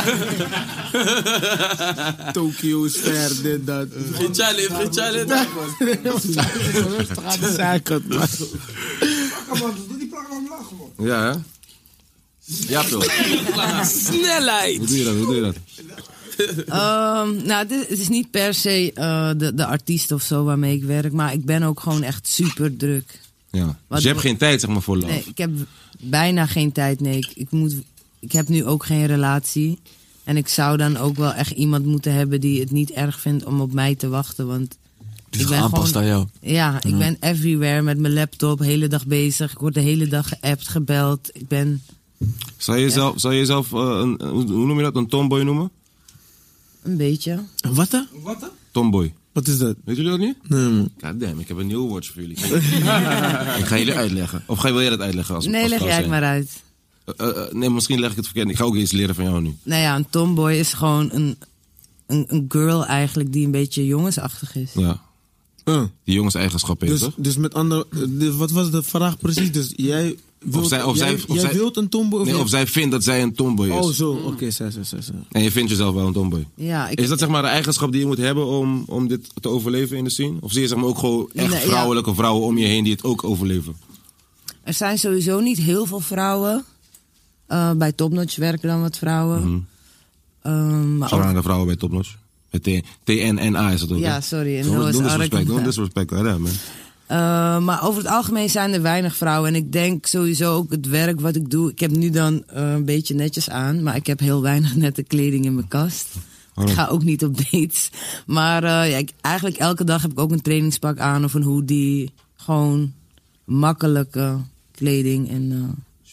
Tokyo ster, dit, dat. Geen challenge, geen challenge. Gaat de zijkant, man. Plakken, man. Doe die plakken omlaag, man. Ja, hè? Ja, Pil. Snelheid. Hoe doe je dat? Hoe doe je dat? Ehm, nou, het is, het is niet per se eh, de, de artiest of zo waarmee ik werk, maar ik ben ook gewoon echt super druk. Ja. Dus Wat- je hebt geen tijd, zeg maar, voor love. Nee, ik heb bijna geen tijd. Nee, ik, ik, moet, ik heb nu ook geen relatie. En ik zou dan ook wel echt iemand moeten hebben die het niet erg vindt om op mij te wachten. Want Die ik is ben aangepast gewoon, aan jou. ja, ik ben everywhere met mijn laptop, de hele dag bezig. Ik word de hele dag geappt, gebeld. Ik ben Zou je jezelf, zou je jezelf eh, een, hoe hoe noem je dat, een tomboy noemen? een beetje. Wat dan? Wat dan? Tomboy. Wat is dat? Weet jullie dat niet? Nee, man. God damn, ik heb een nieuw woordje voor jullie. Ik ga jullie uitleggen. Of ga, wil jij dat uitleggen? Als, Nee, als leg vrouw jij het zijn? maar uit. Eh, eh, nee, misschien leg ik het verkeerd. Ik ga ook iets leren van jou nu. Nou ja, een tomboy is gewoon een, een, een girl eigenlijk die een beetje jongensachtig is. Ja. Uh, Die jongenseigenschap heeft, dus, toch? dus met andere... eh, dus wat was de vraag precies? Dus jij wilt, zij- of jij, zij- of jij zij- wilt een tomboy? Of Nee, jij- of zij vindt dat zij een tomboy is. Oh, zo. Oké, zo, zo, zo, zo. En je vindt jezelf wel een tomboy. Ja, ik, Is dat zeg maar de eigenschap die je moet hebben om, om dit te overleven in de scene? Of zie je zeg maar ook gewoon echt Nee, ja. vrouwelijke vrouwen om je heen die het ook overleven? er zijn sowieso niet heel veel vrouwen. Uh, bij Topnotch werken dan wat vrouwen. Mhm. Um, maar Shout ook- aan de vrouwen bij Topnotch. Met T N N A is het ook, Ja, hè? sorry, en Don't, Noah's don't Ark. disrespect, don't disrespect. Ja, man. Uh, maar over het algemeen zijn er weinig vrouwen. En ik denk sowieso ook het werk wat ik doe. Ik heb nu dan uh, een beetje netjes aan. Maar ik heb heel weinig nette kleding in mijn kast. Ik ga ook niet op dates. Maar uh, ja, ik, eigenlijk elke dag heb ik ook een trainingspak aan. Of een hoodie. Gewoon makkelijke kleding. En, uh,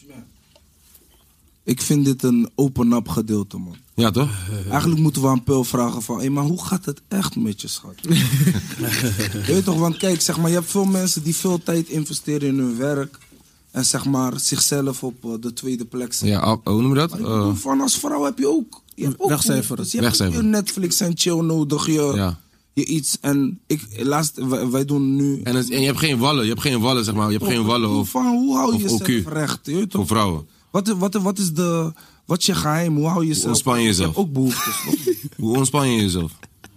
Ik vind dit een open-up gedeelte, man. Ja, toch? Eigenlijk moeten we aan Pearl vragen van... Hé, maar hoe gaat het echt met je, schat? Weet je toch, want kijk, zeg maar, je hebt veel mensen die veel tijd investeren in hun werk... en zeg maar zichzelf op uh, de tweede plek zetten. Ja, ah, hoe noem je dat? Maar ik Eh, bedoel, van als vrouw heb je ook je hebt ook Wegcijferen. behoeftes. Je hebt ook Wegcijferen. je Netflix en chill nodig. Je, Ja. je iets. En ik, laatst, wij, wij doen nu... En, het- en je hebt geen wallen, je hebt geen wallen, zeg maar. Je hebt geen wallen hoe, of, van, hoe hou je of jezelf O Q recht? Je weet toch? voor vrouwen. Wat, wat, wat is de... Wat is je geheim? Hoe hou je jezelf? ontspan je Je jezelf? hebt ook behoeftes. toch? Hoe ontspan je jezelf?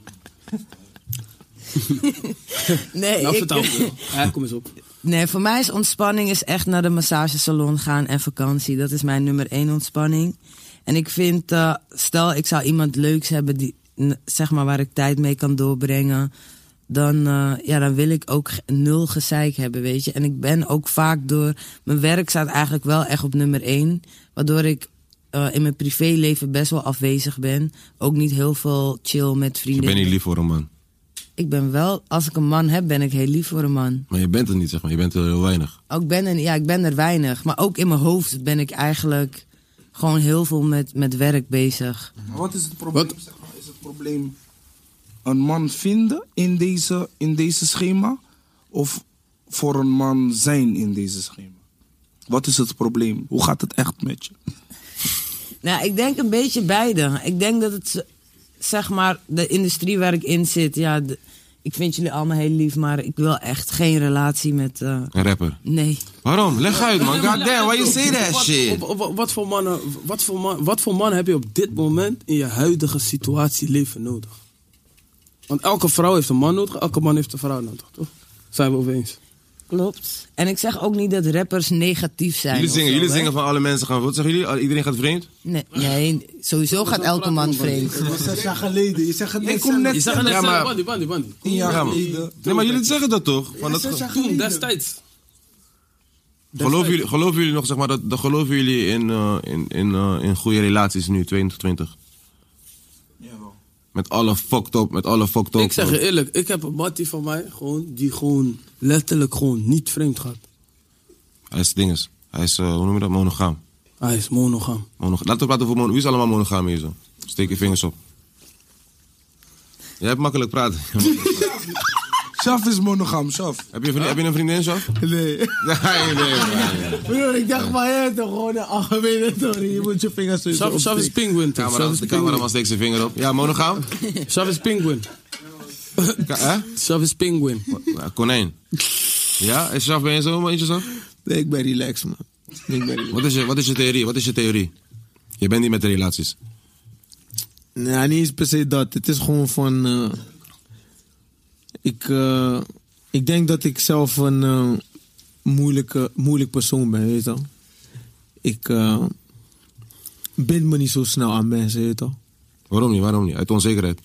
Nee, Nou, ik- vertel. Ja, kom eens op. Nee, voor mij is ontspanning is echt naar de massagesalon gaan en vakantie. Dat is mijn nummer één ontspanning. En ik vind, uh, stel ik zou iemand leuks hebben die, n- zeg maar, waar ik tijd mee kan doorbrengen. Dan, uh, ja, dan wil ik ook ge- nul gezeik hebben, weet je. En ik ben ook vaak door... Mijn werk staat eigenlijk wel echt op nummer één. Waardoor ik uh, in mijn privéleven best wel afwezig ben. Ook niet heel veel chill met Je vrienden. bent niet lief voor een man. Ik ben wel, als ik een man heb, ben ik heel lief voor een man. Maar je bent het niet, zeg maar. Je bent er heel weinig. Ook ben er, ja, ik ben er weinig. Maar ook in mijn hoofd ben ik eigenlijk gewoon heel veel met, met werk bezig. Maar wat is het probleem? Wat? Zeg maar, is het probleem een man vinden in deze, in deze schema? Of voor een man zijn in deze schema? Wat is het probleem? Hoe gaat het echt met je? Nou, ik denk een beetje beide. Ik denk dat het, zeg maar, de industrie waar ik in zit, ja, de- ik vind jullie allemaal heel lief, maar ik wil echt geen relatie met, uh, Een rapper. nee. Waarom? Leg uit, man. God damn, why you say that Wat- shit? Wat, wat, wat, voor mannen, wat, voor man, wat voor man heb je op dit moment in je huidige situatie leven nodig? Want elke vrouw heeft een man nodig, elke man heeft een vrouw nodig, toch? Zijn we over eens? Klopt. En ik zeg ook niet dat rappers negatief zijn. Jullie of zingen, zo, jullie hè. zingen van alle mensen gaan... Wat zeggen jullie? Al- Iedereen gaat vreemd? Nee, nee, sowieso gaat elke man vreemd. Dat was zes jaar geleden. Je zegt het Jij net komt net Je zegt net, Ja, maar- Bandy, Bandy, Bandy. tien jaar Ja, man. geleden. Nee, maar jullie zeggen dat toch? Van dat, zes jaar Toen, geleden. destijds. geloven, jullie, geloven jullie nog, zeg maar, dat, dat geloven jullie in, uh, in, in, uh, in goede relaties nu, twintig twintig? Jawel. Met alle fucked up, met alle fucked up. Ik zeg je eerlijk, ik heb een mattie van mij gewoon, die gewoon letterlijk gewoon niet vreemd gaat. Hij is dinges. Hij is, uh, hoe noem je dat, monogaam. Hij is monogaam. Monoga- Laten we praten over monogaam. Wie is allemaal monogaam hier zo? Steek je vingers op. Jij hebt makkelijk praten. Shaf is monogam, Shaf. heb, je een vriendin, heb je een vriendin, Shaf? Nee. Nee, nee, nee. Broer, ik dacht maar, hè, toch gewoon een algemene theorie. Je moet je vingers zo Shaf Shaf is penguin, toch? Camera, Shaf is de cameraman penguin. steekt zijn vinger op. Ja, monogaam? Shaf is penguin. Ka- hè? Shaf is penguin. Ja, konijn. Ja, is Shaf, ben je zo, eentje Shaf? Nee, ik ben relaxed, man. Ik ben relaxed. Wat is, je, wat is je theorie? Wat is je theorie? Je bent niet met de relaties. Nee, niet eens per se dat. Het is gewoon van... eh, ik, eh, ik denk dat ik zelf een eh, moeilijke, moeilijk persoon ben, weet je toch? Ik eh, bind me niet zo snel aan mensen, weet je toch? Waarom niet? Waarom niet? Uit onzekerheid.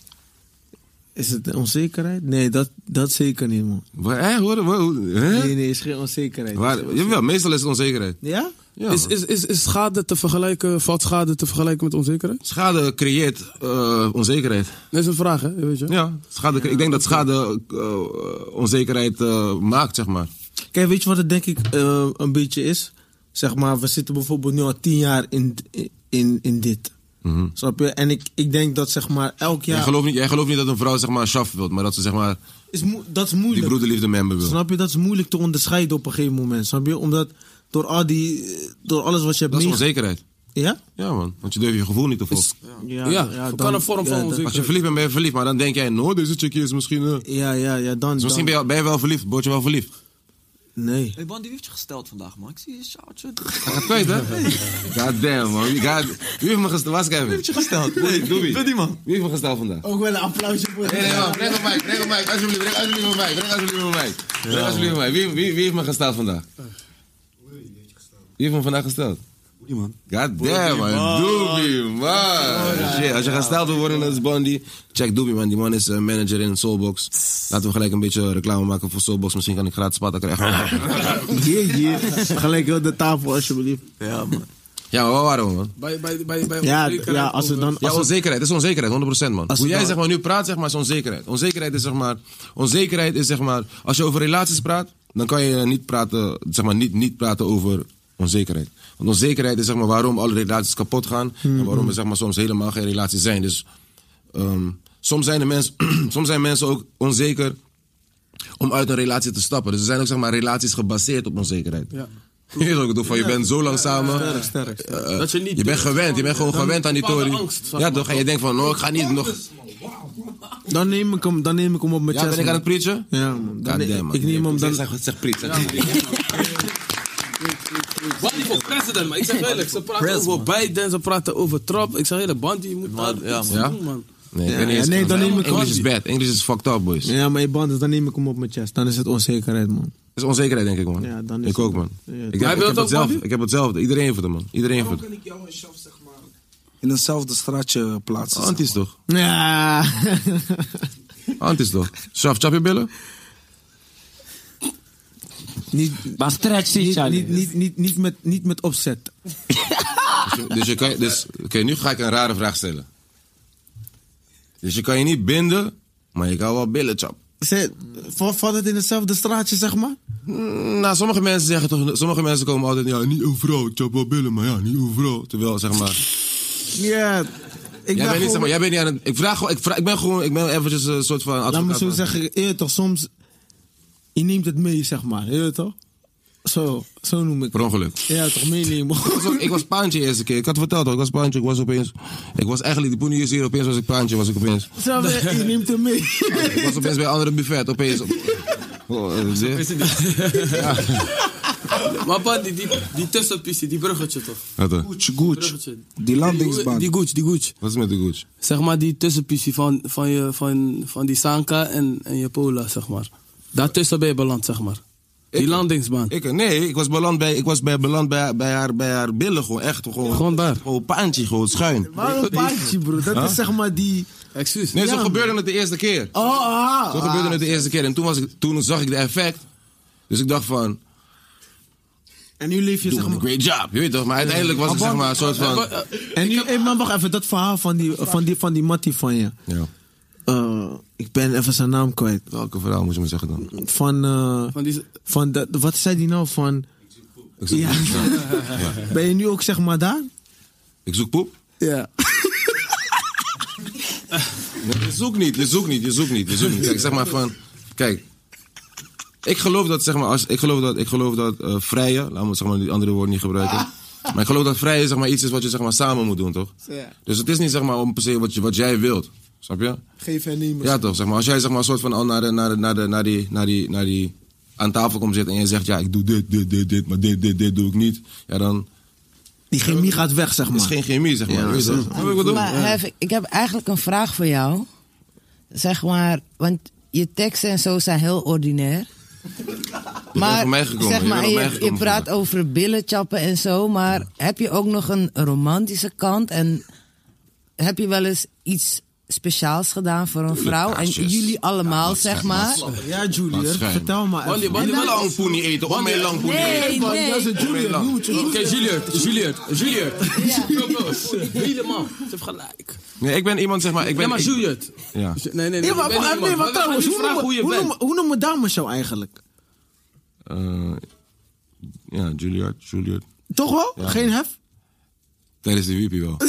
Is het een onzekerheid? Nee, dat, dat zeker niet, man. Waar, hè? Hoor, hoor, hè? Nee, nee, is geen onzekerheid. Waar, jawel, meestal is het onzekerheid. Ja? Ja, Is, man. is, is, is schade te vergelijken, valt schade te vergelijken met onzekerheid? Schade creëert uh, onzekerheid. Dat is een vraag, hè? Weet je? Ja, schade, ik denk dat schade uh, onzekerheid uh, maakt, zeg maar. Kijk, weet je wat het denk ik uh, een beetje is? Zeg maar, we zitten bijvoorbeeld nu al tien jaar in, in, in dit. Mm-hmm. Snap je? En ik, ik denk dat zeg maar elk jaar... Jij, gelooft niet, jij gelooft niet dat een vrouw zeg maar Shaf wil, maar dat ze zeg maar Is mo- dat is die moeilijk. broederliefde member wil. Snap je? Dat is moeilijk te onderscheiden op een gegeven moment. Snap je? Omdat door al die... Door alles wat je hebt Dat is meege- onzekerheid. Ja? Ja man, want je durft je gevoel niet te volgen. Ja, Ja, kan dan- een vorm van ja, dan- onzekerheid. Als je verliefd bent, ben je verliefd, maar dan denk jij, no, deze chickje is misschien... Uh, dus Ja, ja, ja, dan... misschien dan- ben je, ben je wel verliefd, word je wel verliefd. Nee. Hey, man, die heeft je gesteld vandaag, man. Ik zie je shoutje. Hij gaat kwijt, hè? God damn, man. God, wie heeft me gesteld? Waar is Kevin? Wie heeft je gesteld? Nee, doe wie? Doe die, man. Wie heeft me gesteld vandaag? Ook wel een applausje voor... Nee, nee, man. Breng op mij, breng op mij. Alsjeblieft, breng alsjeblieft op mij. Breng alsjeblieft op mij. Breng alsjeblieft op mij. Wie, wie, wie heeft me gesteld vandaag? Wie heeft me vandaag gesteld? Die, man. God damn, man. Doobie, man. Shit, als je gesteld wil worden als Bondi, check Doobie, man. Die man is uh, manager in Soulbox. Laten we gelijk een beetje reclame maken voor Soulbox. Misschien kan ik gratis spatten krijgen. Jee, jee. Gelijk heel de tafel, alsjeblieft. Ja, man. Ja, maar waar waren we, man? Bij, bij, bij, bij Ja, onzekerheid ja, als we over- dan... Ja, Als we, onzekerheid. Dat is onzekerheid, honderd procent, man. Als Hoe we jij dan- zeg maar nu praat, zeg maar, is onzekerheid. Onzekerheid is zeg maar... Onzekerheid is zeg maar... Als je over relaties praat, dan kan je niet praten, zeg maar, niet, niet praten over onzekerheid. Want onzekerheid is zeg maar waarom alle relaties kapot gaan. En waarom er zeg maar soms helemaal geen relaties zijn. Dus ehm, soms, zijn de mensen, soms zijn mensen ook onzeker om uit een relatie te stappen. Dus er zijn ook zeg maar relaties gebaseerd op onzekerheid. Ja. Je weet wat ik bedoel, van je bent zo lang samen. Sterk, sterk. sterk. Uh, Dat je niet- je bent gewend, je bent gewoon Dan gewend aan die bepaalde tory. angst, zeg Ja, maar. toch? En je denkt van, no, ik ga niet nog... Dan neem ik hem, dan neem ik hem op mijn Ja, chest. ben ik aan man. het preachen? Ja, man. Dan God neem- damn, man. ik neem hem dan... Zeg, zeg preach, zeg Bandy voor president, maar ik zeg eerlijk, ze praten over Biden, ze praten over Trump. Ik zeg eerlijk, Bandy, je moet daar ja, iets man. doen, man. Nee, ik Ja, ben niet ja, eens- nee, dan neem ik English hem- is bad. English is fucked up, boys. Ja, maar je band is, dan neem ik hem op mijn chest. Dan is het onzekerheid, man. Dat is onzekerheid, denk ik, man. Ja, dan is ik het- ook, man. Ja, ik, Jij heb, wil ik, het heb ook, hetzelfde. Bandy? ik heb hetzelfde. Iedereen heeft het, man. Iedereen heeft Waarom het. kan ik jou en Shaf, zeg maar, in eenzelfde straatje plaatsen? zeg Antis maar? toch? Ja. Antis toch? Shaf, chap je billen? niet, Maar stretch die, niet, Charlie. niet, niet, niet, niet, met, niet met opzet. Dus, je- dus je kan... Dus, Oké, nu ga ik een rare vraag stellen. Dus je kan je niet binden, maar je kan wel billen chap. Zeg, val- Valt het in hetzelfde straatje, zeg maar? Mm, Nou, sommige mensen zeggen toch... Sommige mensen komen altijd... Ja, niet overal. Ik chap wel billen, maar ja, niet overal. Terwijl, zeg maar... Ja. Ik Jij ben bent, niet, gewoon- zeg maar, jij bent niet aan het... Ik vraag gewoon... Ik, vraag, ik ben gewoon... Ik ben eventjes een soort van... Laat me advocaat zo van- zeggen, eer toch, soms... Je neemt het mee, zeg maar. Je weet toch? Zo, zo noem ik Per het. ongeluk. Ja, toch, meenemen. Ik was, ook- ik was paantje de eerste keer. Ik had verteld, hoor. Ik was paantje. Ik was opeens... Ik was eigenlijk... Die poenie is hier. Opeens was ik paantje. Was ik opeens... Zo, je neemt hem mee. Ik was opeens bij een andere buffet. Opeens... Oh, eh, zie? Maar Bandy, die, die tussenpissie, die bruggetje toch? Wat dan? Gooch, Gooch. Bruggetje. Die landingsbaan. Die Gooch, die Gooch. Wat is met de Gooch? Zeg maar die tussenpissie van, van, je, van, van die Sanka en, en je Pola, zeg maar. Daartussen ben je beland, zeg maar. Die Ik- landingsbaan. Ik, nee, ik was beland bij, ik was bij, beland bij, bij, haar, bij haar billen. Gewoon echt. Gewoon, Gewoon daar. Gewoon paantje. Gewoon schuin. Waarom paardje, bro? Dat is zeg maar die... Excuus. Nee, zo Ja, gebeurde het de eerste keer. Oh, ah. Zo gebeurde het de eerste keer. En toen, was ik, toen zag ik de effect. Dus ik dacht van... En nu leef je, zeg Doe maar... een great job. Je weet toch? Maar uiteindelijk was het zeg maar een soort van... En nu, hey, maar wacht even, dat verhaal van die, van die, van die mattie van je. Ja. Eh, ik ben even zijn naam kwijt. Welke verhaal moet je me zeggen dan? Van, eh, Van die, van de, wat zei die nou van... Ik zoek, Ja. ja. Ben je nu ook zeg maar daar? Ik zoek poep? Ja. Nee, je zoekt niet, je zoekt niet, je zoekt niet, je zoekt niet. Kijk, zeg maar van... Kijk... Ik geloof dat, zeg maar, als, ik geloof dat, ik geloof dat uh, vrije... Laten we zeg maar die andere woorden niet gebruiken. Maar ik geloof dat vrije zeg maar, iets is wat je zeg maar, samen moet doen, toch? Ja. Dus het is niet zeg maar, om per se wat, je, wat jij wilt. Snap je? Geef en nemen. Ja, toch? Zeg maar, als jij zeg maar, een soort van al naar, de, naar, de, naar, de, naar, die, naar, die, naar die aan tafel komt zitten en je zegt, ja, ik doe dit, dit, dit, dit, maar dit, dit, dit doe ik niet. Ja, dan Die chemie gaat weg, zeg maar. is geen chemie, zeg maar. Ja, Weet je dat toch? Snap je wat ik bedoel? Maar Hef, ik heb eigenlijk een vraag voor jou. Zeg maar, want je teksten en zo zijn heel ordinair. Maar van mij gekomen, zeg je maar, bent op mij je, je gekomen praat vandaag. over billen chappen en zo, maar heb je ook nog een romantische kant? En heb je wel eens iets speciaals gedaan voor een vrouw? En kastjes. jullie allemaal, zeg maar. Ja, Julian, Wat schijn. vertel maar Bandy, even. Bandy, Niet Bandy. lang poenie eten, om mij lang poenie Nee, eten. nee. Dat is een Julian, moet je Oké, Juliet, Juliet, Juliet. Helemaal. Ze heeft gelijk. Nee, ik ben iemand, zeg maar, ik ben... Ja, maar ik- Juliet. Ja. Nee, nee, nee. Nee, maar, ik ben maar, niet nee, iemand. maar We trouwens, gaan hoe nu vragen noemen, hoe je hoe, bent. noemen, hoe noemen dames jou eigenlijk? Eh, ja, Juliet, Juliet. Toch wel? Geen hef? Tijdens de wiepie wel.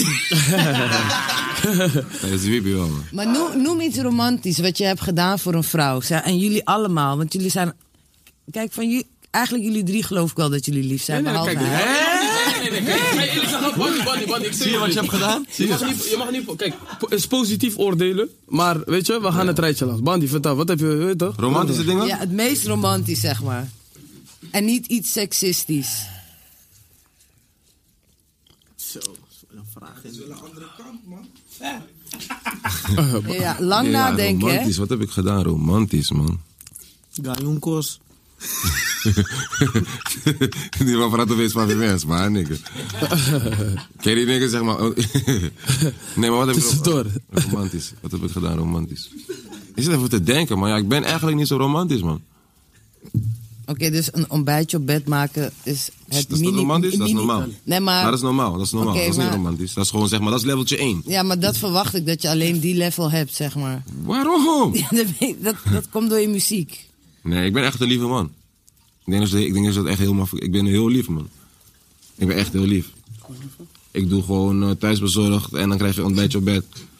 Tijdens de wiepie wel, man. Maar noem, noem iets romantisch wat je hebt gedaan voor een vrouw. Zeg, en jullie allemaal, want jullie zijn... Kijk, van jullie, eigenlijk jullie drie geloof ik wel dat jullie lief zijn. Nee, nee, behalve kijk, hij. nee, nee, nee, kijk, nee, eerlijk gezegd, Bandy, Bandy, Bandy, ik Zie je wat je hebt gedaan? Je mag niet, je mag niet, kijk, po- is positief oordelen, maar weet je, we gaan het rijtje langs. Bandy, vertel, wat heb je, weet je toch? Romantische dingen? Ja, het meest romantisch, zeg maar. En niet iets seksistisch. Zo, een vraag. Dat is wel een andere kant, man. Ja, lang Ja, nadenken, hè? romantisch, wat heb ik gedaan? Romantisch, man. Gajonkos. Die van praten wees van mens, maar nigga. Ken je die nigga, zeg maar... Nee, maar wat heb ik... Tussendoor. Romantisch. Wat heb ik gedaan, romantisch? Ik zit even te denken, maar ja, ik ben eigenlijk niet zo romantisch, man. Oké, dus een ontbijtje op bed maken is het Is dat mini- romantisch? Dat is mini- normaal. Nee, maar... Maar dat is normaal, dat is normaal. Oké, dat is niet maar- romantisch. Dat is gewoon, zeg maar, dat is leveltje één. Ja, maar dat verwacht ik, dat je alleen die level hebt, zeg maar. Waarom? Ja, dat, weet ik- dat, dat komt door je muziek. Nee, ik ben echt een lieve man. Ik denk dat, ze- ik denk dat ze dat echt helemaal... Ik ben heel lief, man. Ik ben echt heel lief. Ik doe gewoon uh, thuisbezorgd en dan krijg je een ontbijtje op bed.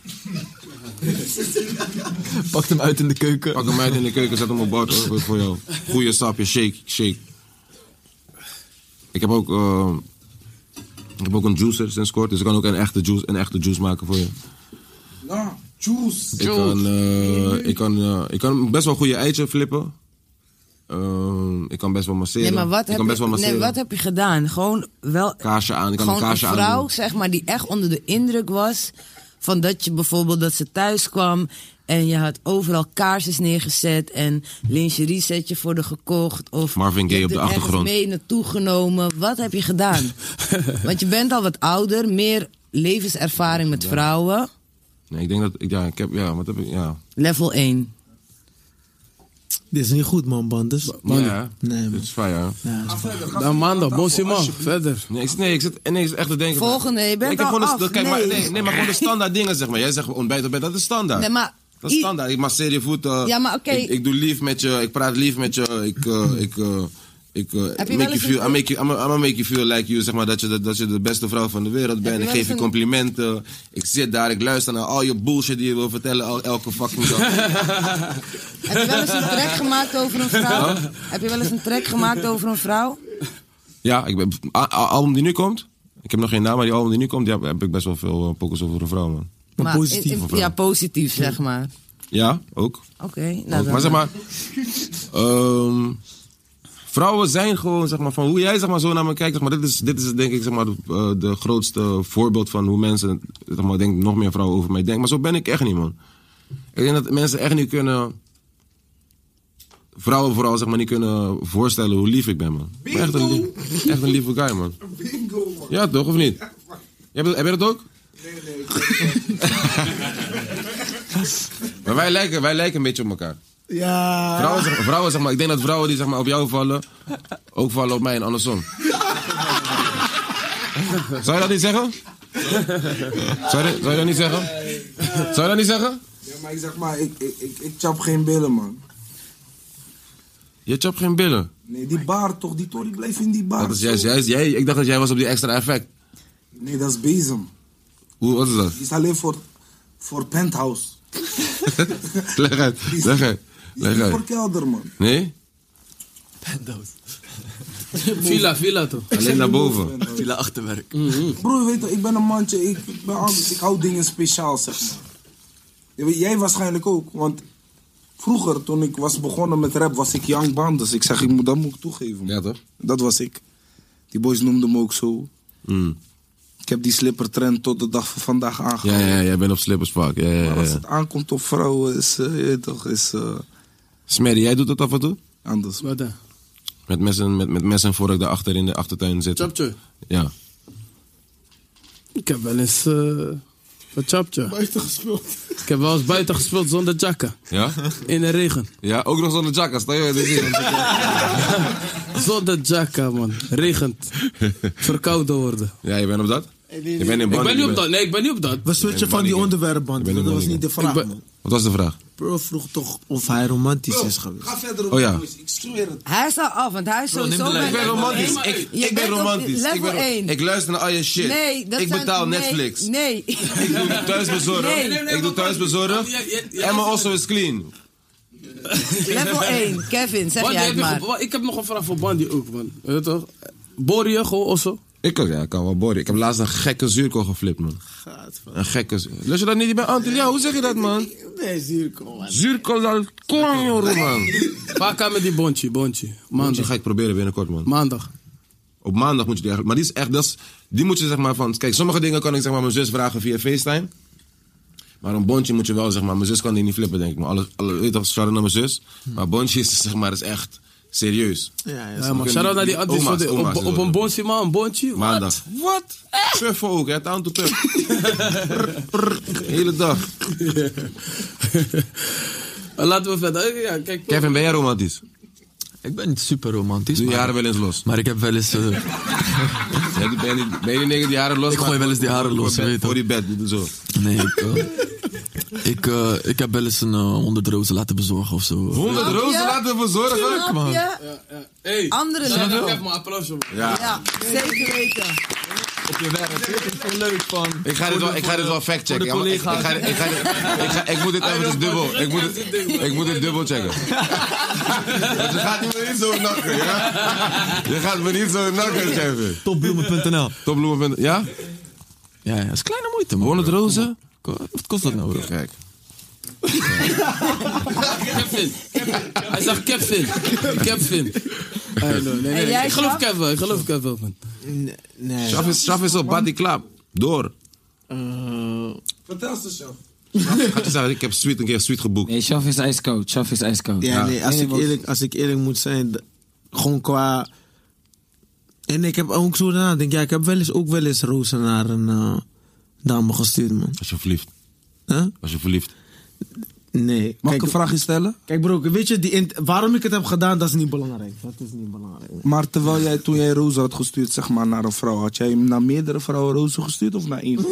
Pakt hem uit in de keuken. Pak hem uit in de keuken, zet hem op bord hoor, voor jou. Goeie sapje, shake, shake. ik heb ook, uh, ik heb ook een juicer sinds kort, dus ik kan ook een echte juice, een echte juice maken voor je. Nou, juice. Ik kan, uh, ik, kan, uh, ik kan best wel een goede eitje flippen. Uh, ik kan best wel masseren. Nee, maar wat, ik heb kan best je, wel masseren. nee, wat heb je gedaan? Gewoon wel... Kaarsje aan, ik kan gewoon een kaarsje een aan vrouw, doen. zeg maar, die echt onder de indruk was... van dat je bijvoorbeeld, dat ze thuis kwam... en je had overal kaarsjes neergezet... en lingerie setje voor de gekocht... of Marvin Gaye je op de hebt er ergens achtergrond. mee naartoe genomen. Wat heb je gedaan? Want je bent al wat ouder, meer levenservaring met vrouwen. Nee, ik denk dat, ik, ja, ik heb, ja, wat heb ik, ja. Level één. Dit is niet goed, man, Bandes. Man, ja, Nee, man. dit is fijn, ja. Ja. Dan maandag, Bonsimman, verder. Nee, ik, zit- nee, ik zit, nee, ik zit echt te denken. Volgende, je bent ik heb al gewoon af. de, kijk, Nee. Maar, nee, nee, maar gewoon de standaard dingen, zeg maar. Jij zegt ontbijt op bed, dat is standaard. Nee, maar... Dat is i- standaard. Ik masseer je voeten. Ja, maar oké. Ik, ik doe lief met je, ik praat lief met je. Ik, uh, ik, uh, ik uh, Heb je wel make you eens feel, een- I make you, I'm gonna make you feel like you, zeg maar, dat je de, dat je de beste vrouw van de wereld bent. je Ik wel geef eens je een- complimenten. Ik zit daar, ik luister naar al je bullshit die je wil vertellen, el- elke fucking dag. Heb je wel eens een track gemaakt over een vrouw? Heb je wel eens een track gemaakt over een vrouw? Ja, ik ben, a- a- album die nu komt. Ik heb nog geen naam, maar die album die nu komt, ja, heb ik best wel veel uh, pokkers over een vrouw, man. Maar positief, in- in- of Ja, positief, zeg maar. Ja, ook. Oké, nou Ook. dan- Maar zeg maar, ehm, vrouwen zijn gewoon, zeg maar, van hoe jij zeg maar, zo naar me kijkt. Zeg maar, dit is, dit is denk ik zeg maar, de, uh, de grootste voorbeeld van hoe mensen, zeg maar, denk, nog meer vrouwen over mij denken. Maar zo ben ik echt niet, man. Ik denk dat mensen echt niet kunnen, vrouwen vooral, zeg maar, niet kunnen voorstellen hoe lief ik ben, man. Ik ben echt een, lief- echt een lieve guy, man. Bingo, man. Ja, toch, of niet? Heb je, heb je dat ook? Nee, nee. Maar wij lijken, wij lijken een beetje op elkaar. Ja. Vrouwen, zeg, vrouwen, zeg maar, ik denk dat vrouwen die zeg maar, op jou vallen, ook vallen op mij en andersom. Zou je dat niet zeggen? Zou je, zou je dat niet zeggen? Zou je dat niet zeggen? Ja, maar ik zeg maar, ik, ik, ik, ik chap geen billen, man. Je chapt geen billen. Nee, die baard toch, die Tory blijft in die baard. Dat is juist, juist jij. Ik dacht dat jij was op die extra effect. Nee, dat is bezem. Hoe, wat is dat? Die is alleen voor, voor penthouse. Leg uit, leg uit. Die is Leg niet voor uit. kelder, man. Nee? Villa, villa toch? Alleen naar boven. Villa achterwerk. Broer, weet je, ik ben een mandje, ik, ik ben anders. Ik hou dingen speciaal, zeg maar. Ja, weet- Jij waarschijnlijk ook, want vroeger, toen ik was begonnen met rap, was ik Young Bandes. Ik zeg, ik moet, dat moet ik toegeven. Man. Ja, toch? Dat was ik. Die boys noemden me ook zo. Mm. Ik heb die slippertrend tot de dag van vandaag Ja, aangehouden. ja, jij bent op slipperspark. Ja, ja, Maar als ja. het aankomt op vrouwen, is, uh, je weet toch, is uh, Smerry, jij doet dat af en toe? anders. Wat dan? Met messen, met, met messen voor ik daarachter in de achtertuin zit. Chapje. Ja. Ik heb wel eens... Uh, wat chapje? Buiten gespeeld. Ik heb wel eens buiten gespeeld zonder jacka. Ja? In de regen. Ja, ook nog zonder jacka. Sta je dit hier? Zonder jacka, man. Regent. Verkouden worden. Ja, je bent op dat? Je bent in Ik Bandi, ben je niet op bent- dat. Nee, ik ben niet op dat. We switchen van die onderwerpband. Ik ben Dat een was man, niet de vraag, Ik ben- man. Wat was de vraag? Bro vroeg toch of hij romantisch is geweest. Ga verder op Oh ja. de boys, ik zweer het. Hij is al af, want hij is sowieso... neem de lijn. Ik ben level romantisch. één. Ik, Je ik ben bent op romantisch. level Ik, ben, één. ik luister naar al je shit. Nee, dat ik zijn- betaal nee, Netflix. Nee. Ik doe thuisbezorgen. Nee, nee, ik doe thuisbezorgen. En mijn osso is clean. Level één. Kevin, zeg Bandy, jij heb het je maar. ge- wa- ik heb nog een vraag voor Bandy ook, man. Weet je toch? Borje, gewoon osso. Ik ook, ja, ik kan wel borden. Ik heb laatst een gekke zuurkool geflipt, man. Een gekke zuurkool. Lust je dat niet? Je bent Antillia. Ja, hoe zeg je dat, man? Nee, zuurkool, man. Zuurkool al konjo, man. Vaak aan met die bontje, bontje. Die Maandag. ga ik proberen binnenkort, man. Maandag. Op maandag moet je die eigenlijk... Maar die is echt... Dat is, die moet je zeg maar van... Kijk, sommige dingen kan ik zeg maar mijn zus vragen via FaceTime. Maar een bondje moet je wel zeg maar... Mijn zus kan die niet flippen, denk ik. Maar alle, alle, weet je toch, shout-out naar mijn zus. Maar een bondje is zeg maar is echt serieus. Ja, ja, Ja, zo. maar kunnen shout-out naar die die antis. oma's, op, oma's op, en op zo. een bontje, man. Een bontje. Maandag. Wat? Puffen ook, hè? Down to puff. Hele dag. Laten we verder. Ja, kijk. Kevin, ben jij romantisch? Ik ben niet super romantisch. Doe je maar- haren wel eens los? Maar ik heb wel eens... eh, Ja, ben, je, niet- ben je die nigger die haren los Ik gooi maakt? wel eens die haren Voor- los, voor, je bed- weet voor toch? die bed, doe het zo. nee, ik, eh, ik, eh, ik heb wel eens een uh, honderd rozen laten bezorgen of zo. honderd rozen Ja. laten verzorgen? Snap je? Hey, Andere shout-out, level. Geef me een applausje, man. Ja. Ja, zeker weten. op je werk. Vind je het zo leuk van... Ik ga dit wel, ik ga dit wel factchecken. Ja, maar ik, ik, ga, ik, ga, ik, ga, ik moet dit even dubbel. Ik moet het, ik moet dit dubbel checken. Want je gaat me niet zo nakken, ja? Je gaat me niet zo nakken, Kevin. Topbloemen punt n l. Topbloemen. Ja? Ja, ja, dat is kleine moeite, man. honderd rozen? Wat kost dat nou, bro? Kijk. Kevin. Hij zegt Kevin. Kevin. Nee, nee, nee. En jij, Ik geloof Shaf? Kevin. Ik geloof Kevin. Man. Nee. nee. Shaf is, Shaf is op body klap. Door. Uh, Vertel ze, Shaf. Gaat je zeggen, ik heb sweet een keer sweet geboekt. Nee, Shaf is ijskoud. Shaf is ijskoud. ja, nee, als Nee, ik, was- eerlijk, als ik eerlijk moet zijn, d- gewoon qua... En ik heb ook zo daarna, denk ja, ik heb wel eens, ook wel eens rozen naar een uh, dame gestuurd, man. Als je verliefd. Huh? Als je verliefd. Nee. Mag ik Kijk, een vraagje stellen? kijk bro, weet je, die int- waarom ik het heb gedaan, dat is niet belangrijk. Dat is niet belangrijk. Maar terwijl jij, toen jij rozen had gestuurd, zeg maar, naar een vrouw, had jij naar meerdere vrouwen rozen gestuurd of naar één?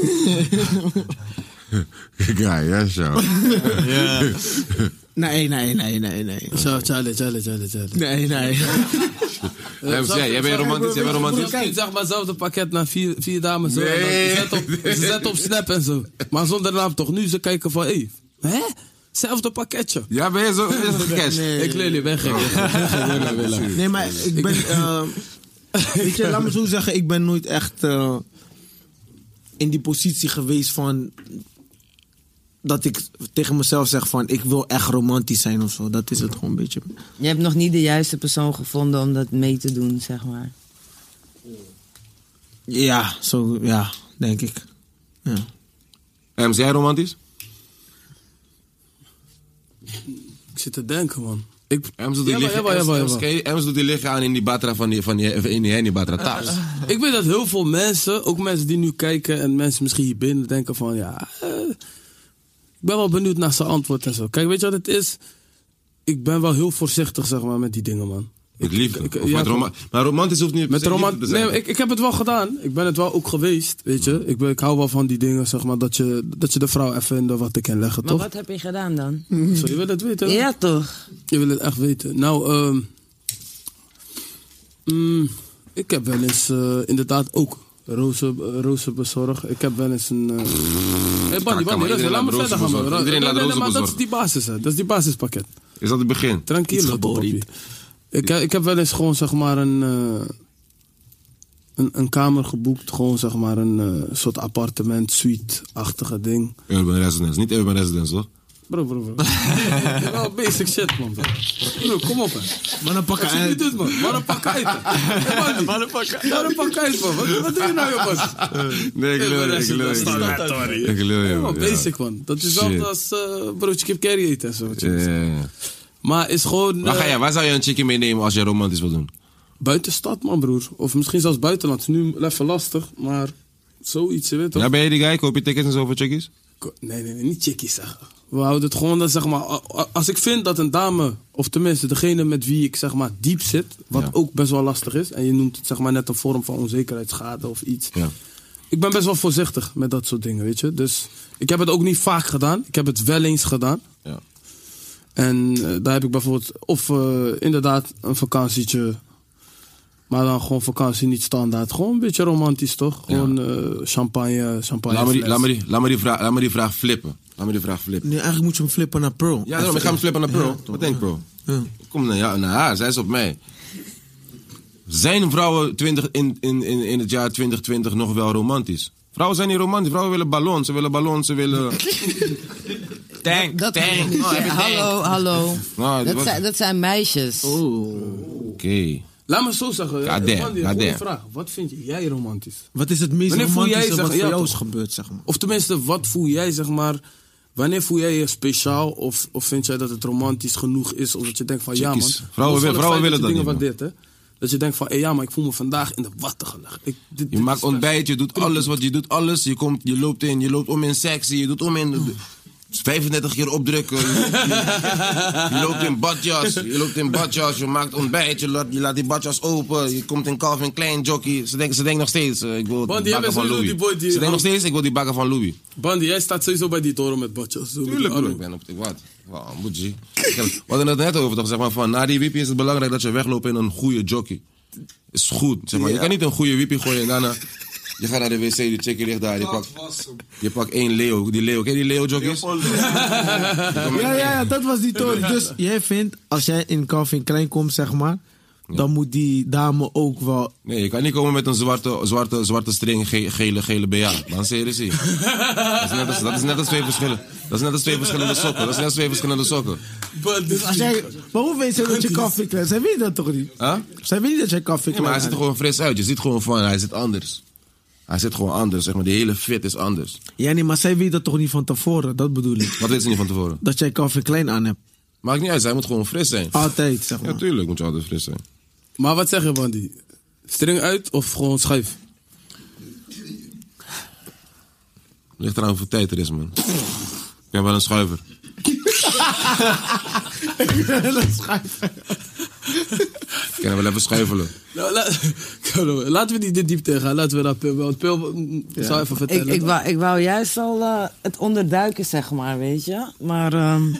Ja, ja, zo. Nee, nee, nee, nee, nee. Zo, Charlie, Charlie, Charlie, Charlie. Nee, nee. Jij jij bent romantisch, jij bent romantisch. Kijk, zeg maar hetzelfde pakket naar vier, vier dames. Zo, Nee. en dan Ze zetten op, ze zetten op Snap en zo. Maar zonder naam toch. Nu ze kijken van, hé, hey, hè? Hetzelfde pakketje. Ja, ben je zo ben je zo gecashed? Nee. Ik leer je, ben gek. Ben gek. Nee, maar ik ben... eh, weet je, laat me zo zeggen, ik ben nooit echt eh, in die positie geweest van... Dat ik tegen mezelf zeg van, ik wil echt romantisch zijn of zo. Dat is het gewoon een beetje. Je hebt nog niet de juiste persoon gevonden om dat mee te doen, zeg maar. Ja, zo, ja, denk ik. Ja. Ems, jij romantisch? Ik zit te denken, man. Ik, Ems doet die Jawel, liggen- jawel, jawel, Ems- jawel. Ems- Ems doet die liggen aan in die batra van die, van die, in die Henny batra thuis. Ik weet dat heel veel mensen, ook mensen die nu kijken en mensen misschien hier binnen denken van ja, eh, ik ben wel benieuwd naar zijn antwoord en zo. Kijk, weet je wat het is? Ik ben wel heel voorzichtig, zeg maar, met die dingen, man. Met liefde. ik- Of ja, met roma- maar romantisch hoeft niet Met per se roman liefde te zijn. nee, ik, ik heb het wel gedaan. Ik ben het wel ook geweest, weet je. Ik, ben, ik hou wel van die dingen, zeg maar, dat je, dat je de vrouw even in de wat ik kan leggen, Maar toch? wat heb je gedaan dan? Zo, je wil het weten? hè? Ja, toch? Je wil het echt weten. Nou, ehm mm, ik heb wel eens eh, inderdaad ook rozen, eh, rozen bezorgd. Ik heb wel eens een... eh hey, Kan- Bandy, kan, Bandy, maar rustig, iedereen laat me laat verder rozen gaan. man. bezorgen. Iedereen Nee, laat nee, nee, rozen maar dat is bezorgen. die basis, hè. Dat is die basispakket. Is dat het begin? Tranquilo, papi. Ik, heb- ik heb wel eens gewoon, zeg maar, een, eh, een, een kamer geboekt. Gewoon, zeg maar, een eh, soort appartement, suite-achtige ding. Urban Residence. Niet Urban Residence, toch? Bro, bro, bro. Wel basic shit, man. Bro, bro kom op, hè. Maar dan pakken Wat je niet doet, man. Maar een pak uit. Maar een pak uit, man. Wat, wat doe je nou, jongens? Nee, ik Urban lul, ik Residence, lul, ik staat lul. dat uit. Ik lul, Ja, ja. man, basic, man. Dat is Shit. hetzelfde als eh, broodje kip curry eten en zo. weet je. Ja, ja, ja. Maar is gewoon... Waar, ga eh, je, waar zou je een chickie meenemen als je romantisch wil doen? buiten stad, man, broer. Of misschien zelfs buitenland. Het is nu even lastig, maar zoiets, je weet toch? Ja, ben je die guy? Koop je tickets en zo voor chickies? Ko- Nee, nee, nee, niet chickies zeggen. We houden het gewoon, dat, zeg maar, a- a- als ik vind dat een dame, of tenminste degene met wie ik zeg maar diep zit, wat Ja. ook best wel lastig is, en je noemt het zeg maar net een vorm van onzekerheidsschade of iets. Ja. Ik ben best wel voorzichtig met dat soort dingen, weet je. Dus ik heb het ook niet vaak gedaan. Ik heb het wel eens gedaan. Ja. En eh, daar heb ik bijvoorbeeld, of eh, inderdaad een vakantietje. Maar dan gewoon vakantie niet standaard. Gewoon een beetje romantisch, toch? Gewoon eh, champagne, champagne. Laat me, die, fles. laat, me die, laat, me die vraag, laat me die vraag flippen. Laat me die vraag flippen. Nee, eigenlijk moet je hem flippen naar Pearl. Ja, daarom, ik ga hem flippen naar Pearl. Ja, toch. Wat denk Pearl? Ja. Kom naar, ja, naar haar, zij is op mij. Zijn vrouwen twintig, in, in, in, in het jaar twintig twintig nog wel romantisch? Vrouwen zijn niet romantisch. Vrouwen willen ballon. Ze willen ballon, ze willen... Tank, Dat, tank. Oh, heb je hallo, hallo. Nou, Dat wat- zijn, dat zijn meisjes. Oké. Laat me zo zeggen. God eh, damn, Mandy, God goeie damn. vraag. Wat vind jij romantisch? Wat is het meest Wanneer voel jij, romantische zeg- wat voor ja, jou toch? is gebeurd, zeg maar? Of tenminste, wat voel jij, zeg maar... Wanneer voel jij je speciaal? Of, of vind jij dat het romantisch genoeg is? Of dat je denkt van, ja man... Chickies. Vrouwen los van willen- het vrouwen feit willen je dat dingen niet, waardeert, hè? Dat je denkt van, hey, ja maar ik voel me vandaag in de watten gelegd. Ik, dit, Je dit maakt is ontbijt, je doet alles wat je doet, alles. Je, komt, je loopt in, je loopt om in sexy, je doet om in... vijfendertig keer opdrukken. Je, je, je loopt in badjas, je loopt in badjas, je maakt ontbijt, je laat, je laat die badjas open, je komt in Calvin Klein jockey. Ze denken, ze denken nog steeds, uh, ik wil Bandy, die jij bakken bent van sowieso Louis. die boy die- Ze denken nog steeds, ik wil die bakken van Louis. Bandy, jij staat sowieso bij die toren met badjas. Zo met die Tuurlijk, broer. armen. Ik ben op de wat? Wow, moet je. Ik heb- We hadden het net over, toch? Zeg maar, van, na die wiepie is het belangrijk dat je wegloopt in een goede jockey. Is goed. Zeg maar. Je kan niet een goede wiepie gooien en daarna... Je gaat naar de wc, die chickie ligt daar. Je pakt, je pakt één Leo. Die Leo, ken je die Leo joggies? Ja, ja, ja, dat was die tory. Dus jij vindt, als jij in Calvin Klein komt, zeg maar, ja. dan moet die dame ook wel... Nee, je kan niet komen met een zwarte, zwarte, zwarte string, ge, gele, gele B H. Dan zie je dat zie. Dat is net als, dat is net als twee verschillen. Dat is net als twee verschillende sokken. Dat is net als twee verschillende sokken. Dus als jij, maar hoe weet je dat je Calvin Klein... Zij weet dat toch niet? Huh? Zij weet niet dat jij Calvin Klein... Nee, maar hij ziet er gewoon fris uit. Je ziet gewoon van, hij zit anders. Hij zit gewoon anders, zeg maar. Die hele fit is anders. Ja, nee, maar zij weet dat toch niet van tevoren? Dat bedoel ik. Wat weet ze niet van tevoren? Dat jij Calvin Klein aan hebt. Maakt niet uit, zij moet gewoon fris zijn. Altijd, zeg maar. Ja, tuurlijk moet je altijd fris zijn. Maar wat zeg je, Bandy? String uit of gewoon schuif? Ligt eraan hoeveel tijd er is, man. Ik ben wel een schuiver. Ik ben wel een schuiver. Ik kan wel even schuifelen. Nou, la, laten we niet dit diep gaan. Laten we dat Pil. Want Pil ja. zou even vertellen. Ik, ik, wou, ik wou juist al uh, het onderduiken, zeg maar, weet je. Maar um,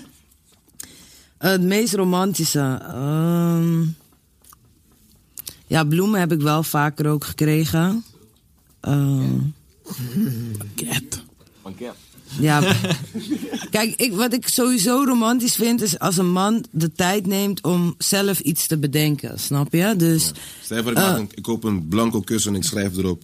het meest romantische... Um, ja, bloemen heb ik wel vaker ook gekregen. Um, Pakket. Pakket. Ja, kijk, ik, wat ik sowieso romantisch vind... is als een man de tijd neemt om zelf iets te bedenken, snap je? Dus, ja. Stel voor, ik, uh, een, ik koop een blanco kussen en ik schrijf erop...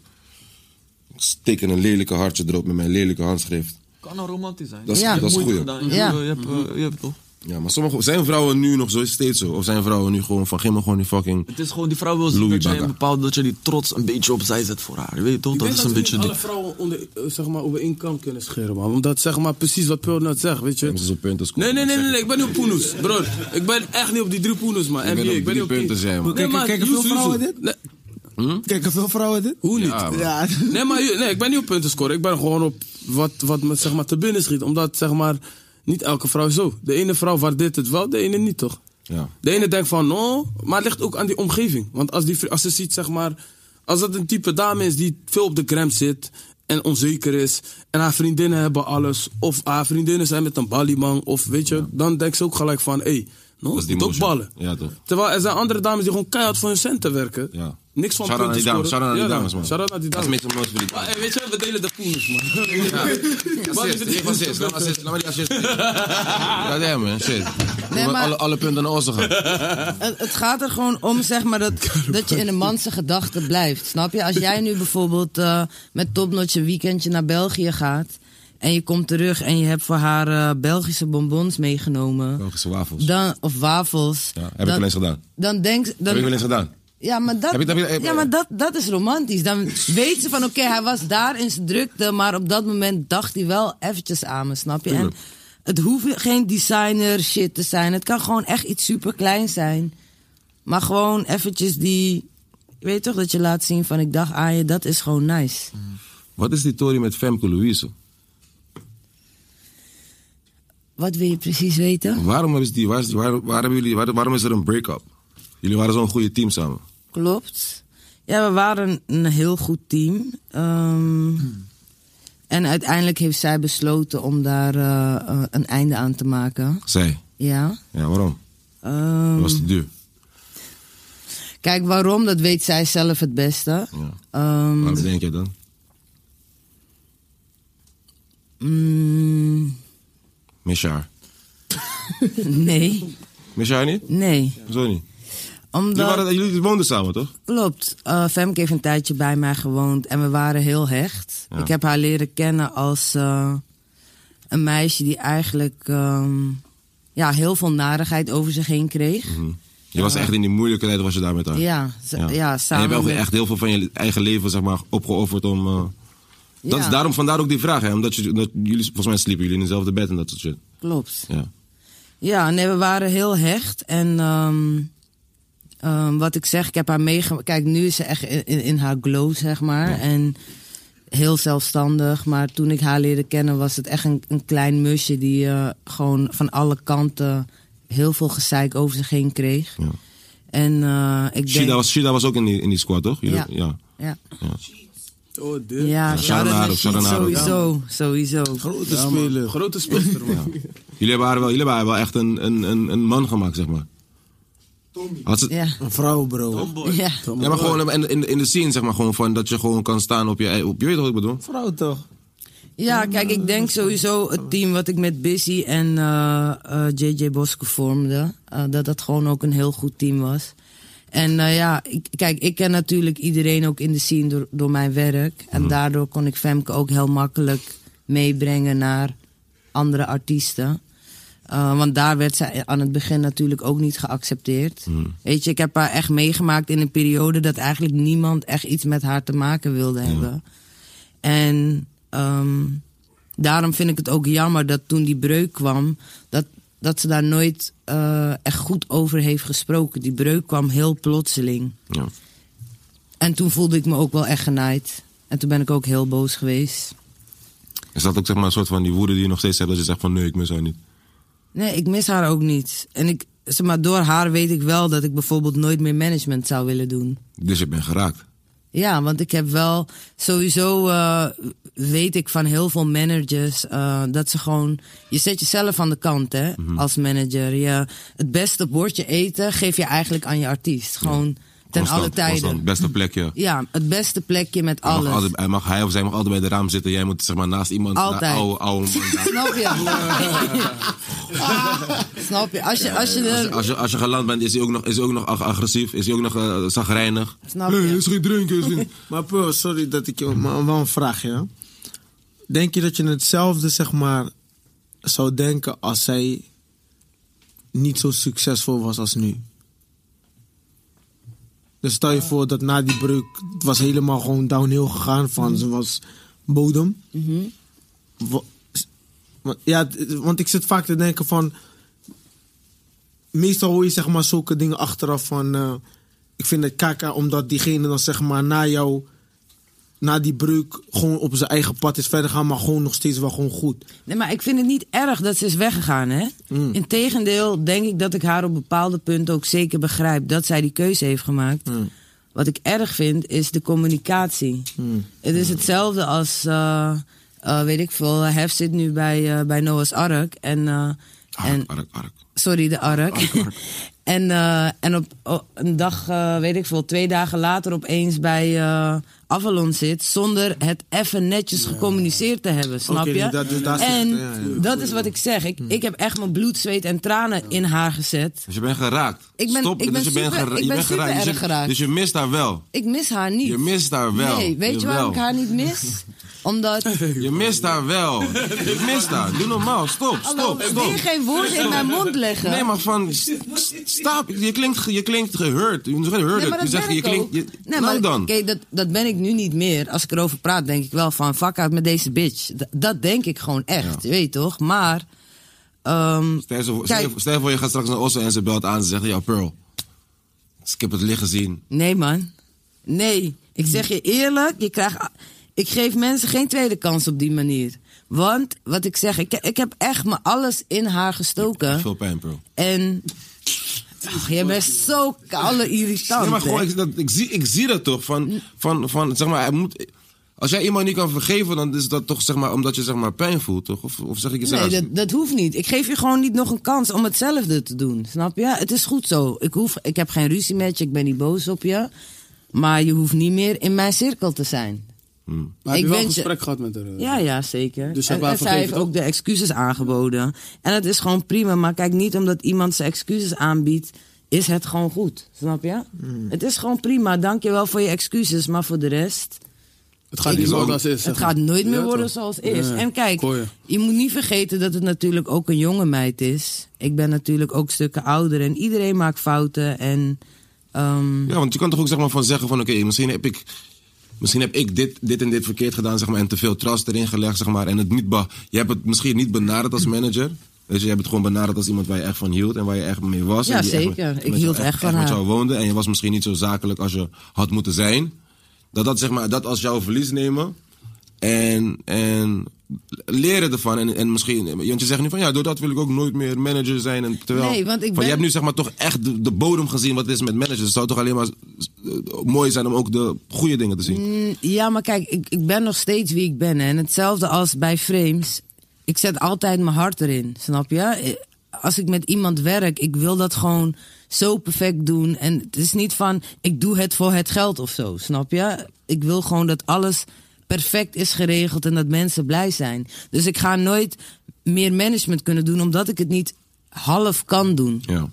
Ik steek een lelijke hartje erop met mijn lelijke handschrift. Kan nou romantisch zijn. Dat is, ja. dat is goed. Ja. Je hebt, uh, je hebt toch... Ja, maar sommige, zijn vrouwen nu nog zo, is het steeds zo? Of zijn vrouwen nu gewoon van, geef me gewoon die fucking... Het is gewoon, die vrouw wil zien dat je een bepaald, dat je die trots een beetje opzij zet voor haar. Je weet toch, ik dat is dat een beetje... Ik denk dat alle vrouwen onder, zeg maar, over één kam kunnen scheren, man. Omdat, zeg maar, precies wat Pearl net zegt, weet je. Ja, zo punten nee, nee, nee, nee, nee, ik ben niet op poenus, bro. Ik ben echt niet op die drie poenus, man. Ik ben op, ik ben niet op punten zijn, man. Nee, maar, kijken veel vrouwen dit? Nee. Hm? Kijken veel vrouwen dit? Hoe niet? Ja, ja. Nee, maar nee, ik ben niet op punten scoren. Ik ben gewoon op wat, wat me, zeg maar, te binnen schiet. Omdat, zeg maar... Niet elke vrouw is zo. De ene vrouw waardeert het wel, de ene niet, toch? Ja. De ene denkt van, no, maar het ligt ook aan die omgeving. Want als, die, als ze ziet, zeg maar... Als dat een type dame is die veel op de gram zit... en onzeker is... en haar vriendinnen hebben alles... of haar vriendinnen zijn met een ballyman... of weet je, ja. dan denkt ze ook gelijk van... hé, hey, no, het moet ook ballen. Ja, toch. Terwijl er zijn andere dames die gewoon keihard voor hun centen werken... Ja. Niks van shout punten scoren. Shout-out naar die ja, dames, man. Shout-out naar die dames. Dat is meestal nooit voor die dames. Hey, weet je, we delen de poeners, man. Ja. Assist, geef assist. Laat assist. Laat maar die assist. Ja, damn, man. Shit. Nee, maar... alle, alle punten naar ons gaan. Het, het gaat er gewoon om, zeg maar, dat, dat je in een manse gedachte blijft. Snap je? Als jij nu bijvoorbeeld uh, met Topnotch een weekendje naar België gaat... en je komt terug en je hebt voor haar uh, Belgische bonbons meegenomen... Belgische wafels. Dan, of wafels. Ja, heb dan, ik wel eens gedaan. Dan denk, dan, heb ik wel eens gedaan. Ja, maar dat, je, heb je, heb je, ja, maar dat, dat is romantisch. Dan weet ze van, oké, okay, hij was daar in zijn drukte... maar op dat moment dacht hij wel eventjes aan me, snap je? En het hoeft geen designer shit te zijn. Het kan gewoon echt iets super kleins zijn. Maar gewoon eventjes die... Weet je toch, dat je laat zien van, ik dacht aan je, dat is gewoon nice. Wat is die tory met Femke Louise? Wat wil je precies weten? Waarom, is die, waar, waar, waar hebben jullie, waar, waarom is er een break-up? Jullie waren zo'n goede team samen. Klopt. Ja, we waren een heel goed team. Um, hmm. En uiteindelijk heeft zij besloten om daar uh, een einde aan te maken. Zij? Ja. Ja, waarom? Um, dat was te duur. Kijk, waarom, dat weet zij zelf het beste. Ja. Um, waarom denk je dan? Mm, Mis je haar? Nee. Mis je haar niet? Nee. Hoezo niet? Omdat... Jullie, waren, jullie woonden samen, toch? Klopt. Uh, Femke heeft een tijdje bij mij gewoond en we waren heel hecht. Ja. Ik heb haar leren kennen als uh, een meisje die eigenlijk um, ja, heel veel narigheid over zich heen kreeg. Mm-hmm. Je was uh, echt in die moeilijke tijd, was je daar met haar? Ja, z- ja. ja samen. En je hebt ook met... echt heel veel van je eigen leven, zeg maar, opgeofferd om... Uh, dat ja. is daarom, vandaar ook die vraag, hè? Omdat je, dat, jullie, volgens mij sliepen jullie in dezelfde bed en dat soort shit. Klopt. Ja, ja nee, we waren heel hecht en... Um, Um, wat ik zeg, ik heb haar meegemaakt. Kijk, nu is ze echt in, in, in haar glow, zeg maar. Ja. En heel zelfstandig. Maar toen ik haar leerde kennen, was het echt een, een klein musje die uh, gewoon van alle kanten heel veel gezeik over zich heen kreeg. Ja. En uh, ik Shida, denk... was, Shida was ook in die, in die squad, toch? Ja. Ja. Ja. ja. Oh, dit. Ja, Sharon sowieso, sowieso. Grote ja, speler. Grote speler, man. Ja. Jullie hebben haar wel, jullie hebben haar wel echt een, een, een, een man gemaakt, zeg maar. Had ze, Ja. Een vrouw, bro. Ja. ja, maar gewoon in, in, in de scene, zeg maar, gewoon van dat je gewoon kan staan op je... Op, je weet wat ik bedoel? Vrouw toch? Ja, kijk, ik denk sowieso het team wat ik met Busy en uh, uh, J J Bosco vormde, uh, dat dat gewoon ook een heel goed team was. En uh, ja, ik, kijk, ik ken natuurlijk iedereen ook in de scene door, door mijn werk. En Mhm. daardoor kon ik Femke ook heel makkelijk meebrengen naar andere artiesten. Uh, want daar werd zij aan het begin natuurlijk ook niet geaccepteerd. Mhm. Weet je, ik heb haar echt meegemaakt in een periode dat eigenlijk niemand echt iets met haar te maken wilde hebben. En um, daarom vind ik het ook jammer dat toen die breuk kwam, dat, dat ze daar nooit uh, echt goed over heeft gesproken. Die breuk kwam heel plotseling. Ja. En toen voelde ik me ook wel echt genaaid. En toen ben ik ook heel boos geweest. Is dat ook zeg maar een soort van die woede die je nog steeds hebt, dat je zegt van nee, ik mis haar niet? Nee, ik mis haar ook niet. En ik, zeg maar, door haar weet ik wel dat ik bijvoorbeeld nooit meer management zou willen doen. Dus je bent geraakt. Ja, want ik heb wel sowieso uh, weet ik van heel veel managers uh, dat ze gewoon, je zet jezelf aan de kant, hè, Mhm. als manager. Je, het beste bordje eten geef je eigenlijk aan je artiest. Gewoon ten Constant, alle tijden. constant. Beste plekje. Ja, het beste plekje met Hij mag, alles. altijd, hij, mag, hij of zij mag altijd bij de raam zitten. Jij moet zeg maar naast iemand. Altijd. Naar oude, oude man daar. Snap je? Snap je? Als je, als je, Als, er, je- als, je, als je geland bent, is hij ook nog, is hij ook nog ag- agressief. Is hij ook nog uh, zagrijnig. Snap Nee, je? is geen drinken. Is geen... Maar bro, sorry dat ik je... Maar wel een vraagje, hè. Denk je dat je hetzelfde, zeg maar, zou denken als zij niet zo succesvol was als nu? Dus stel je voor dat na die breuk, het was helemaal gewoon downhill gegaan van, ze was bodem. Wa- wa- Ja, het- want ik zit vaak te denken van, meestal hoor je zeg maar zulke dingen achteraf van, eh, ik vind het kaka omdat diegene dan zeg maar na jou, na die breuk gewoon op zijn eigen pad is verder gaan, maar gewoon nog steeds wel gewoon goed. Nee, maar ik vind het niet erg dat ze is weggegaan, hè? Mm. Integendeel denk ik dat ik haar op bepaalde punten ook zeker begrijp dat zij die keuze heeft gemaakt. Mm. Wat ik erg vind, is de communicatie. Mm. Het is hetzelfde als, uh, uh, weet ik veel, Hef zit nu bij, uh, bij Noah's Ark. En, uh, en, Ark, ark, ark. sorry, de Ark. en, uh, en op oh, een dag, uh, weet ik veel, twee dagen later opeens bij uh, Avalon zit, zonder het even netjes gecommuniceerd te hebben, snap Oké, je? dat- dus daar zit- en ja, ja. dat is wat ik zeg. Ik, ik heb echt mijn bloed, zweet en tranen in haar gezet. Dus je bent geraakt. Ik ben- Stop, ik ben dus je bent super- gera- ik je ben bent super geraakt. Dus je- erg geraakt. Dus je mist haar wel. Ik mis haar niet. Je mist haar wel. Nee, weet je Jawel. waarom ik haar niet mis? Omdat... Je mist haar wel. Je mist haar. Doe normaal. Stop, Hallo, stop, wil je stop. geen woord in mijn mond leggen? Nee, maar van... s- s- Stop. Je klinkt, je klinkt gehurt. Je bent gehurt. Nee, maar Je dat zegt, ben je ik klinkt... ook. Je, Nee, nou maar dan. kijk, dat, dat ben ik nu niet meer. Als ik erover praat, denk ik wel van... fuck uit met deze bitch. D- dat denk ik gewoon echt, je weet toch? Maar... ehm, Stel je voor- kijk, stel je- stel je voor, je gaat straks naar Osso en ze belt aan en ze zegt... Ja, Pearl. Ik heb het licht gezien. nee, man. Nee. Ik zeg je eerlijk, je krijgt... Ik geef mensen geen tweede kans op die manier. Want, wat ik zeg, ik, ik heb echt me alles in haar gestoken. Veel pijn, Pearl. En... Ach, je bent zo koude irritant. Nee, maar gewoon, hè. ik, dat, ik, zie, ik zie dat toch. Van, van, van, zeg maar, hij moet, als jij iemand niet kan vergeven, dan is dat toch zeg maar, omdat je zeg maar, pijn voelt, toch? Of, of zeg ik iets Nee, raars? dat, dat hoeft niet. Ik geef je gewoon niet nog een kans om hetzelfde te doen. Snap je? Het is goed zo. Ik, hoef, ik heb geen ruzie met je, ik ben niet boos op je. Maar je hoeft niet meer in mijn cirkel te zijn. Hmm. Maar heb Ik je wel een wens je- gesprek gehad met haar? eh? Ja, ja, zeker. Dus je hebt en haar en zij heeft vergeven, ook de excuses aangeboden. En het is gewoon prima. Maar kijk, niet omdat iemand zijn excuses aanbiedt, is het gewoon goed. Snap je? Het is gewoon prima. Dank je wel voor je excuses. Maar voor de rest... Het gaat Ik- niet worden als is. Het gaat nooit meer worden zoals eerst. En kijk, je moet niet vergeten dat het natuurlijk ook een jonge meid is. Ik ben natuurlijk ook stukken ouder en iedereen maakt fouten. En, ehm, Ja, want je kan toch ook zeg maar, van zeggen van... Oké, misschien heb ik... Misschien heb ik dit, dit en dit verkeerd gedaan, zeg maar, en te veel trust erin gelegd, zeg maar. En het niet be, je hebt het misschien niet benaderd als manager. Weet je, je hebt het gewoon benaderd als iemand waar je echt van hield en waar je echt mee was. Ja, en die echt zeker. met- Ik met hield jou echt van met haar. jou woonde. En je was misschien niet zo zakelijk als je had moeten zijn. Dat dat, zeg maar, dat als jouw verlies nemen. En, en leren ervan. En, en misschien, want je zegt nu van ja, door dat wil ik ook nooit meer manager zijn. En terwijl, Nee, want ik van, ben- je hebt nu zeg maar toch echt de, de bodem gezien wat het is met managers. Het zou toch alleen maar uh, mooi zijn om ook de goede dingen te zien. mm, ja, maar kijk, ik, ik ben nog steeds wie ik ben. Hè. En hetzelfde als bij Frames. Ik zet altijd mijn hart erin, snap je? als ik met iemand werk, ik wil dat gewoon zo perfect doen. En het is niet van, ik doe het voor het geld of zo, snap je? Ik wil gewoon dat alles perfect is geregeld en dat mensen blij zijn. Dus ik ga nooit meer management kunnen doen, omdat ik het niet half kan doen. Ja.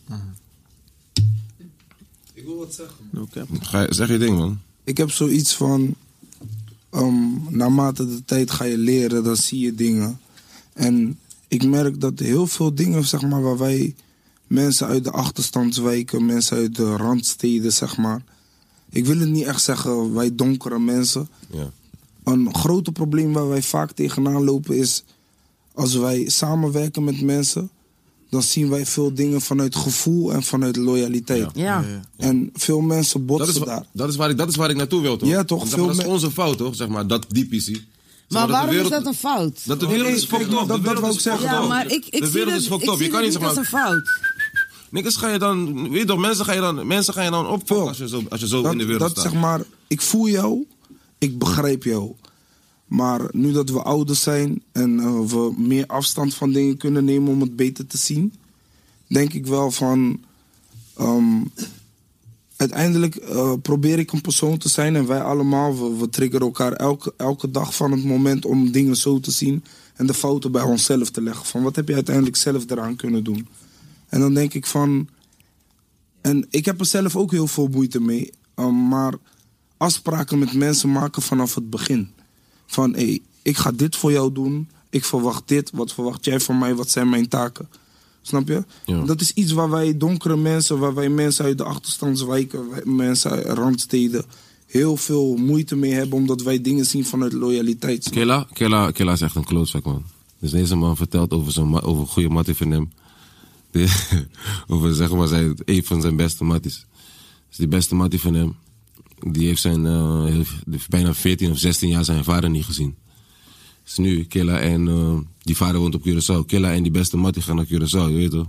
Ik wil wat zeggen. Okay. Ga je, zeg je ding, man. Ik heb zoiets van, um, naarmate de tijd ga je leren, dan zie je dingen. En ik merk dat heel veel dingen, zeg maar, waar wij mensen uit de achterstandswijken, mensen uit de randsteden, zeg maar. Ik wil het niet echt zeggen, wij donkere mensen. Ja. Een grote probleem waar wij vaak tegenaan lopen is, als wij samenwerken met mensen, dan zien wij veel dingen vanuit gevoel en vanuit loyaliteit. Ja. Ja. En veel mensen Dat botsen is, wa- daar. dat, is waar ik, dat is waar ik naartoe wil, toch? Ja, toch? Want, zeg Veel maar, dat is me- onze fout, toch? Zeg maar, dat die P C. Maar waarom is dat een fout? Dat de wereld is fucked up. dat- De dat wereld wou is ik zeggen. fucked Ja, up. maar ik, ik De zie wereld het, is fucked ik up. Je zie kan het niet, niet zeg als maar... een fout. Niks ga je dan... Weet je toch, mensen ga je dan, mensen ga je dan opvallen als je zo, als je zo Dat, in de wereld dat staat. zeg maar, ik voel jou, ik begrijp jou. Maar nu dat we ouder zijn en uh, we meer afstand van dingen kunnen nemen om het beter te zien, denk ik wel van, um, uiteindelijk uh, probeer ik een persoon te zijn en wij allemaal, we, we triggeren elkaar elke, elke dag van het moment om dingen zo te zien en de fouten bij onszelf te leggen. Van wat heb je uiteindelijk zelf eraan kunnen doen? En dan denk ik van, en ik heb er zelf ook heel veel moeite mee, um, maar afspraken met mensen maken vanaf het begin. Van, hé, hey, ik ga dit voor jou doen. Ik verwacht dit. Wat verwacht jij van mij? Wat zijn mijn taken? Snap je? Ja. Dat is iets waar wij donkere mensen, waar wij mensen uit de achterstandswijken, wij- mensen uit randsteden, heel veel moeite mee hebben, omdat wij dingen zien vanuit loyaliteit. snap je? Killa, Killa, Killa is echt een klootzak, man. Dus deze man vertelt over, zijn ma- over een goede mattie van hem. Die, over, zeg maar, zijn, een van zijn beste matties. Dus die beste mattie van hem, die heeft zijn uh, heeft bijna veertien of zestien jaar zijn vader niet gezien. Dus nu, Killa en uh, die vader woont op Curaçao. Killa en die beste mattie gaan naar Curaçao, je weet toch?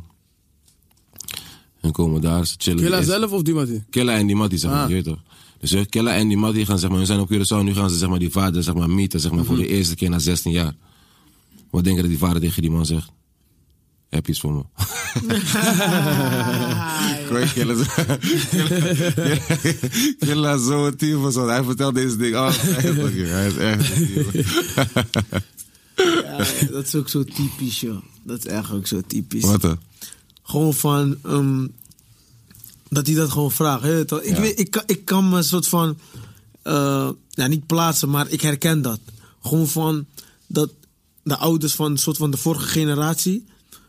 En komen daar, ze chillen. Killa Eerst- zelf of die Mattie? Killa en die mattie, zeg maar, Ah. je weet toch? Dus uh, Killa en die mattie gaan, zeg maar, hun zijn op Curaçao. Nu gaan ze, zeg maar, die vader, zeg maar, meeten, zeg maar, voor de eerste keer na zestien jaar. Wat denk je dat die vader tegen die man zegt? Heb je iets voor me? Kijk, Killa zo- Killa is zo'n team of zo. Hij vertelt deze ding. Oh, hij is echt een team. Ja, dat is ook zo typisch, joh. Dat is echt ook zo typisch. Wat dan? Gewoon van, um, dat hij dat gewoon vraagt. Hè? Ik, Ja. weet, ik, kan- ik kan me een soort van, uh, ja, niet plaatsen, maar ik herken dat. Gewoon van, dat de ouders van een soort van de vorige generatie,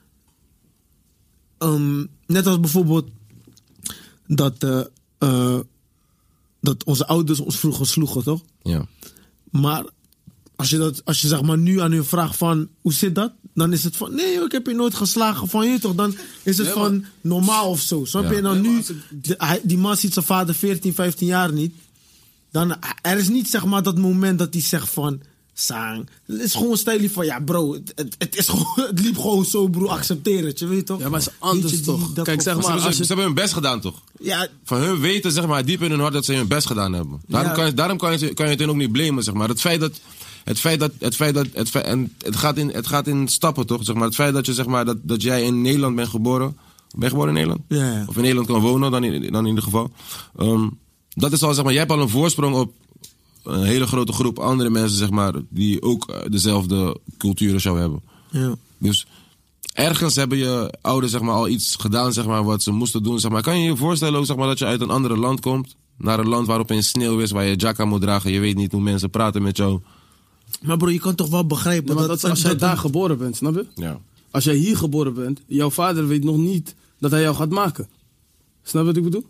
um, net als bijvoorbeeld dat, uh, uh, dat onze ouders ons vroeger sloegen, toch? Ja. Maar als je, dat, als je zeg maar nu aan hun vraagt van, hoe zit dat? Dan is het van, nee joh, ik heb je nooit geslagen van je toch? Dan is het Nee, van normaal of zo. Snap Ja. je? En dan Nee, maar nu, als ik- de- hij- die man ziet zijn vader veertien, vijftien jaar niet. Dan, er is niet zeg maar dat moment dat hij zegt van, Sang. Het is gewoon stijl van, ja bro, het, het, het is gewoon, het liep gewoon zo bro, accepteer het, je weet toch? Ja, maar het is Weet anders je, die- toch? dat Kijk, zeg gevoel- Maar maar, ze, als ze je... hebben hun best gedaan, toch? Ja, Van hun weten, zeg maar, diep in hun hart dat ze hun best gedaan hebben. Daarom, Ja. kan, je, daarom kan, je, kan je het hun ook niet blamen, zeg maar. Het feit dat... Het feit dat... Het feit dat het, feit, en het, gaat in, het gaat in stappen, toch? Zeg maar. Het feit dat, je, zeg maar, dat, dat jij in Nederland bent geboren... Ben je geboren in Nederland? Ja, ja. Of in Nederland kan wonen, dan in, dan in ieder geval. Um, dat is al, zeg maar... Jij hebt al een voorsprong op een hele grote groep andere mensen, zeg maar... Die ook eh, dezelfde cultuur als jou hebben. ja. Dus... Ergens hebben je ouders, zeg maar, al iets gedaan, zeg maar, wat ze moesten doen. Zeg maar. Kan je je voorstellen ook, zeg maar, dat je uit een ander land komt? Naar een land waar opeens sneeuw is, waar je jacka moet dragen. Je weet niet hoe mensen praten met jou. Maar bro, je kan toch wel begrijpen Nee, maar dat, dat is als jij dat- daar geboren bent, snap je? Ja. Als jij hier geboren bent, jouw vader weet nog niet dat hij jou gaat maken. Snap je wat ik bedoel?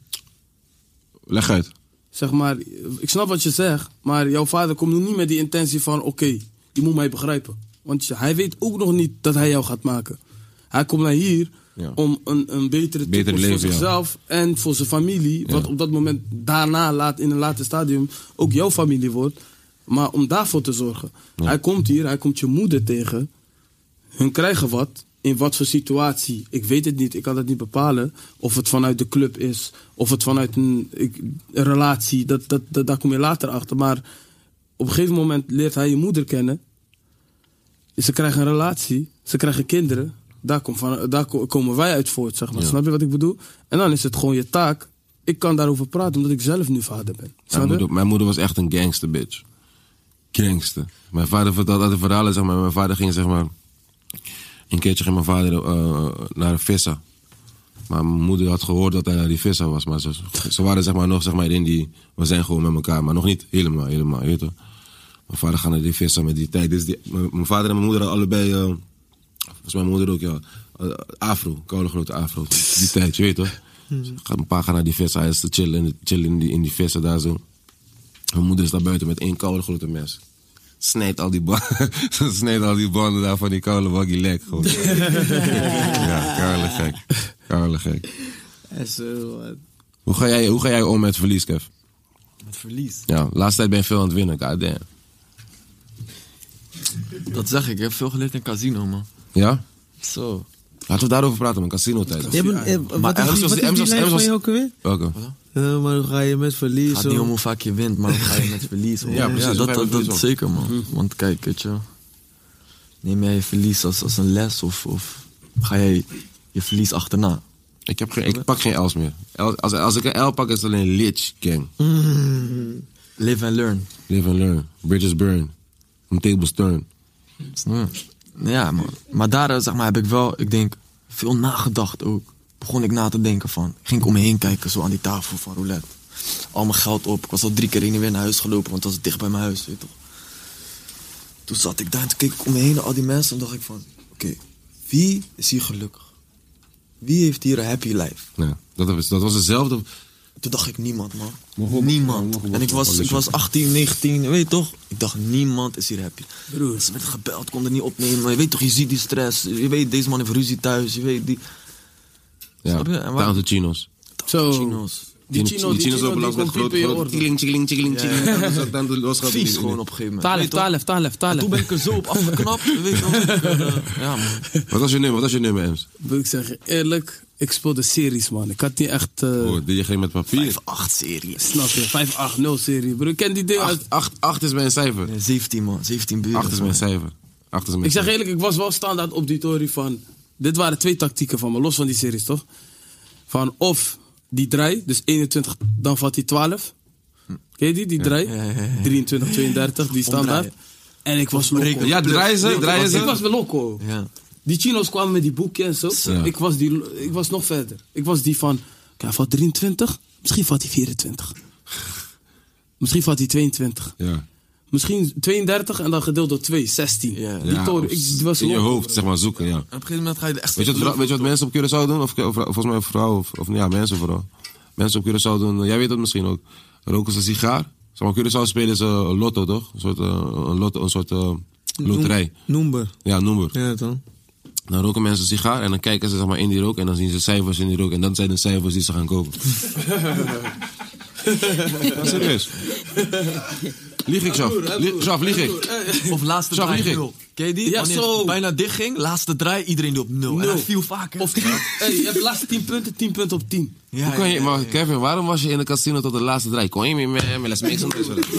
Leg uit. Zeg maar, ik snap wat je zegt, maar jouw vader komt nog niet met die intentie van, oké, je moet mij begrijpen. Want hij weet ook nog niet dat hij jou gaat maken. Hij komt naar hier Ja. om een, een betere Beter toekomst leven, voor ja. zichzelf en voor zijn familie. Wat Ja. op dat moment daarna, laat, in een later stadium, ook jouw familie wordt. Maar om daarvoor te zorgen. Ja. Hij komt hier, hij komt je moeder tegen. Hun krijgen wat. In wat voor situatie? Ik weet het niet, ik kan het niet bepalen. Of het vanuit de club is, of het vanuit een, ik, een relatie. Dat, dat, dat, daar kom je later achter. Maar op een gegeven moment leert hij je moeder kennen. Ze krijgen een relatie, ze krijgen kinderen. Daar, komt van, daar ko- komen wij uit voort, zeg maar. Ja. Snap je wat ik bedoel? En dan is het gewoon je taak. Ik kan daarover praten, omdat ik zelf nu vader ben. Snap Mijn je? moeder, mijn moeder was echt een gangster, bitch. Gangster. Mijn vader vertelde altijd verhalen, zeg maar. Mijn vader ging, zeg maar... Een keertje ging mijn vader uh, naar een vissa. Maar mijn moeder had gehoord dat hij naar die vissa was. Maar ze, ze waren, zeg maar, nog, zeg maar, in die... We zijn gewoon met elkaar, maar nog niet helemaal, helemaal, je weet toch? Mijn vader gaat naar die vissa met die tijd. Dus die, mijn, mijn vader en mijn moeder hadden allebei... Uh, volgens mijn moeder ook, ja. Uh, afro, koude grote afro. Die, die tijd, je weet toch? Mijn pa gaat naar die vissa, hij is te chillen, in, chillen in, die, in die vissa daar zo. Mijn moeder is daar buiten met één koude grote mes. Snijdt al die banden, snijdt al die banden daar van die koude waggy leg gewoon. Ja, koude gek. Koude gek. En zo, wat. Hoe ga jij, hoe ga jij om met verlies, Kev? Met verlies. Ja, de laatste tijd ben je veel aan het winnen, god damn. Dat zeg ik, ik heb veel geleerd in casino, man. Ja? Zo. Laten we daarover praten, man. Casino-tijd. Ja, maar, eh, Maar wat is Ems die, was- wat is Ems die was- lijn Ems van was- je ook alweer? Welke? Ja, maar dan ga je met verlies. Het gaat niet om hoe vaak je wint, maar hoe ga je met verlies om. Ja, precies, hoe dat, ga je met dat, dat verlies om? zeker, man. Want kijk, weet je, neem jij je verlies als, als een les of, of ga jij je verlies achterna? Ik, heb geen, ik pak geen L's meer. L- als, als ik een L pak, is het alleen Lich Gang. Live and learn. Live and learn. Bridges burn. When tables turn. Ja. Ja, man. Maar daar, eh, zeg maar, heb ik wel, ik denk, veel nagedacht ook. Begon ik na te denken van, ging ik om me heen kijken, zo aan die tafel van roulette. Al mijn geld op. Ik was al drie keer heen en weer naar huis gelopen, want het was dicht bij mijn huis, weet je toch. Toen zat ik daar en toen keek ik om me heen naar al die mensen en dacht ik van, oké, wie is hier gelukkig? Wie heeft hier een happy life? Ja, dat, was, dat was hetzelfde. Toen dacht ik, niemand, man. Nog op- Niemand. nog op- En ik was, ik was achttien, negentien, weet je toch? Ik dacht, niemand is hier happy. Broer. Ze werden gebeld, konden niet opnemen. Je weet toch, je ziet die stress. Je weet, deze man heeft ruzie thuis. Je weet, die... Ja, Snap je? En waar- down to chinos. Zo. Chino's. Die chino, die chino, die komt diep in je oor. Chilling, chilling, chilling, chilling. Dan is het dan de losgaan. Vies gewoon op een gegeven moment. Talef, Weet je toch? talef, talef, En talef. toen ben ik er zo op afgeknapt. Weet je wel, ik, eh, ja, man. Wat was je nummer? Wat was je nummer, Ems? Wil ik zeggen, eerlijk, ik speelde series, man. Ik had niet echt... eh, Oh, die je ging met papier. vijf acht serie. Snap je? vijf acht nul serie. Bro, ik ken die dingen uit... acht, acht, acht is mijn cijfer. Ja, zeventien, man. zeventien buren. acht is mijn cijfer. acht is mijn Ik zeg cijfer. eerlijk, ik was wel standaard op die tory van... Dit waren twee tactieken van me, los van die series, toch? Van of die draai, dus eenentwintig, dan vat hij twaalf. Ken je die, die draai? ja, ja, ja. drieëntwintig, tweeëndertig, die standaard. Omdraaien. En ik was loco. Ja, draaien ze, draaien Ik was ze. wel loco. Ja. Die chino's kwamen met die boekje en zo. Ja. Ik, was die, ik was nog verder. Ik was die van, kijk, valt drieëntwintig, misschien valt hij vierentwintig. Misschien valt hij tweeëntwintig. Ja. Misschien tweeëndertig en dan gedeeld door twee, zestien. Ja. Die Ja, toren, of ik die was in je loco. hoofd, zeg maar, zoeken, ja. En op een gegeven moment ga je er echt... Weet je, wat, vrouw- weet je wat mensen op Curaçao doen? Of, of volgens mij vrouwen, of, of ja, mensen vooral. Mensen op Curaçao doen, jij weet dat misschien ook. Roken ze een sigaar. Zeg maar, Curaçao spelen ze een lotto, toch? Een soort, uh, een lotto, een soort uh, loterij. Noember. Ja, noemer. Ja, dan. Dan roken mensen een sigaar en dan kijken ze zeg maar, in die rook en dan zien ze cijfers in die rook. En dat zijn de cijfers die ze gaan kopen. Ja, serieus. Lieg ik, Sjaf? Lieg- Sjaf, lieg ik? Of laatste Zo, draai vlieg ik. nul. Ken je die? Ja, Wanneer zo. het bijna dicht ging, laatste draai, iedereen die op nul. En Nul. hij viel vaker. Of tien. Hey, je hebt de laatste tien punten, tien punten op tien. Ja, Hoe kan ja, je, ja, maar ja. Kevin, waarom was je in de casino tot de laatste draai? Kon je meer met me? Let's make some noise.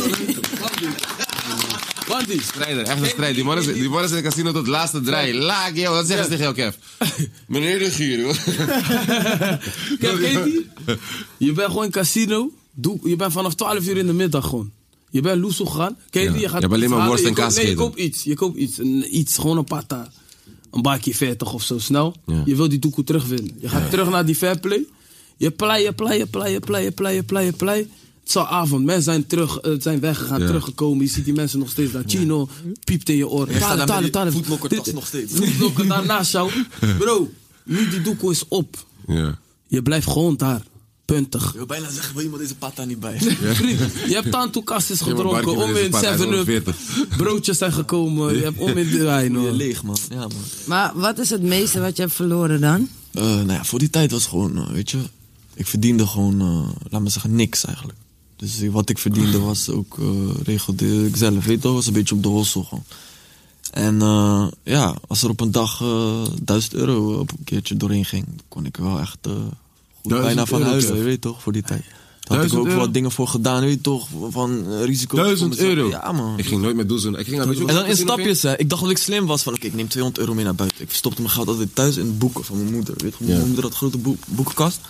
Want die. Strijder, echt een strijd. Die man is, die man is in de casino tot de laatste draai. Laak, joh. Wat zeggen ze tegen jou, Kev? Meneer de Gier, hoor. Kijk, weet je? Je bent gewoon in casino. Doe, je bent vanaf twaalf uur in de middag gewoon. Je bent loesoe gegaan. Ken je Ja. die? Je gaat Je hebt alleen iets maar halen. worst en Je koopt- kaas Nee, je gegeten. koopt iets. Je koopt iets. Een, iets. Gewoon een pata. Een bakje veertig of zo. Snel. Ja. Je wil die doekoe terugwinnen. Je gaat terug naar die fairplay. Je play, je play, je play, je play, je play, je play, je play. Het is al avond. Mensen zijn, terug, uh, zijn weggegaan, Ja. teruggekomen. Je ziet die mensen nog steeds daar. Chino piept in je oor. Je staat Talen, daar talen, met die talen. voetblokkertas Dit- nog steeds. Voetblokker daarnaast jou. Bro, nu die doekoe is op. Ja. Je blijft gewoon daar. Puntig. Ik wil bijna zeggen, wil iemand deze pata niet bij? Vriend, je hebt tantoekastes maar gedronken, Barkie met om deze in pat, hij is seven up, honderdveertig. broodjes zijn gekomen, je hebt om in de wijn Je hoor. leeg, man. Ja, man. Maar wat is het meeste wat je hebt verloren dan? Eh, nou ja, voor die tijd was gewoon, eh, weet je, ik verdiende gewoon, eh, laat me zeggen, niks eigenlijk. Dus wat ik verdiende was ook, uh, regelde ik zelf, weet je toch, was een beetje op de hossel gewoon. En uh, ja, als er op een dag uh, duizend euro op een keertje doorheen ging, kon ik wel echt uh, goed Duizend bijna van euro, huilen, Kev. je weet toch, voor die tijd. Daar had ik Duizend ook euro? wat dingen voor gedaan, weet je toch? Van uh, risico. Duizend euro? Ja, man. Ik ging nooit met doezoen. Ik ging naar, weet je En hoe dan in ik naar stapjes, hè. Ik dacht dat ik slim was van, oké, okay, ik neem tweehonderd euro mee naar buiten. Ik stopte mijn geld altijd thuis in de boeken van mijn moeder. Weet je, mijn Ja. moeder had een grote boek, boekenkast.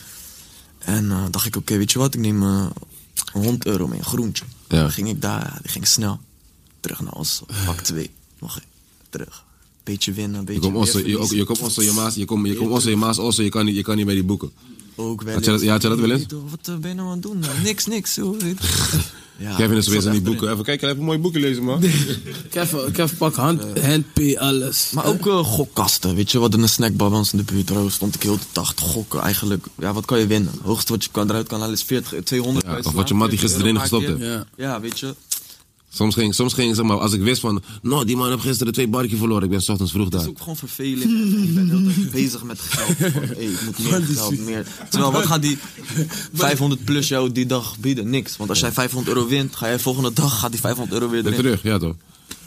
En uh, dacht ik, oké, okay, weet je wat? Ik neem uh, honderd euro mee, een groentje. Ja. Dan ging ik daar, die ging snel. Terug naar Oslo, pak twee. Nog één, terug. Beetje winnen, Je beetje komt weer Osso, je, verliezen. je komt Osso, je maas, je komt je komt Osso, je maas Osso, je kan niet, je kan niet bij die boeken. Ook wel Had je dat- ja, had je dat wel eens? Weet je, Wat uh, ben je nou aan het doen? Uh, niks, niks. Zo, weet je. Ja, Kevin is ik weer zat aan die echt boeken. Even kijken, even een mooi boekje lezen, man. Kev, Kev pak hand, handpay, alles. Maar ook uh, gokkasten, weet je, wat in een snackbar bij ons in de buurt. Daar stond ik heel de dag te gokken eigenlijk. Ja, wat kan je winnen? Het hoogste wat je kan, eruit kan halen is veertig, tweehonderd. Ja, of wat je mattie gisteren erin gestopt hebt. Ja. Ja, weet je. Soms ging, soms ging zeg maar, als ik wist van, nou, die man heeft gisteren twee barkje verloren. Ik ben 's ochtends vroeg Het is daar. ook gewoon vervelend. En je bent heel de tijd bezig met geld. Van, hey, ik moet meer geld, meer. Terwijl, wat gaat die vijfhonderd plus jou die dag bieden? Niks. Want als jij vijfhonderd euro wint, ga jij volgende dag gaat die vijfhonderd euro weer Ben erin. terug, ja toch?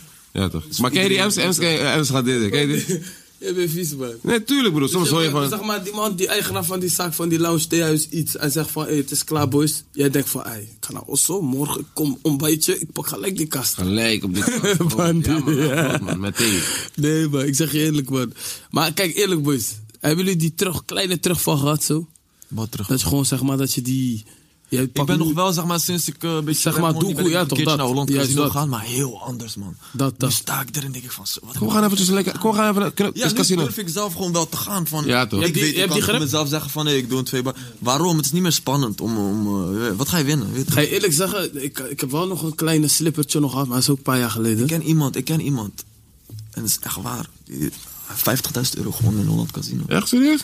Ja toch? Maar ken je die M's? M's, M's gaat dit, ken je die? Je bent vies, man. Nee, tuurlijk broer. Soms hoor je van... Zeg maar, die man, die eigenaar van die zaak, van die lounge theehuis iets. Hij zegt van, hey, het is klaar boys. Jij denkt van, hey, ik ga naar Oslo, morgen ik kom ontbijtje, ik pak gelijk die kast. Gelijk op dit kast. Man, Ja man, ja. God, man, meteen. Nee man, ik zeg je eerlijk man. Maar kijk, eerlijk boys. Hebben jullie die terug, kleine terugval gehad zo? Wat terug. Dat je gewoon zeg maar, dat je die... Je Ik pakt ben nu- nog wel, zeg maar, sinds ik uh, een beetje... Zeg rap maar, won, die doekoe, ben ik ja, een toch, keertje dat. naar Holland Juist Casino dat. gegaan, maar heel anders, man. Dat, Nu dat. sta ik er en denk ik van... zo, Wat Kom, we gaan eventjes lekker... Kom, we gaan even naar... kunnen- Ja, is nu casino. durf ik zelf gewoon wel te gaan van... Ja, toch. Ik Je hebt die- weet, je ik hebt kan die voor grip? mezelf zeggen van, nee, ik doe een twee bar. Waarom? Het is niet meer spannend om... om uh, wat ga je winnen? Weet je? Ga je eerlijk zeggen, ik, ik heb wel nog een kleine slippertje nog gehad, maar dat is ook een paar jaar geleden. Ik ken iemand, ik ken iemand. En dat is echt waar. Die- vijftigduizend euro gewoon in Holland Casino. Echt serieus?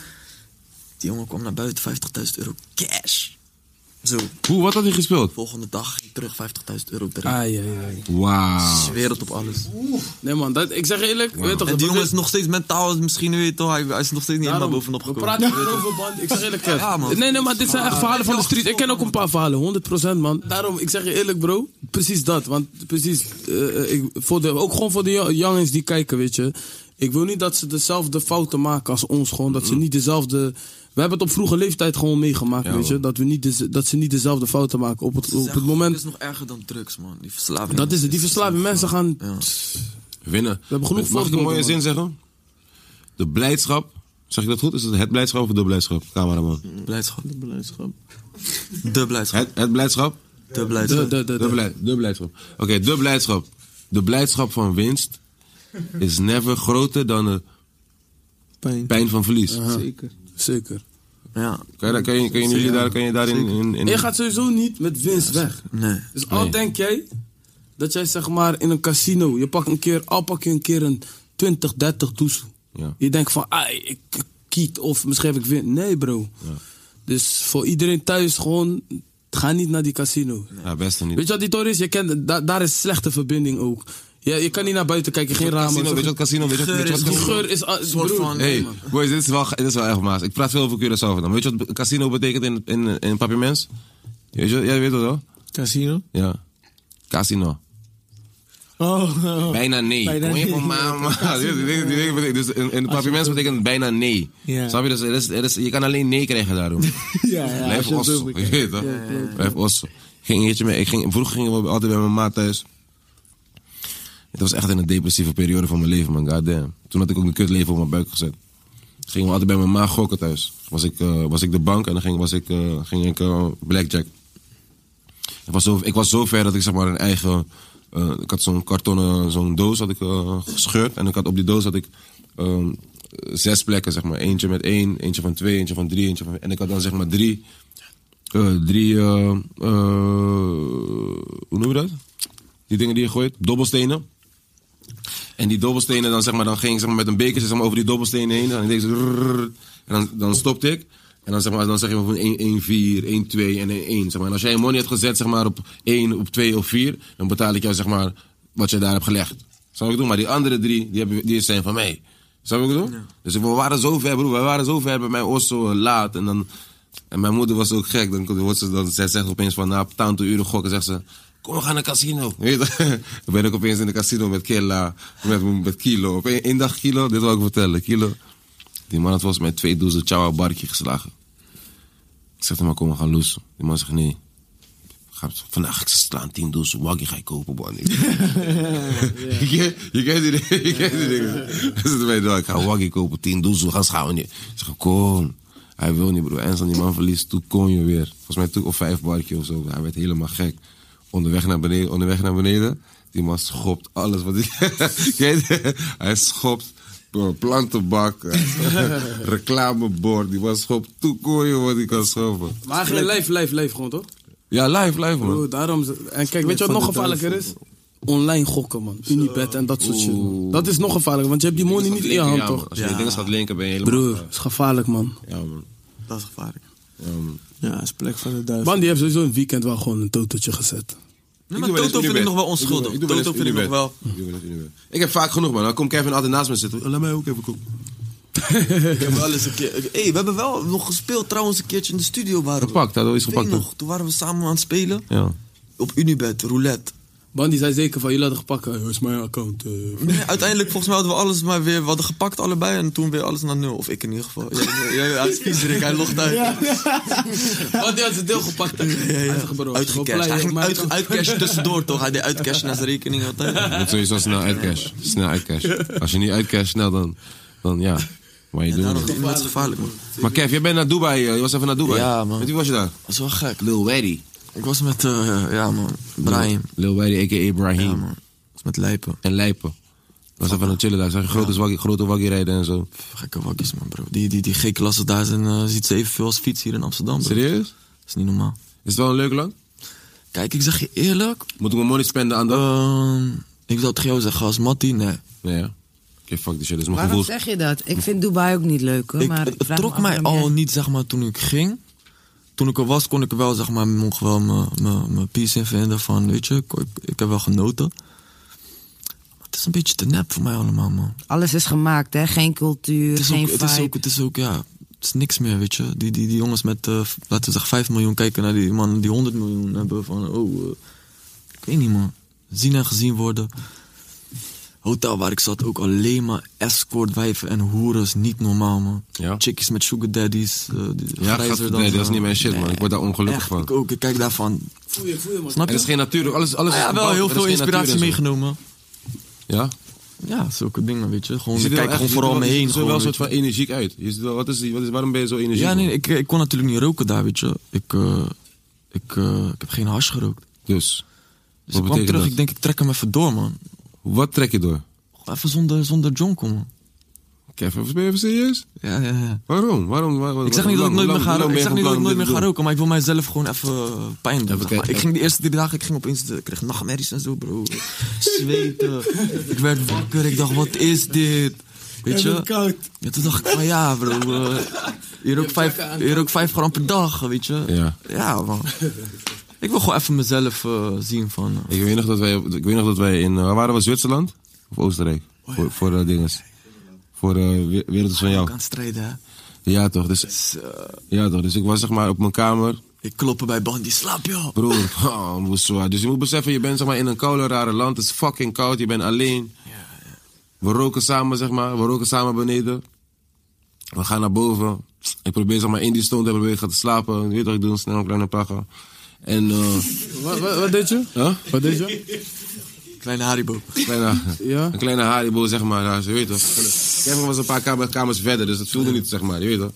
Die jongen kwam naar buiten, vijftigduizend euro cash. Zo, Hoe, wat had hij gespeeld? volgende dag ging ik terug, vijftigduizend euro erin. Ai, ai, ai. Wauw. Zweer het op alles. Nee man, dat, ik zeg je eerlijk, weet toch, En die dat- jongen is nog steeds mentaal, misschien weet je toch, hij, hij is nog steeds niet helemaal Daarom, bovenop we gekomen. praten hierover, man. Ik zeg eerlijk, Kev. Ja, man. Nee, nee, maar dit zijn echt verhalen van de street. Ik ken ook een paar verhalen, honderd procent, man. Daarom, ik zeg je eerlijk, bro. Precies dat. Want precies, eh, ik, voor de, ook gewoon voor de jo- jongens die kijken, weet je. Ik wil niet dat ze dezelfde fouten maken als ons. Gewoon dat ze niet dezelfde... We hebben het op vroege leeftijd gewoon meegemaakt, Ja, weet je. man. Dat, we niet de, dat ze niet dezelfde fouten maken. Op het, Ze op zeggen, het moment... Het is nog erger dan drugs, man. Die verslaving. Dat is het. Die verslaving. Mensen gaan... Ja. Winnen. hebben genoeg Mag ik een voorbeelden, mooie man. zin zeggen? De blijdschap. Zeg ik dat goed? Is het het blijdschap of de blijdschap? Cameraman. Blijdschap. De blijdschap. De blijdschap. Het, het blijdschap? De De, blijdschap. de, de, De, de. blij, de blijdschap. Oké, de blijdschap. De blijdschap van winst is never groter dan de Pijn. pijn van verlies. Zeker. Zeker. Ja. Kan je, daar- kan je, kan je, jullie daar, kan je daarin... In, in, En je gaat sowieso niet met winst weg. Nee. Dus al denk jij dat jij zeg maar in een casino, je pakt een keer, al pak je een keer een twintig, dertig toesoe. Ja. Je denkt van, ah, ik kiet of misschien heb ik win. Nee bro. Ja. Dus voor iedereen thuis gewoon, ga niet naar die casino. Ja, best niet. Weet je wat die toren is? Je kent, da- daar is slechte verbinding ook. Je, je kan niet naar buiten kijken, geen ramen. Casino, weet je wat casino? Weet je wat, weet je wat Die casino? geur is... ah, soort broer, van- Hey, man. boys, dit is wel, dit is wel echt maas. Ik praat veel over Curaçao vandaag. Weet je wat casino betekent in, in, in Papiermens? Weet je, jij weet het wel? Casino? Ja. Casino. Oh, oh. Bijna nee. Bijna Kom je nee. van mama. Die- die- die- die- die- Dus in, in Papiermens betekent bijna nee. Ja. Snap je? Dus er is, er is, je kan alleen nee krijgen daarom. Ja, ja. Blijf als je het osso. wil Je weet toch? Blijf osso. Ging een keertje mee. Ik ging, vroeger gingen we altijd bij mijn maat thuis. Het was echt in een depressieve periode van mijn leven, man. Goddamn. Toen had ik ook een kutleven op mijn buik gezet. Gingen we altijd bij mijn ma gokken thuis. Was ik, uh, was ik de bank en dan ging, was ik, uh, ging ik uh, blackjack. Ik was, zo, ik was zo ver dat ik zeg maar een eigen... Uh, ik had zo'n kartonnen, zo'n doos had ik uh, gescheurd. En ik had, op die doos had ik um, zes plekken, zeg maar. Eentje met één, eentje van twee, eentje van drie, eentje van... En ik had dan zeg maar drie... Uh, drie... Uh, uh, hoe noem je dat? Die dingen die je gooit. Dobbelstenen. En die dobbelstenen, dan, zeg maar, dan ging ik zeg maar, met een bekertje zeg maar, over die dobbelstenen heen. En dan deed ik zo... rrrr, en dan, dan stopte ik. En dan zeg, maar, dan zeg je van één, één, vier, één, twee en één, één. Zeg maar. En als jij een money hebt gezet zeg maar, op één, op twee of vier... dan betaal ik jou zeg maar, wat je daar hebt gelegd. Snap je wat ik bedoel? Maar die andere drie, die, hebben, die zijn van mij. Snap je wat ik bedoel? Ja. Dus we waren zo ver, broer. We waren zo ver bij mij Osso laat. En, dan, en mijn moeder was ook gek. Dan, dan, ze, dan zij zegt opeens van na een aantal uren gokken, zegt ze... Kom, we gaan naar casino. Weet je? Dan ben ik opeens in de casino met Killa, met, met Kilo. Op één, één dag Kilo, dit wil ik vertellen. Kilo. Die man had volgens mij twee dozen Chawa barkie geslagen. Ik zeg hem maar, kom, we gaan loesen. Die man zegt, nee. Ga, vandaag ga ik ze slaan, tien doos. Waggy ga ik kopen, man. Je kent je kent die dingen. Je kent die dingen. Hij zegt mij, nou, ik ga Waggy kopen, tien doos. We gaan schouwen. Ik zeg, kom. Hij wil niet, bro. En als die man verliest, toen kon je weer. Volgens mij toen op vijf barkje of zo. Hij werd helemaal gek. Onderweg naar beneden, onderweg naar beneden. Die man schopt alles wat hij... Kijk, hij schopt plantenbak, reclamebord. Die man schopt toekooien wat hij kan schoppen. Maar geen live, live, live gewoon, toch? Ja, live, live, man. Bro, daarom... En kijk, weet je wat nog gevaarlijker is? Online gokken, man. Unibet en dat soort shit, man. Dat is nog gevaarlijker, want je hebt die money niet in je hand, toch? Als je die dingen gaat linken, ben je helemaal... Bro, dat is gevaarlijk, man. Ja, man. Dat is gevaarlijk. Ja, man. Ja, dat is plek van de duivel. Bandy heeft sowieso een weekend wel gewoon een totootje gezet. Nee, maar Toto vind ik nog wel onschuldig. Ik doe wel eens Toto vind ik nog wel... Ik doe wel eens Unibet. Ik heb vaak genoeg, man. Dan komt Kevin altijd naast me zitten. Laat mij ook even kopen. Ik heb wel eens een keer... Hey, we hebben wel nog gespeeld trouwens een keertje in de studio. Waren we. Gepakt, dat is gepakt. Nog, toen waren we samen aan het spelen. Ja. Op Unibet, roulette. Bandy zei zeker van, jullie hadden gepakt. Hoe is mijn account? Uh, Nee, uiteindelijk volgens mij hadden we alles maar weer... We hadden gepakt allebei en toen weer alles naar nul. Of ik in ieder geval. Ja, ja, ja, hij is viezerik, hij logt uit. Ja. Bandy had zijn deel gepakt. Ja, ja, ja. Uitgecashed. Hij ging uit, uitcashen tussendoor toch? Hij deed uitcashen naar zijn rekening altijd. Je moet sowieso snel uitcash. Snel uitcash. Als je niet uitcash snel, dan... Dan ja... Maar je Ja, doet daarom het. is het gevaarlijk, man. Maar Kev, jij bent naar Dubai. uh, Je was even naar Dubai. Ja, man. Met wie was je daar? Dat is wel gek. Lil Waddy. Ik was met, uh, ja man, Brahim. Lil Waddy, a k a. Ibrahim. Ja, man. Ik was met Lijpen. En Lijpen. Was even aan het chillen daar. Zag je grote, Ja. waggie, grote waggie rijden en zo. Gekke wakkies, man, bro. Die, die, die G-klassen daar zijn, uh, ziet ze evenveel als fiets hier in Amsterdam, bro. Serieus? Dat is niet normaal. Is het wel een leuk land? Kijk, ik zeg je eerlijk. Moet ik mijn money spenden aan dat? Uh, ik zou het tegen jou zeggen als Mattie, nee. Nee, ja. Oké, fuck die shit. Dat is mijn Waarom gevoel. zeg je dat? Ik vind Dubai ook niet leuk, hoor. Ik, Maar het ik vraag trok me af mij waarom al jij- niet, zeg maar, toen ik ging. Toen ik er was, kon ik er wel, zeg maar, nog wel mijn- mijn mijn peace in vinden van, weet je, ik, ik, ik heb wel genoten. Maar het is een beetje te nep voor mij allemaal, man. Alles is gemaakt, hè? Geen cultuur, Het is geen ook, het is vibe. ook, het is ook, ja, het is niks meer, weet je. Die, die, die jongens met, uh, laten we zeggen, vijf miljoen kijken naar die mannen die honderd miljoen hebben. Van, oh, uh, ik weet niet, man. Zien en gezien worden. Hotel waar ik zat, ook alleen maar escortwijven en hoeren, niet normaal, man. Ja? Chickies met sugar daddies. Uh, die Ja, grijzer gast, dan, nee, dat is uh, niet mijn shit, man. Ik word daar ongelukkig echt, van. Ik ook, ik kijk daarvan. Voel je, voel je, man. Snap Er je? is geen natuur. Alles, alles Ah, is ja, wel gebouwd, heel er is veel geen inspiratie natuur en zo. meegenomen. Ja? Ja, zulke dingen, weet je. Gewoon, Je ik ziet er kijk wel gewoon echt- vooral om me je ziet heen. er wel Gewoon, een soort weet van energiek uit. Je ziet wel, wat is die, wat is, waarom ben je zo energiek? ja, nee, man? ik, ik kon natuurlijk niet roken daar, weet je. Ik, uh, ik, uh, ik heb geen hash gerookt. Dus, Dus wat ik kwam betekent terug, dat? ik denk ik trek hem even door, man. Wat trek je door? Even zonder, zonder jonko, man. Kevin, ben je even serieus? Ja, ja, ja. Waarom? Waarom? waar- waar- Ik zeg niet dat ik nooit meer ga roken. Ik zeg hoe niet dat ik lang nooit meer ben je ga van roken, maar ik wil mijzelf gewoon even uh, pijn doen. Even zeg maar. kijken. Ik ging de eerste drie dagen, ik ging opeens, de, ik kreeg nachtmerries en zo, bro. Zweten. Ik werd wakker, ik dacht, wat is dit? Weet je? koud. Ja, toen dacht ik van ja, bro. Uh, hier ook vijf, hier ook vijf gram per dag, weet je? Ja. Ja, man. Ik wil gewoon even mezelf uh, zien van. Uh, Ik weet nog dat wij, ik weet nog dat wij in, uh, waar waren we, Zwitserland? Of Oostenrijk? Oh, Voor, voor uh, dinges. Voor uh, we- Wereld is van jou. ik aan het strijden, hè. Ja toch, dus, Dus, uh, ja toch, dus ik was zeg maar op mijn kamer. ik kloppen bij Bandy, slaap joh. Broer, oh, het was zwaar. Dus je moet beseffen, je bent zeg maar in een koude, rare land. Het is fucking koud, je bent alleen. We roken samen, zeg maar. We roken samen beneden. We gaan naar boven. Ik probeer zeg maar in die stond te probeer ik te slapen. Je weet wat ik doe, snel een kleine paga. En, eh Wat, wat, wat deed je? huh? Wat deed je? Kleine Haribo. Kleine, Ja? een kleine Haribo, zeg maar. Daar, je weet toch. Kevin was een paar kamers, kamers verder, dus dat voelde niet, zeg maar. Je weet toch.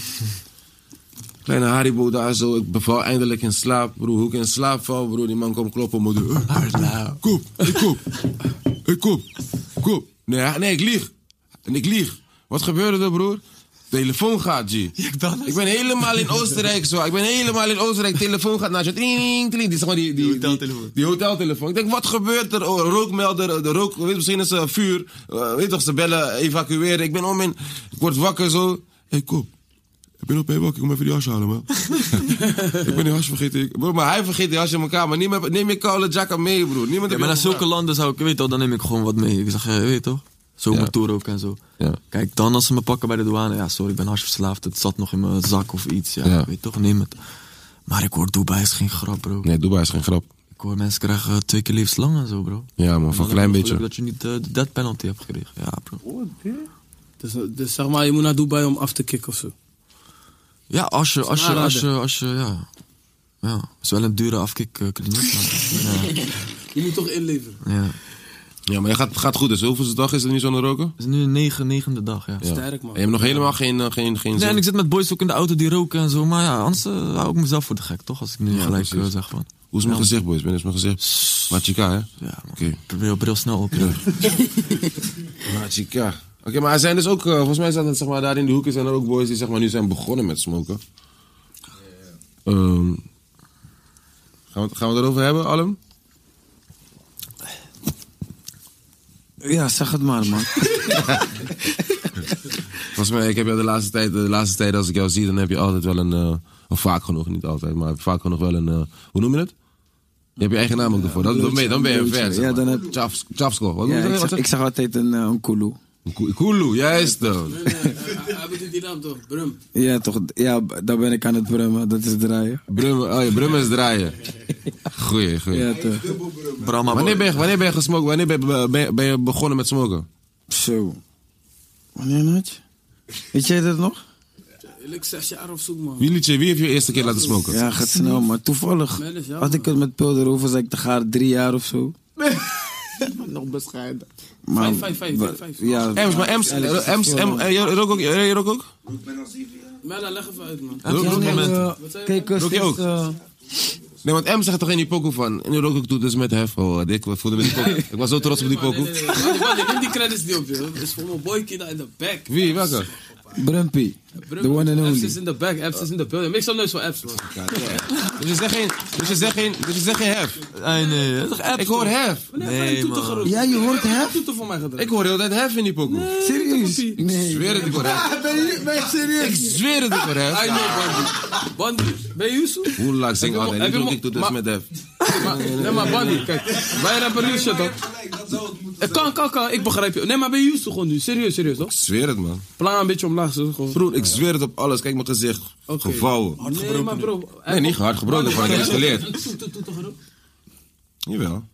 Kleine Haribo daar zo. Ik beval eindelijk in slaap, broer. Hoe ik in slaap val, broer. Die man komt kloppen op mijn deur. Koop, ik koop. Ik koop. Koop. Nee, hij- nee, ik lieg. En ik lieg. Wat gebeurde er, broer? Telefoon gaat, G. Ik ben helemaal in Oostenrijk zo. Ik ben helemaal in Oostenrijk. Telefoon gaat naar je. Tling, tling. Die, zeg maar, die, die, die hoteltelefoon. Die hoteltelefoon. Ik denk, wat gebeurt er? Oh, rookmelder. De rook, weet, misschien is er vuur. Uh, weet toch, ze bellen, evacueren. Ik ben om in. Ik word wakker zo. Hé, hey, kom. Ik ben op mijn wakker. Ik kom even die jas halen, man. Ik ben die jas vergeten. Ik- Bro, maar hij vergeet die jas in mijn kamer. Niemand, neem je koude jacka mee, broer. Niemand Ja, heeft maar naar je zulke gevraagd. landen zou ik, weet toch, dan neem ik gewoon wat mee. Ik zeg, eh, weet je toch? Zomertour ook en zo. Ja. Kijk, dan als ze me pakken bij de douane, ja, sorry, ik ben hashverslaafd. Het zat nog in mijn zak of iets. Ja, Ja. weet je toch, neem het. Maar ik hoor, Dubai is geen grap, bro. Nee, Dubai is geen grap. Ik hoor, mensen krijgen twee keer levenslang en zo, bro. Ja, man, En voor dan een klein heb je beetje. geluk dat je niet uh, de death penalty hebt gekregen. Ja, bro. Dus, dus zeg maar, je moet naar Dubai om af te kicken of zo. Ja, als je, als je, als je, als je, ja. Ja, het is wel een dure afkikkliniek. Ja. Je moet toch inleveren. Ja. Ja, maar je gaat, gaat goed. Dus hoeveelste dag is het nu zonder roken? Het is nu een negen, negende dag, ja. Ja. Sterk, man. En je hebt nog helemaal geen, uh, geen, geen Nee, zin? en ik zit met boys ook in de auto die roken en zo. Maar ja, anders uh, hou ik mezelf voor de gek, toch? Als ik nu Ja, gelijk uh, precies. zeg van... Hoe is mijn Ja. gezicht, boys? Ben is mijn gezicht? Machika, hè? Ja, man. Oké. Ik probeer op bril snel op. Machika. Oké, okay, maar er zijn dus ook... Uh, volgens mij zijn het, zeg maar, daar in die hoeken zijn er ook boys die, zeg maar, nu zijn begonnen met smoken. Um, gaan, we, gaan we het erover hebben, Alem? Ja, zeg het maar, man. Volgens mij, ik heb jou de laatste tijd, de laatste tijd als ik jou zie, dan heb je altijd wel een, uh, of vaak genoeg, niet altijd, maar vaak genoeg wel een, uh, hoe noem je het? Je hebt je eigen naam ook ervoor, dat, dan, ben je, dan ben je een fan, zeg Ja, dan maar. heb- Chafs- Chafsko, wat Ja, noem je ik, dat? zeg, ik zeg altijd een, uh, een kulu. Een Kulu, juist dan. Hij bedoelt die naam toch? Brum. Ja, toch. Ja, daar ben ik aan het brummen. Dat is draaien. Brummen, oh ja, brummen is draaien. Goeie, goeie. Ja, toch. Brahma Wanneer ben je, wanneer ben je gesmokt? Wanneer ben je, ben je- ben je begonnen met smoken? Zo. Wanneer had je? Weet jij dat nog? Ik zes jaar of zo, man. Wie, liet je, wie heeft je eerste keer laten smoken? Ja, gaat snel, maar toevallig Melis, ja, had ik het met Pil erover, zei ik te gaan drie jaar of zo. Nog bescheiden. Maar, Vijf, vijf, vijf, wa- vijf, vijf. Ja, Ems, maar Ems, eigenlijk Ems, is het Ems, wel- eh, jij rook ook? Jij rook ook? Mella, leg even uit, man. Rook- rook je met- Eh, Kijk, Rook je ook? uh, Nee, want Ems zegt toch in die pokoe van, en nu rook ik toe dus met hef. Oh, ik voelde me die pokoe. Ik was zo trots op die Nee, pokoe. nee, nee. Wacht, wacht, neem die credits niet op, joh. Dat is voor mijn boykie daar in de back. Wie, welke? Brumpy. The one and Apps is only. in de back, Apps is in de building. Make some noise voor Apps, man. Dus je zegt geen, dus je zegt geen, dus je zegt geen hef. Nee, nee, dat is toch app, Ik hoor toch? hef. Nee, man. Ja, je hoort hè? Toeter voor mij gedraaid. Ik hoor heel tijd hef in die pokoe. Serieus? Ik Nee. zweer het, ik hoor hef. Ben je, ben je serieus? Ik zweer het, ik hoor I hef. know, Bandy. Bandy, ben je Yusuf? Hoe lang zing Heb je altijd, mo- niet heb rook je ik toe mo- dus maar- met hef. Maar- Nee, maar Bandy, kijk. Wij rappen real shit, toch? Eh, Kan, kan, kan. Ik begrijp je. Nee, maar ben je Yusuf gewoon nu? Serieus, serieus, toch? Ik zweer het, man. Plan een beetje omlaag, zo. Gewoon. Broer, ik zweer het op alles. Kijk mijn gezicht. Oké. Gevouwen. Nee, maar bro. Nee, niet hard gebroken, van ik heb iets geleerd. Toeter, toeter, gerookt. Jawel.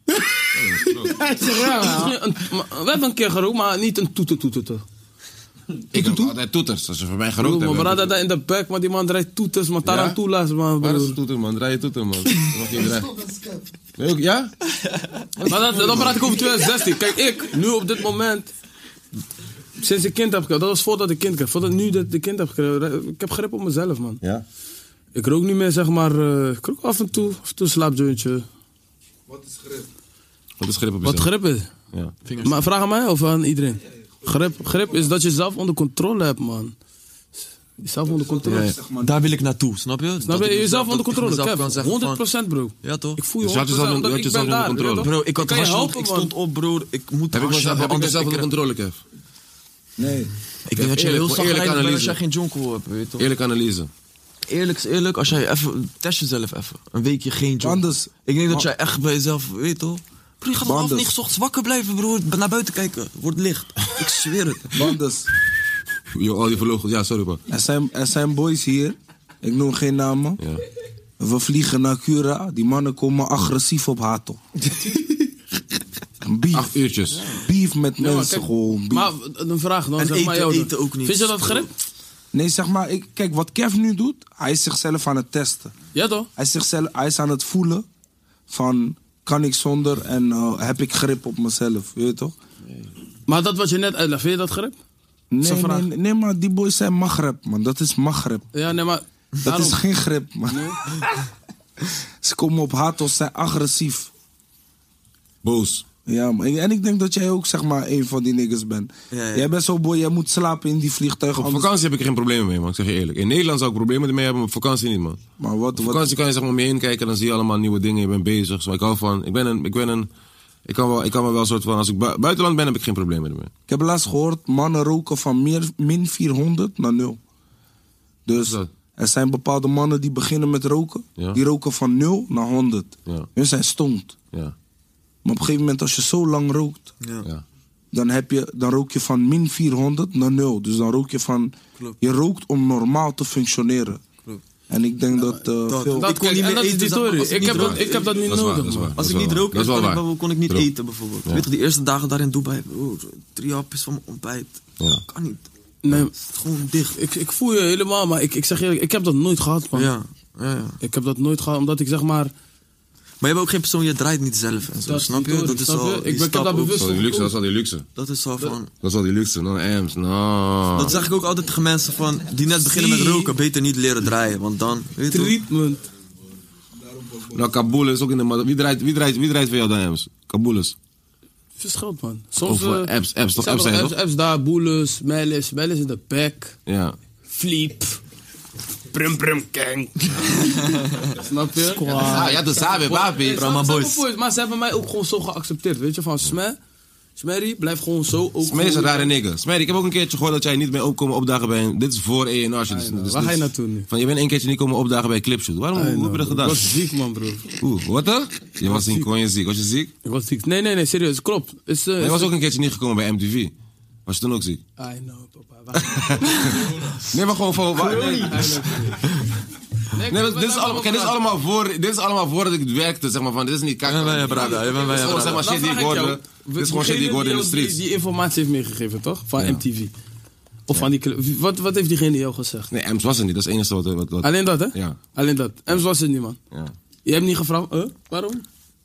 Ja, een- maar we hebben een keer gerookt, maar niet een toeter, toeter, toeter. Ik heb altijd toeters, als je voor mij Bro, gerookt mijn hebt. brother daar in de back, maar die man draait toeters, maar Ja? tarantulas, man, Waar is bro. de toeter, man? Draai je toeter, man. Dan mag je draaien. Ben je ook- Ja? Maar dat, dan praat ik over twintig zestien. Kijk, ik, nu op dit moment, sinds ik kind heb gekregen, dat was voordat ik kind kreeg, voordat ik nu dat ik kind heb gekregen, ik heb grip op mezelf, man. Ja. Ik rook niet meer, zeg maar, uh, ik rook af en toe, af en toe een slaapjointje. Wat is grip op Wat jezelf? grip is? Ja. Maar vraag aan mij of aan iedereen? Grip, grip is dat je zelf onder controle hebt, man. Jezelf onder controle. Ja, Ja, Daar wil ik naartoe, snap je? Snap Dat je? ik Jezelf mezelf- onder dat ik controle, mezelf kan Kev. zeggen van- honderd procent, bro. Ja, toch? Ik voel je Dus je had honderd jezelf procent, onder- omdat je had ik ben jezelf daar, onder weet je controle. toch? Bro, ik had kan je hash nog, helpen, ik man. stond op, bro. Ik moet Heb ik hash mezelf, hebben, heb ik anders mezelf ik onder controle, Kev? Nee. Ik denk dat je Eerlijk- heel eerlijke zagrijnig bent als analyse. jij geen jonko hebt, weet je toch? Eerlijke analyse. Eerlijk is eerlijk, als jij even, test jezelf even. Een weekje geen jonko. Anders. Ik denk dat jij echt bij jezelf, weet je toch? Bro, je gaat vanaf Bandes. niet 's ochtends wakker blijven, bro. Naar buiten kijken, wordt licht. Ik zweer het. Bandes. Yo, al die verlogens. Ja, sorry, man. Er zijn, er zijn boys hier. Ik noem geen namen. Ja. We vliegen naar Cura. Die mannen komen agressief op Hato. Beef. Acht uurtjes. Beef met Ja, maar mensen kijk, gewoon. Beef. Maar een vraag dan, En zeg maar eten- jou dan. eten ook niet. Vind je dat grip? Nee, zeg maar, ik, kijk, wat Kev nu doet, hij is zichzelf aan het testen. Ja toch? Hij is, zichzelf, hij is aan het voelen van, kan ik zonder en uh, heb ik grip op mezelf, weet je toch? Maar dat wat je net uitlegt, vind je dat grip? Nee, Zijn vraag. nee, nee, maar die boys zijn maghreb, man. Dat is maghreb. Ja, nee, maar Dat daarom. is geen grip, man. Ze komen op Hatos, zijn agressief. Boos. Ja, man. En ik denk dat jij ook, zeg maar, een van die niggas bent. Ja, ja. Jij bent zo boy, jij moet slapen in die vliegtuig. Op anders- vakantie heb ik er geen problemen mee, man. Ik zeg je eerlijk. In Nederland zou ik problemen ermee hebben, maar op vakantie niet, man. Maar wat, Op wat, vakantie kan je zeg maar om je heen kijken, dan zie je allemaal nieuwe dingen. Je bent bezig. Zo, ik hou van. Ik ben een. Ik ben een. Ik kan wel. Ik kan me wel een soort van. Als ik bui- buitenland ben, heb ik geen problemen ermee. ik heb laatst gehoord, mannen roken van meer, min vierhonderd naar nul. Dus dat? er zijn bepaalde mannen die beginnen met roken. Ja. Die roken van nul naar honderd. Ja. Hun zijn stoned. Ja. Maar op een gegeven moment, als je zo lang rookt, Ja. dan, heb je, dan rook je van min vierhonderd naar nul. Dus dan rook je van... Klopt. Je rookt om normaal te functioneren. Klopt. En ik denk dat, uh, dat- veel... Dat, Ik kon kijk, niet en meer dat is eten, die zeg maar, story. als ik Ik niet heb, rook. dat, ik heb dat niet Dat is waar, nodig, dat is man. waar. Als Dat ik is niet wel rook, waar. kon Dat is ik, wel waar. kon ik niet Klopt. eten bijvoorbeeld. Ja. Weet je, die eerste dagen daar in Dubai, oh, drie hapjes van mijn ontbijt. Ja. Kan niet. Nee, Het is gewoon dicht. ik, ik voel je helemaal, maar ik, ik zeg eerlijk, ik heb dat nooit gehad, man. Ja, ja, ja. Ik heb dat nooit gehad, omdat ik zeg maar... Maar je hebt ook geen persoon, je draait niet zelf en zo, Dat snap je? die Dat is snap je? al, Ik die ben- ik heb stap daar ook. bewust Dat is al die luxe, dat is al die luxe. Dat is al van... Dat is al die luxe, no Ams, no. Dat zeg ik ook altijd tegen mensen van, die net beginnen met Zie. roken, beter niet leren draaien, want dan, weet je toch? Treatment. Nou, Kabul is ook in de... ma- Wie draait, wie draait, wie draait voor jou dan, Ams? Kabulus. Verschilt, man. Soms... Of uh, eh, apps, apps, toch? zeg Apps maar, zijn apps, toch? apps daar, Boelus, Melis, Melis in de back, Ja. Fliep, Prum Prum Gang. Snap je? Ah, ja, dat sabe, papi. Hey, Brahma snap- snap Boys. je, boys? Maar ze hebben mij ook gewoon zo geaccepteerd, weet je? Van Smer, Smerry, blijf gewoon zo. Ook Smerry is een gewoon- rare nigger. Smerry, ik heb ook een keertje gehoord dat jij niet meer opkomen opdagen bij een... Dit is voor E en R. Dus, dus, Waar ga je dus- naartoe nu? Van, je bent een keertje niet komen opdagen bij Clipshoot. Waarom, hoe heb je dat gedaan? Ik was ziek, man, bro. Oeh, wat dan? Je was niet gewoon je ziek. Was je ziek? Ik was ziek. Nee, nee, nee, serieus, klopt. Is, uh, Maar je was ook een keertje niet gekomen bij M T V. Was je toen ook ziek? I know, papa. Wacht. Nee, maar gewoon voor... wa- Nee, Nee, nee, dit, is allemaal, kijk, dit, is allemaal voor, dit is allemaal voordat ik werkte, zeg maar, van, dit is niet kak. Ja, wij, brada, ja, wij, Dit is gewoon, zeg maar, shit die ik hoorde. Dit is gewoon shit die ik hoorde in de streets. Die, die informatie heeft meegegeven, toch? Van Ja. M T V. Of van die... cl- Wat, wat heeft diegene jou gezegd? Nee, Ems was er niet, dat is het enige wat... wat, wat Alleen dat, hè? Ja. Alleen dat. Ems was het niet, man. ja. Je hebt niet gevraagd, huh? Waarom?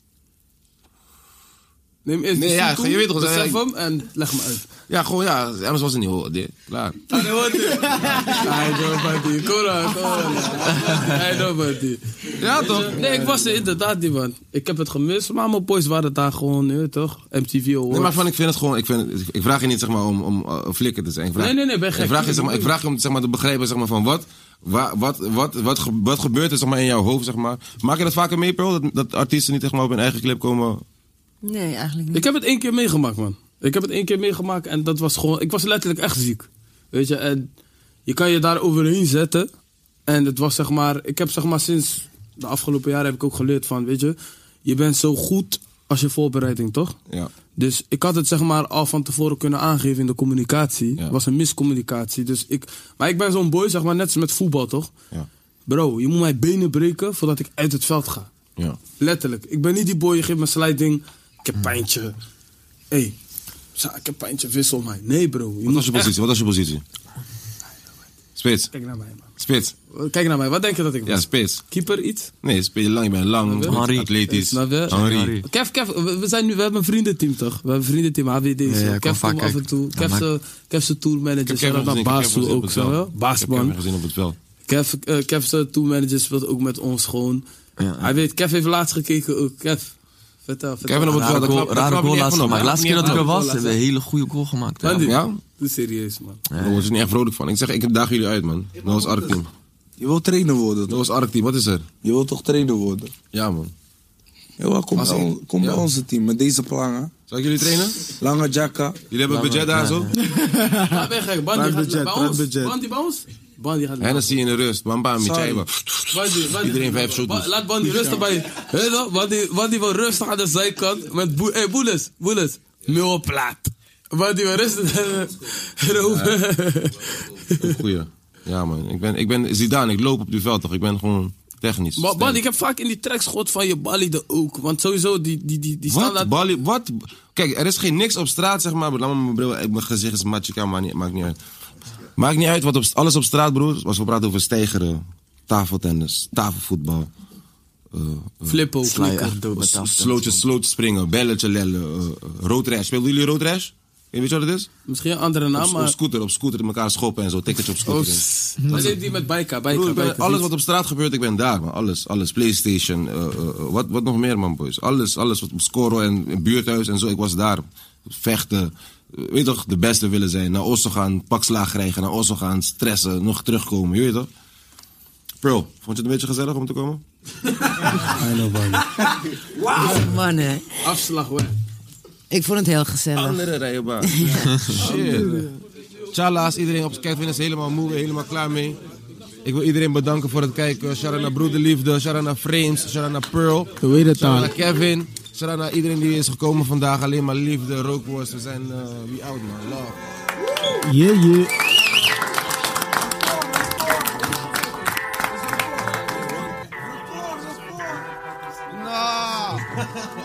Neem eerst Nee, de ja, zoek toe, je weet toch, besef ik- hem en leg hem uit. Ja, gewoon, ja, Ems was er niet, hoor. Dit, klaar. I know what I know what die. Kom aan, kom aan. I know what die. Ja, toch? Nee, ik was er inderdaad niet, man. Ik heb het gemist, maar mijn boys waren daar gewoon, je weet toch? M T V Awards. Nee, maar van, ik vind het gewoon, ik, vind, het- ik vraag je niet zeg maar, om, om uh, flikker te zijn. Ik vraag, Nee, nee, nee, ben gek. Ik vraag je, zeg maar, ik vraag je om zeg maar, te begrijpen zeg maar, van wat, wa- wat, wat, wat, ge- wat gebeurt er zeg maar, in jouw hoofd. Zeg maar. Maak je dat vaker mee, Pearl? Dat, dat artiesten niet zeg maar, op hun eigen clip komen? Nee, eigenlijk niet. Ik heb het één keer meegemaakt, man. Ik heb het één keer meegemaakt en dat was gewoon... Ik was letterlijk echt ziek. Weet je, en je kan je daar overheen zetten. En het was zeg maar... Ik heb zeg maar sinds de afgelopen jaren heb ik ook geleerd van, weet je... Je bent zo goed als je voorbereiding, toch? Ja. Dus ik had het zeg maar al van tevoren kunnen aangeven in de communicatie. Ja. Het was een miscommunicatie. Dus ik, maar ik ben zo'n boy, zeg maar, net als met voetbal, toch? Ja. Bro, je moet mijn benen breken voordat ik uit het veld ga. Ja. Letterlijk. Ik ben niet die boy, je geeft me een sliding. Ik heb pijntje. Hé, hey, sa- ik heb pijntje, wissel mij. Nee, bro. Je Wat moet was je echt- positie? Wat was je positie? Spits. Kijk naar mij, man. Spits. Kijk naar mij. Wat denk je dat ik was? Ja, spits. Keeper iets? Nee, speel je lang, je bent lang, Henri. atletisch. Snap je? Henri. Kev, Kev, we, we zijn nu, we hebben een vriendenteam toch? We hebben een vriendenteam, H W D. Ja, ja, zo. ik Kev kom vaak komt af en kijken. toe. Ja, Kev maar- zijn- Kev zijn tourmanager, Ik heb shout hem out naar gezien, ik heb hem Baas gezien toe op ook het zo. veld. hè? Ik heb hem Baasman. gezien op het veld. Kev, eh, Kev zijn tourmanager speelt ook met ons gewoon. Ja. Hij weet, Kev heeft laatst gekeken ook. Kev, vertel, vertel. Kevin op het Rare veld, dat goal, knap- dat rare knap je goal niet laatst echt van gemaakt. hem, Laatste hè? keer dat ik er Ja, was, ja. hebben we een hele goede goal gemaakt. hè. Andy, Ja? doe serieus, man. Daar word je niet echt vrolijk van. Ik zeg, ik daag jullie uit, man. Dat was Ark Team. Je wil trainer worden, Dat toch? was Ark Team, wat is er? Je wil toch trainer worden? Ja, man. Ja, kom Als bij, ik- on- kom bij ja. onze team met deze plannen. Zal ik jullie trainen? Lange jacka. Jullie hebben een budget daar zo? Ja, ben gek. Bandy gaat budget, bij ruim ons. budget. Bandy bij ons? Bandy gaat bij ons. Hennessy in de rust. Bam bam, met Sorry. Chaiba. Bandy, Bandy- Iedereen vijf shooters. Ba- Laat Bandy rusten bij je. Weet je wel? Bandy, Bandy wil rustig aan de zijkant. Met boe, hey, Boeles, Boeles. Mil plaat. Bandy wil rustig. Goeie. Ja, man. Ik ben, ik ben Zidane, ik loop op die veld toch. Ik ben gewoon technisch. Maar Bandy, ik heb vaak in die tracks gehoord van je ballieden ook. Want sowieso, die, die, die, die Wat? standaard... Bali, wat? Kijk, er is geen niks op straat, zeg maar. Laat me mijn bril, mijn gezicht is matje, maar niet, maakt niet uit. Maakt niet uit, wat op, alles op straat, broer. Als we praten over stijgeren, tafeltennis, tafelvoetbal. Uh, uh, Flippo, Sla je flikker. echt dood met tafel. slootjes, slootjes springen, belletje lellen, uh, uh, roadrash. Speelden jullie roadrash? Weet je wat het is? Misschien een andere naam, Op, op maar... scooter, op scooter elkaar schoppen en zo, ticketje op Oh, scooter. in. s- dat is die met Bijka, Bijka, Broer, ik ben- Bijka. alles wat op straat gebeurt, ik ben daar, man. Alles, alles. PlayStation, uh, uh, uh, wat, wat nog meer, man, boys. Alles, alles wat op scoren en in buurthuis en zo, ik was daar. Vechten, uh, weet je toch, de beste willen zijn. Naar Oslo gaan, pak slaag krijgen, naar Oslo gaan, stressen, nog terugkomen, je weet toch? Pearl, vond je het een beetje gezellig om te komen? Man, hè. Afslag, hoor. Ik vond het heel gezellig. Andere rijbaan. Shit. Tjala's, iedereen op Kevin is helemaal moe, helemaal klaar mee. Ik wil iedereen bedanken voor het kijken. Shout-out naar Broederliefde, shout-out naar Frames, shout-out naar Pearl. Je weet het Shout-out al. naar Kevin. Shout-out naar iedereen die is gekomen vandaag. Alleen maar liefde, rookworst. We zijn, uh, we out man, love. Yeah, yeah. No!